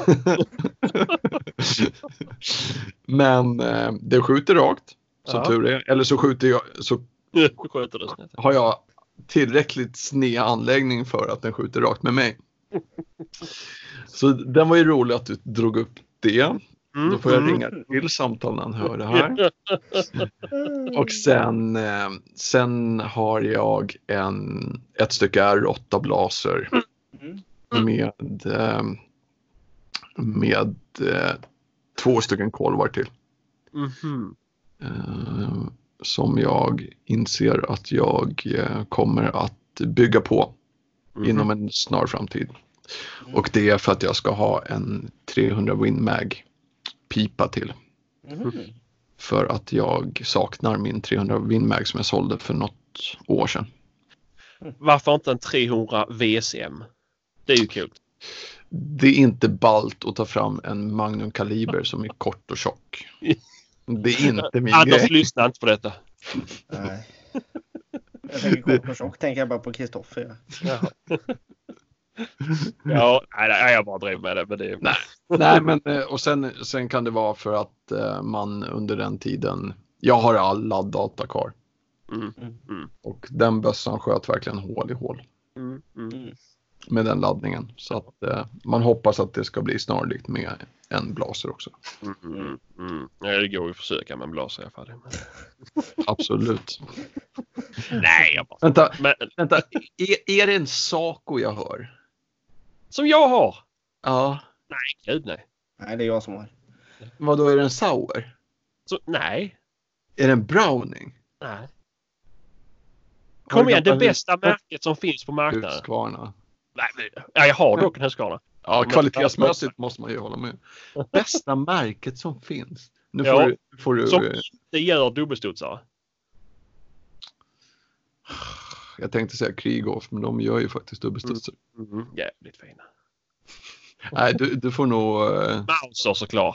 Men det skjuter rakt. Som tur är. Eller så skjuter jag så har jag tillräckligt sned anläggning för att den skjuter rakt med mig. Så den var ju rolig att du drog upp det. Då får jag ringa till samtal när han hör det här. Och sen har jag ett stycke R8 blaser med 2 stycken kolvar till. Som jag inser att jag kommer att bygga på inom en snar framtid. Och det är för att jag ska ha en 300 Win Mag pipa till. För att jag saknar min 300 Win Mag som jag sålde för något år sedan. Varför inte en 300 VSM? Det är ju kul. Det är inte ballt att ta fram en Magnum kaliber som är kort och tjock. Det är inte min Anders lyssnar inte på detta. Nej. Jag tänker kort och tjock, tänker jag bara på Kristoffer. Ja, nej, jag bara drev med det. Men det... Nej, men och sen kan det vara för att man under den tiden, jag har all laddata kvar. Och den bössan sköt verkligen hål i hål. Med den laddningen. Så att man hoppas att det ska bli snarlikt med en blaser också. Ja, det går ju att försöka med en blaser i alla fall. Absolut. Nej, jag bara... Vänta. Är det en Saco jag hör? Som jag har? Ja. Nej, gud nej. Nej, det är jag som har. Vadå, är det en Sauer? Nej. Är det en Browning? Nej. Kom igen, det bästa märket som finns på marknaden. Husqvarna. Nej, jag har dock en Husqvarna. Ja, kvalitetsmässigt måste man ju hålla med. Bästa märket som finns. Nu får du... Som inte gör dubbelstudsare. Jag tänkte säga Krieghoff, men de gör ju faktiskt dubbelstudsare. Jävligt fina. Nej, du får nog... Mauser såklart.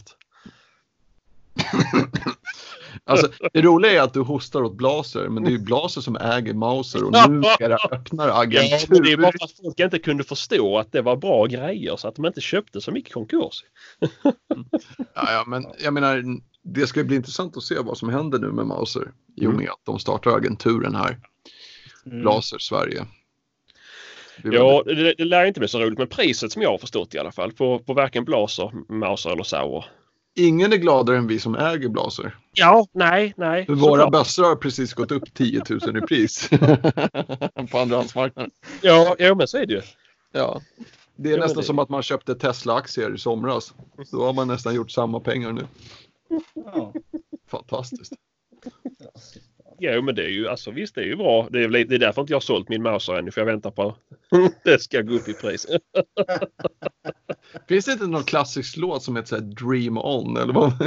Alltså, det roliga är att du hostar åt Blaser, men det är ju Blaser som äger Mauser och nu ska det öppna agentur. Ja, det är bara för att folk inte kunde förstå att det var bra grejer så att de inte köpte så mycket konkurs. Ja, men jag menar, det ska bli intressant att se vad som händer nu med Mauser i och med att de startar agenturen här. Blaser Sverige. Ja, det lär inte bli så roligt, men priset som jag har förstått i alla fall på varken Blaser, Mauser eller Sauer. Ingen är gladare än vi som äger Blaser. Ja, nej. Våra bössor har precis gått upp 10 000 i pris på andrahandsmarknaden. Ja, men så är det ju. Ja, det är nästan som att man köpte Tesla-aktier i somras. Så har man nästan gjort samma pengar nu. Ja. Fantastiskt. Ja, men det är ju, alltså visst, det är ju bra. Det är därför inte jag har sålt min Mauser ännu, för jag väntar på att det ska gå upp i pris. Finns det inte någon klassisk låt som heter så här Dream On eller vad?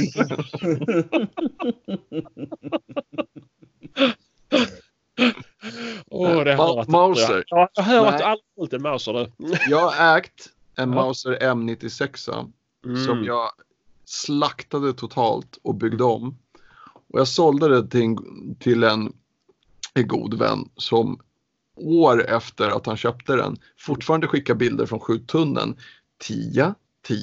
Mauser. Ja, jag hör att du aldrig har hållit en Mauser där. Jag har ägt en Mauser M96 som jag slaktade totalt och byggde om. Och jag sålde det till en god vän som år efter att han köpte den fortfarande skickar bilder från skjuttunneln. 10.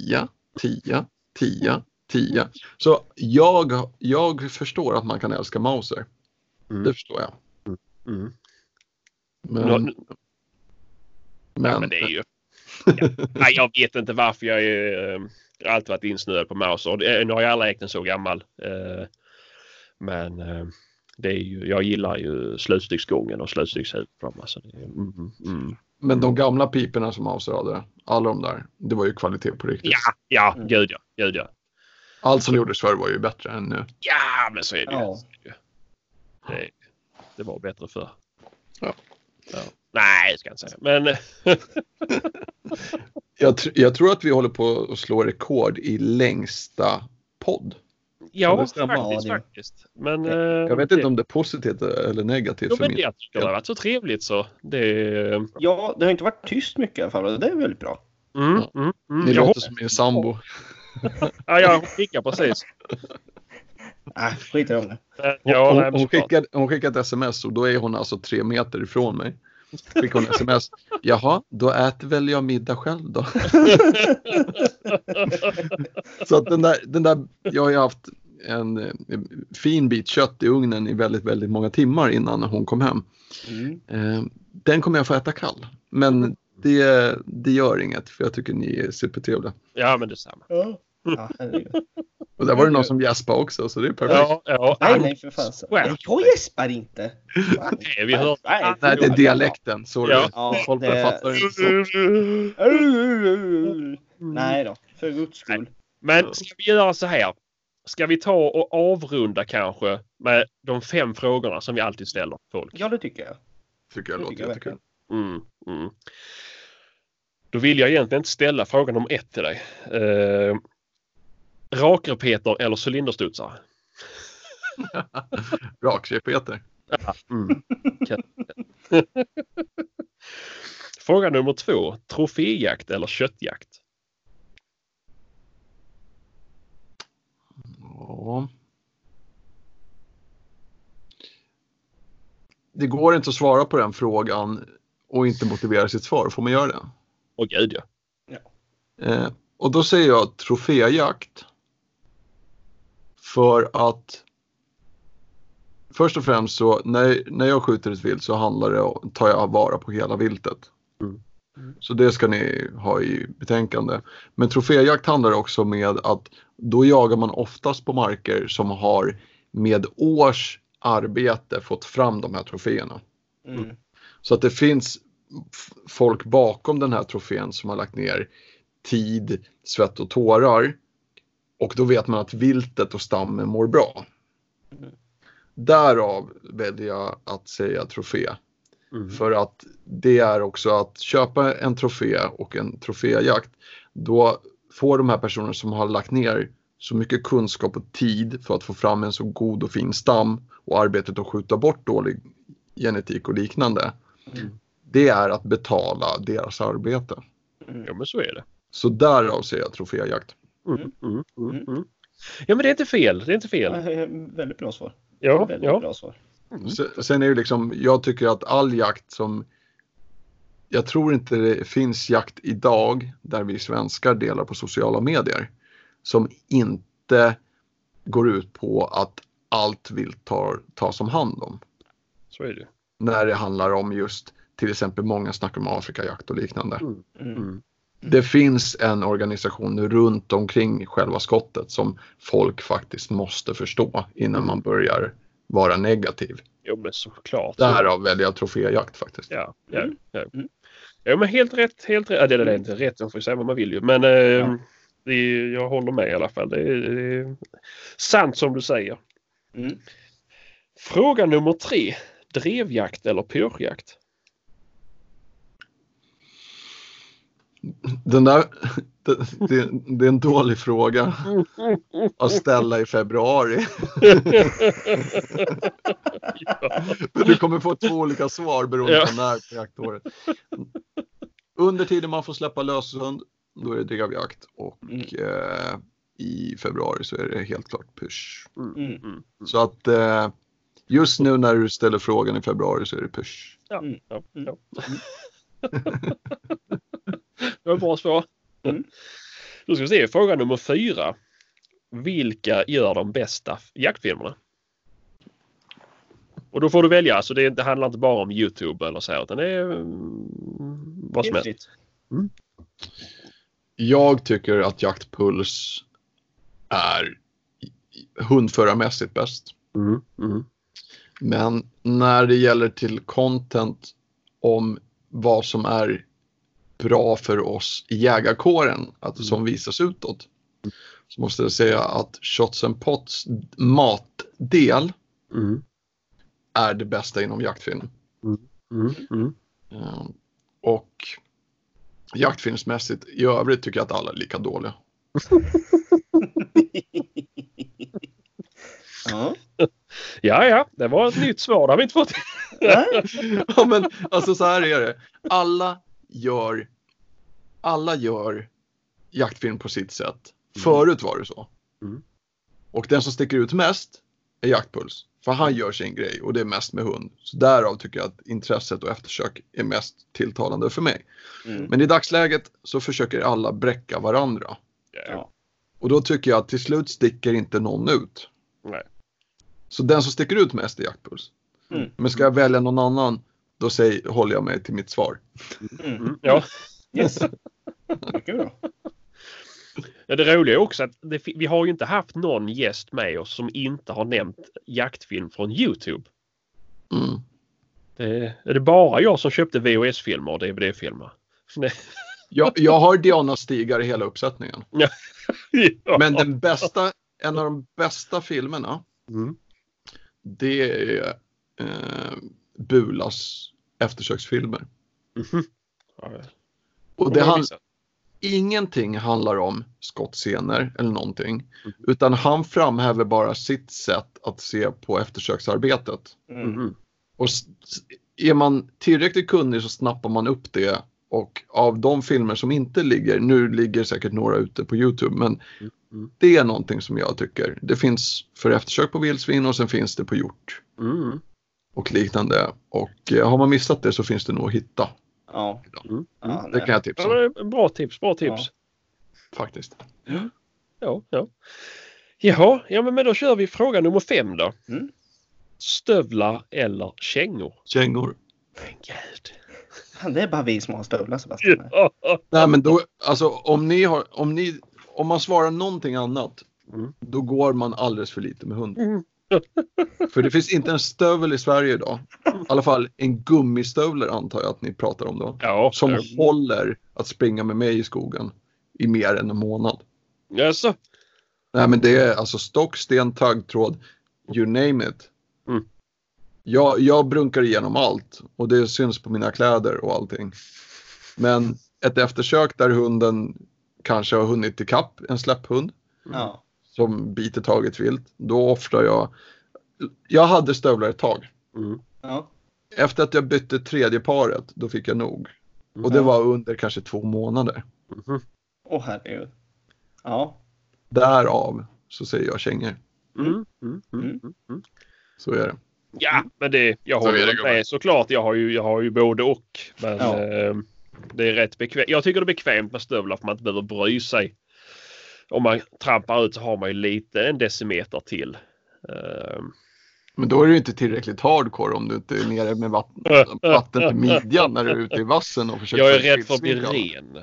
Så jag förstår att man kan älska Mauser. Det förstår jag. Men det är ju... Nej, jag vet inte varför jag alltid varit insnöad på Mauser. Nu har jag aldrig ägt en så gammal. Men Det är ju, jag gillar ju slutstycksgången och slutstyckshuvudfram. Alltså Men de gamla piperna som avsade, alla de där, det var ju kvalitet på riktigt. Gud ja. Allt som gjordes förr var ju bättre än nu. Ja, men så är det ju. Ja. Det var bättre förr. Ja. Nej, jag ska inte säga. Men jag tror att vi håller på att slå rekord i längsta podd. ja, faktiskt. Men jag vet inte om det är positivt eller negativt för mig. Jag tycker det har varit så trevligt så. Ja, det har inte varit tyst mycket i alla fall och det är väldigt bra. Ni låter som er sambo. Ja, jag skickar precis. Skit i om det. Hon skickade ett sms och då är hon alltså 3 meter ifrån mig. Fick hon sms. Jaha, då äter väl jag middag själv då. Så att den där, jag har ju haft en fin bit kött i ugnen i väldigt, väldigt många timmar innan hon kom hem. Den kommer jag få äta kall. Men det gör inget, för jag tycker ni är supertrevliga. Ja, men detsamma. Ja, och där var det någon som gäspade också, så det är perfekt. Ja. Nej, för fan. Jag gäspar inte. Nej, vi hör. Nej, det är dialekten. Sorry. Ja, folk fattar inte så. Nej då, för guds skull. Men ska vi göra så här? Ska vi ta och avrunda kanske med de 5 frågorna som vi alltid ställer folk? Ja, det tycker jag. Tycker jag låter jättekul. Då vill jag egentligen inte ställa fråga nummer 1 till dig. Rakrepeter eller cylinderstudsare? Rakrepeter. Fråga nummer 2. Troféjakt eller köttjakt? Ja. Det går inte att svara på den frågan och inte motivera sitt svar. Får man göra det? Åh gud, ja. Och då säger jag troféjakt. För att först och främst så när jag skjuter ett vilt så tar jag vara på hela viltet. Så det ska ni ha i betänkande. Men troféjakt handlar också med att då jagar man oftast på marker som har med års arbete fått fram de här troféerna. Så att det finns folk bakom den här trofén som har lagt ner tid, svett och tårar. Och då vet man att viltet och stammen mår bra. Därav väljer jag att säga trofé. För att det är också att köpa en trofé och en troféjakt. Då får de här personerna som har lagt ner så mycket kunskap och tid för att få fram en så god och fin stam och arbetet att skjuta bort dålig genetik och liknande. Det är att betala deras arbete. Ja, men så är det. Så därav säger jag troféjakt. Ja, men det är inte fel. Det är inte fel. Väldigt bra svar. Ja, bra svar. Sen är det liksom, jag tycker att all jakt som, jag tror inte det finns jakt idag där vi svenskar delar på sociala medier som inte går ut på att allt vilt tas om hand om. Så är det. När det handlar om just till exempel många snackar om Afrikajakt och liknande. Det finns en organisation runt omkring själva skottet som folk faktiskt måste förstå innan man börjar vara negativ. Jo, men såklart. Därav väljer jag troféjakt faktiskt. Ja, men helt rätt. Det är inte rätt, man får säga vad man vill ju. Men jag håller med i alla fall. Det är sant som du säger. Fråga nummer 3. Drevjakt eller pyrschjakt? Det är en dålig fråga att ställa i februari. Du kommer få 2 olika svar beroende på när på jaktåret. Under tiden man får släppa löshund, då är det drevjakt. Och i februari så är det helt klart pysch. Så att just nu när du ställer frågan i februari så är det pysch. Ja. Det var bra svar. Då ska vi se, fråga nummer 4. Vilka gör de bästa jaktfilmerna? Och då får du välja, så det handlar inte bara om YouTube eller så här, utan det är vad som helst. Jag tycker att Jaktpuls är hundförarmässigt bäst. Men när det gäller till content om vad som är bra för oss i jägarkåren, som visas utåt, så måste jag säga att Shots and Pots matdel är det bästa inom jaktfilm. Och jaktfilmsmässigt i övrigt tycker jag att alla är lika dåliga. Ja, det var ett nytt svar. Det har vi inte fått. Ja, men alltså så här är det. Alla gör jaktfilm på sitt sätt. Förut var det så. Och den som sticker ut mest är Jaktpuls. För han gör sin grej och det är mest med hund. Så därav tycker jag att intresset och eftersök är mest tilltalande för mig. Men i dagsläget så försöker alla bräcka varandra. Ja. Och då tycker jag att till slut sticker inte någon ut. Nej. Så den som sticker ut mest är Jaktpuls. Men ska jag välja någon annan, då håller jag mig till mitt svar. Ja. Yes. Mycket bra. Ja, det roliga är också att vi har ju inte haft någon gäst med oss som inte har nämnt jaktfilm från YouTube. Är det bara jag som köpte VHS-filmer och DVD-filmer? Jag har Diana-stigar i hela uppsättningen. Ja. Men en av de bästa filmerna, det är Bulas eftersöksfilmer. Och ingenting handlar om skottscener eller någonting. Utan han framhäver bara sitt sätt att se på eftersöksarbetet. Och är man tillräckligt kunnig så snappar man upp det. Och av de filmer som inte nu ligger säkert några ute på YouTube. Men det är någonting som jag tycker. Det finns för eftersök på vildsvin och sen finns det på hjort. Och liknande. Och har man missat det så finns det nog att hitta. Ja. Det kan jag tipsa. Ja, bra tips. Ja. Faktiskt. Ja. Jaha, men då kör vi fråga nummer 5 då. Stövlar eller kängor? Kängor. Men gud. Det är bara vi som har stövlar, Sebastian. Nej, men då, alltså om man svarar någonting annat, då går man alldeles för lite med hund. För det finns inte en stövel i Sverige idag. I alla fall en gummistövler antar jag att ni pratar om då. Ja, som håller att springa med mig i skogen i mer än en månad. Jaså? Nej, men det är alltså stock, sten, taggtråd, you name it. Jag brunkar igenom allt och det syns på mina kläder och allting. Men ett eftersök där hunden kanske har hunnit ikapp en släpphund som biter taget vilt, då offrar jag hade stövlar ett tag. Efter att jag bytte tredje paret, då fick jag nog. Och det var under kanske 2 månader. Herregud. Ja. Därav så säger jag kängor. Så är det. Ja, men jag håller med såklart. Jag har ju både och. Men det är rätt bekvämt. Jag tycker det är bekvämt med stövlar för man inte behöver bry sig. Om man trampar ut så har man ju lite en decimeter till. Men då är det ju inte tillräckligt hardcore om du inte är nere med vatten till midjan när du är ute i vassen och försöker. Jag är rädd för att bli ren.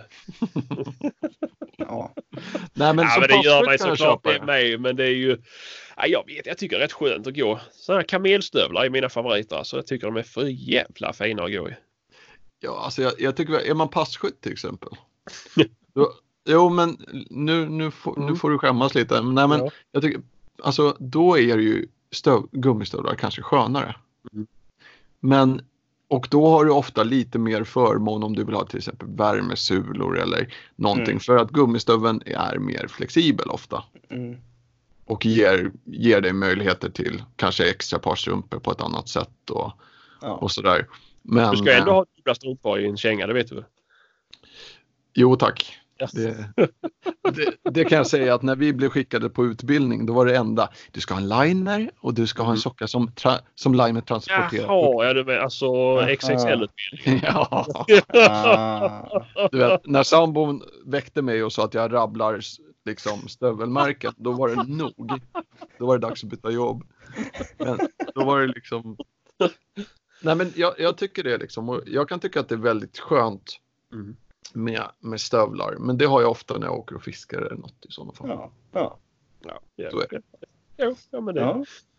Nej, men men det gör mig såklart det med. Men det är ju... Jag tycker det är rätt skönt att gå. Sådana här kamelstövlar är mina favoriter. Så jag tycker de är för jävla fina att gå i. Ja, alltså jag tycker... Är man passkytt till exempel? Jo, men nu får du skämmas lite. Nej, men jag tycker... Alltså, då är det ju gummistövlar kanske skönare. Men... Och då har du ofta lite mer förmån om du vill ha till exempel värmesulor eller någonting. För att gummistöveln är mer flexibel ofta. Och ger dig möjligheter till kanske extra par strumpor på ett annat sätt och sådär. Men, du ska ändå ha dubbla strumpor i en känga, det vet du. Jo, tack. Yes. Det kan jag säga att när vi blev skickade på utbildning, då var det enda. Du ska ha en liner och du ska ha en socka som liner transporterar. Jaha, du vet, alltså XXL-utbildning. Ja. Du vet, när sambon väckte mig och sa att jag rabblar liksom stövelmärket, då var det nog. Då var det dags att byta jobb. Men då var det liksom... Nej, men jag tycker det liksom. Och jag kan tycka att det är väldigt skönt med stövlar. Men det har jag ofta när jag åker och fiskar eller något i sådana fall. Ja. Så är det. Ja, men det.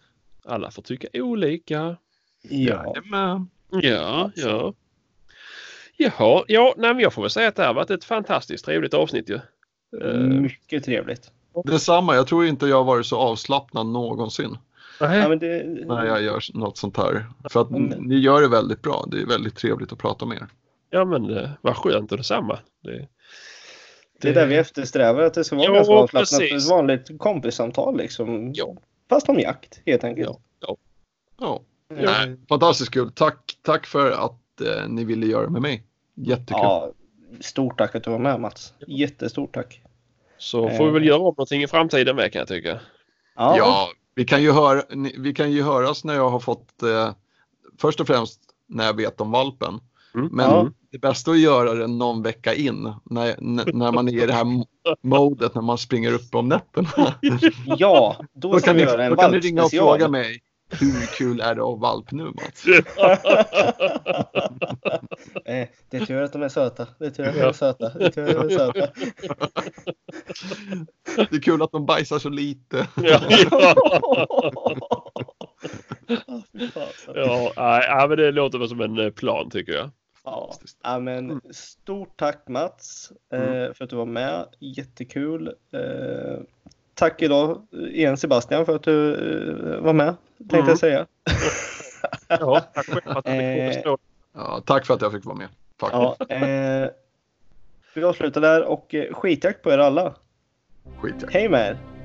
alla får tycka olika. Ja. Ja. Jaha, ja, nej, men jag får väl säga att det har varit ett fantastiskt trevligt avsnitt ju. Mycket trevligt. Detsamma, jag tror inte jag har varit så avslappnad någonsin. Ja, men när jag gör något sånt här. För att ni gör det väldigt bra. Det är väldigt trevligt att prata med er. Ja, men vad skönt och detsamma. Det är där vi eftersträvar, att det ska vara ganska avslappnat. Ett vanligt kompissamtal liksom. Ja. Fast om jakt, helt enkelt. Ja. Nej, fantastiskt kul. Tack för att ni ville göra med mig. Jättekul. Ja, stort tack att du var med, Mats. Jättestort tack. Så får vi väl göra om någonting i framtiden med, kan jag tycka. Ja, vi kan ju höras när jag har fått först och främst när jag vet om valpen. Men det bästa är att göra det någon vecka in när man är i det här modet när man springer upp om nätterna. Ja, då kan vi göra en valpspecial. Då kan ni ringa och fråga mig. Hur kul är det att valp nu, Mats? Det gör att de är söta. Det är kul att de bajsar så lite. Ja, men det låter väl som en plan, tycker jag. Ja, men stort tack, Mats, för att du var med. Jättekul. Tack idag igen, Sebastian, för att du var med, tänkte jag säga. Ja, tack för att du fick stå. Ja, tack för att jag fick vara med. Tack. Ja, vi avslutar där och skitjakt på er alla. Skitjakt. Hej med er.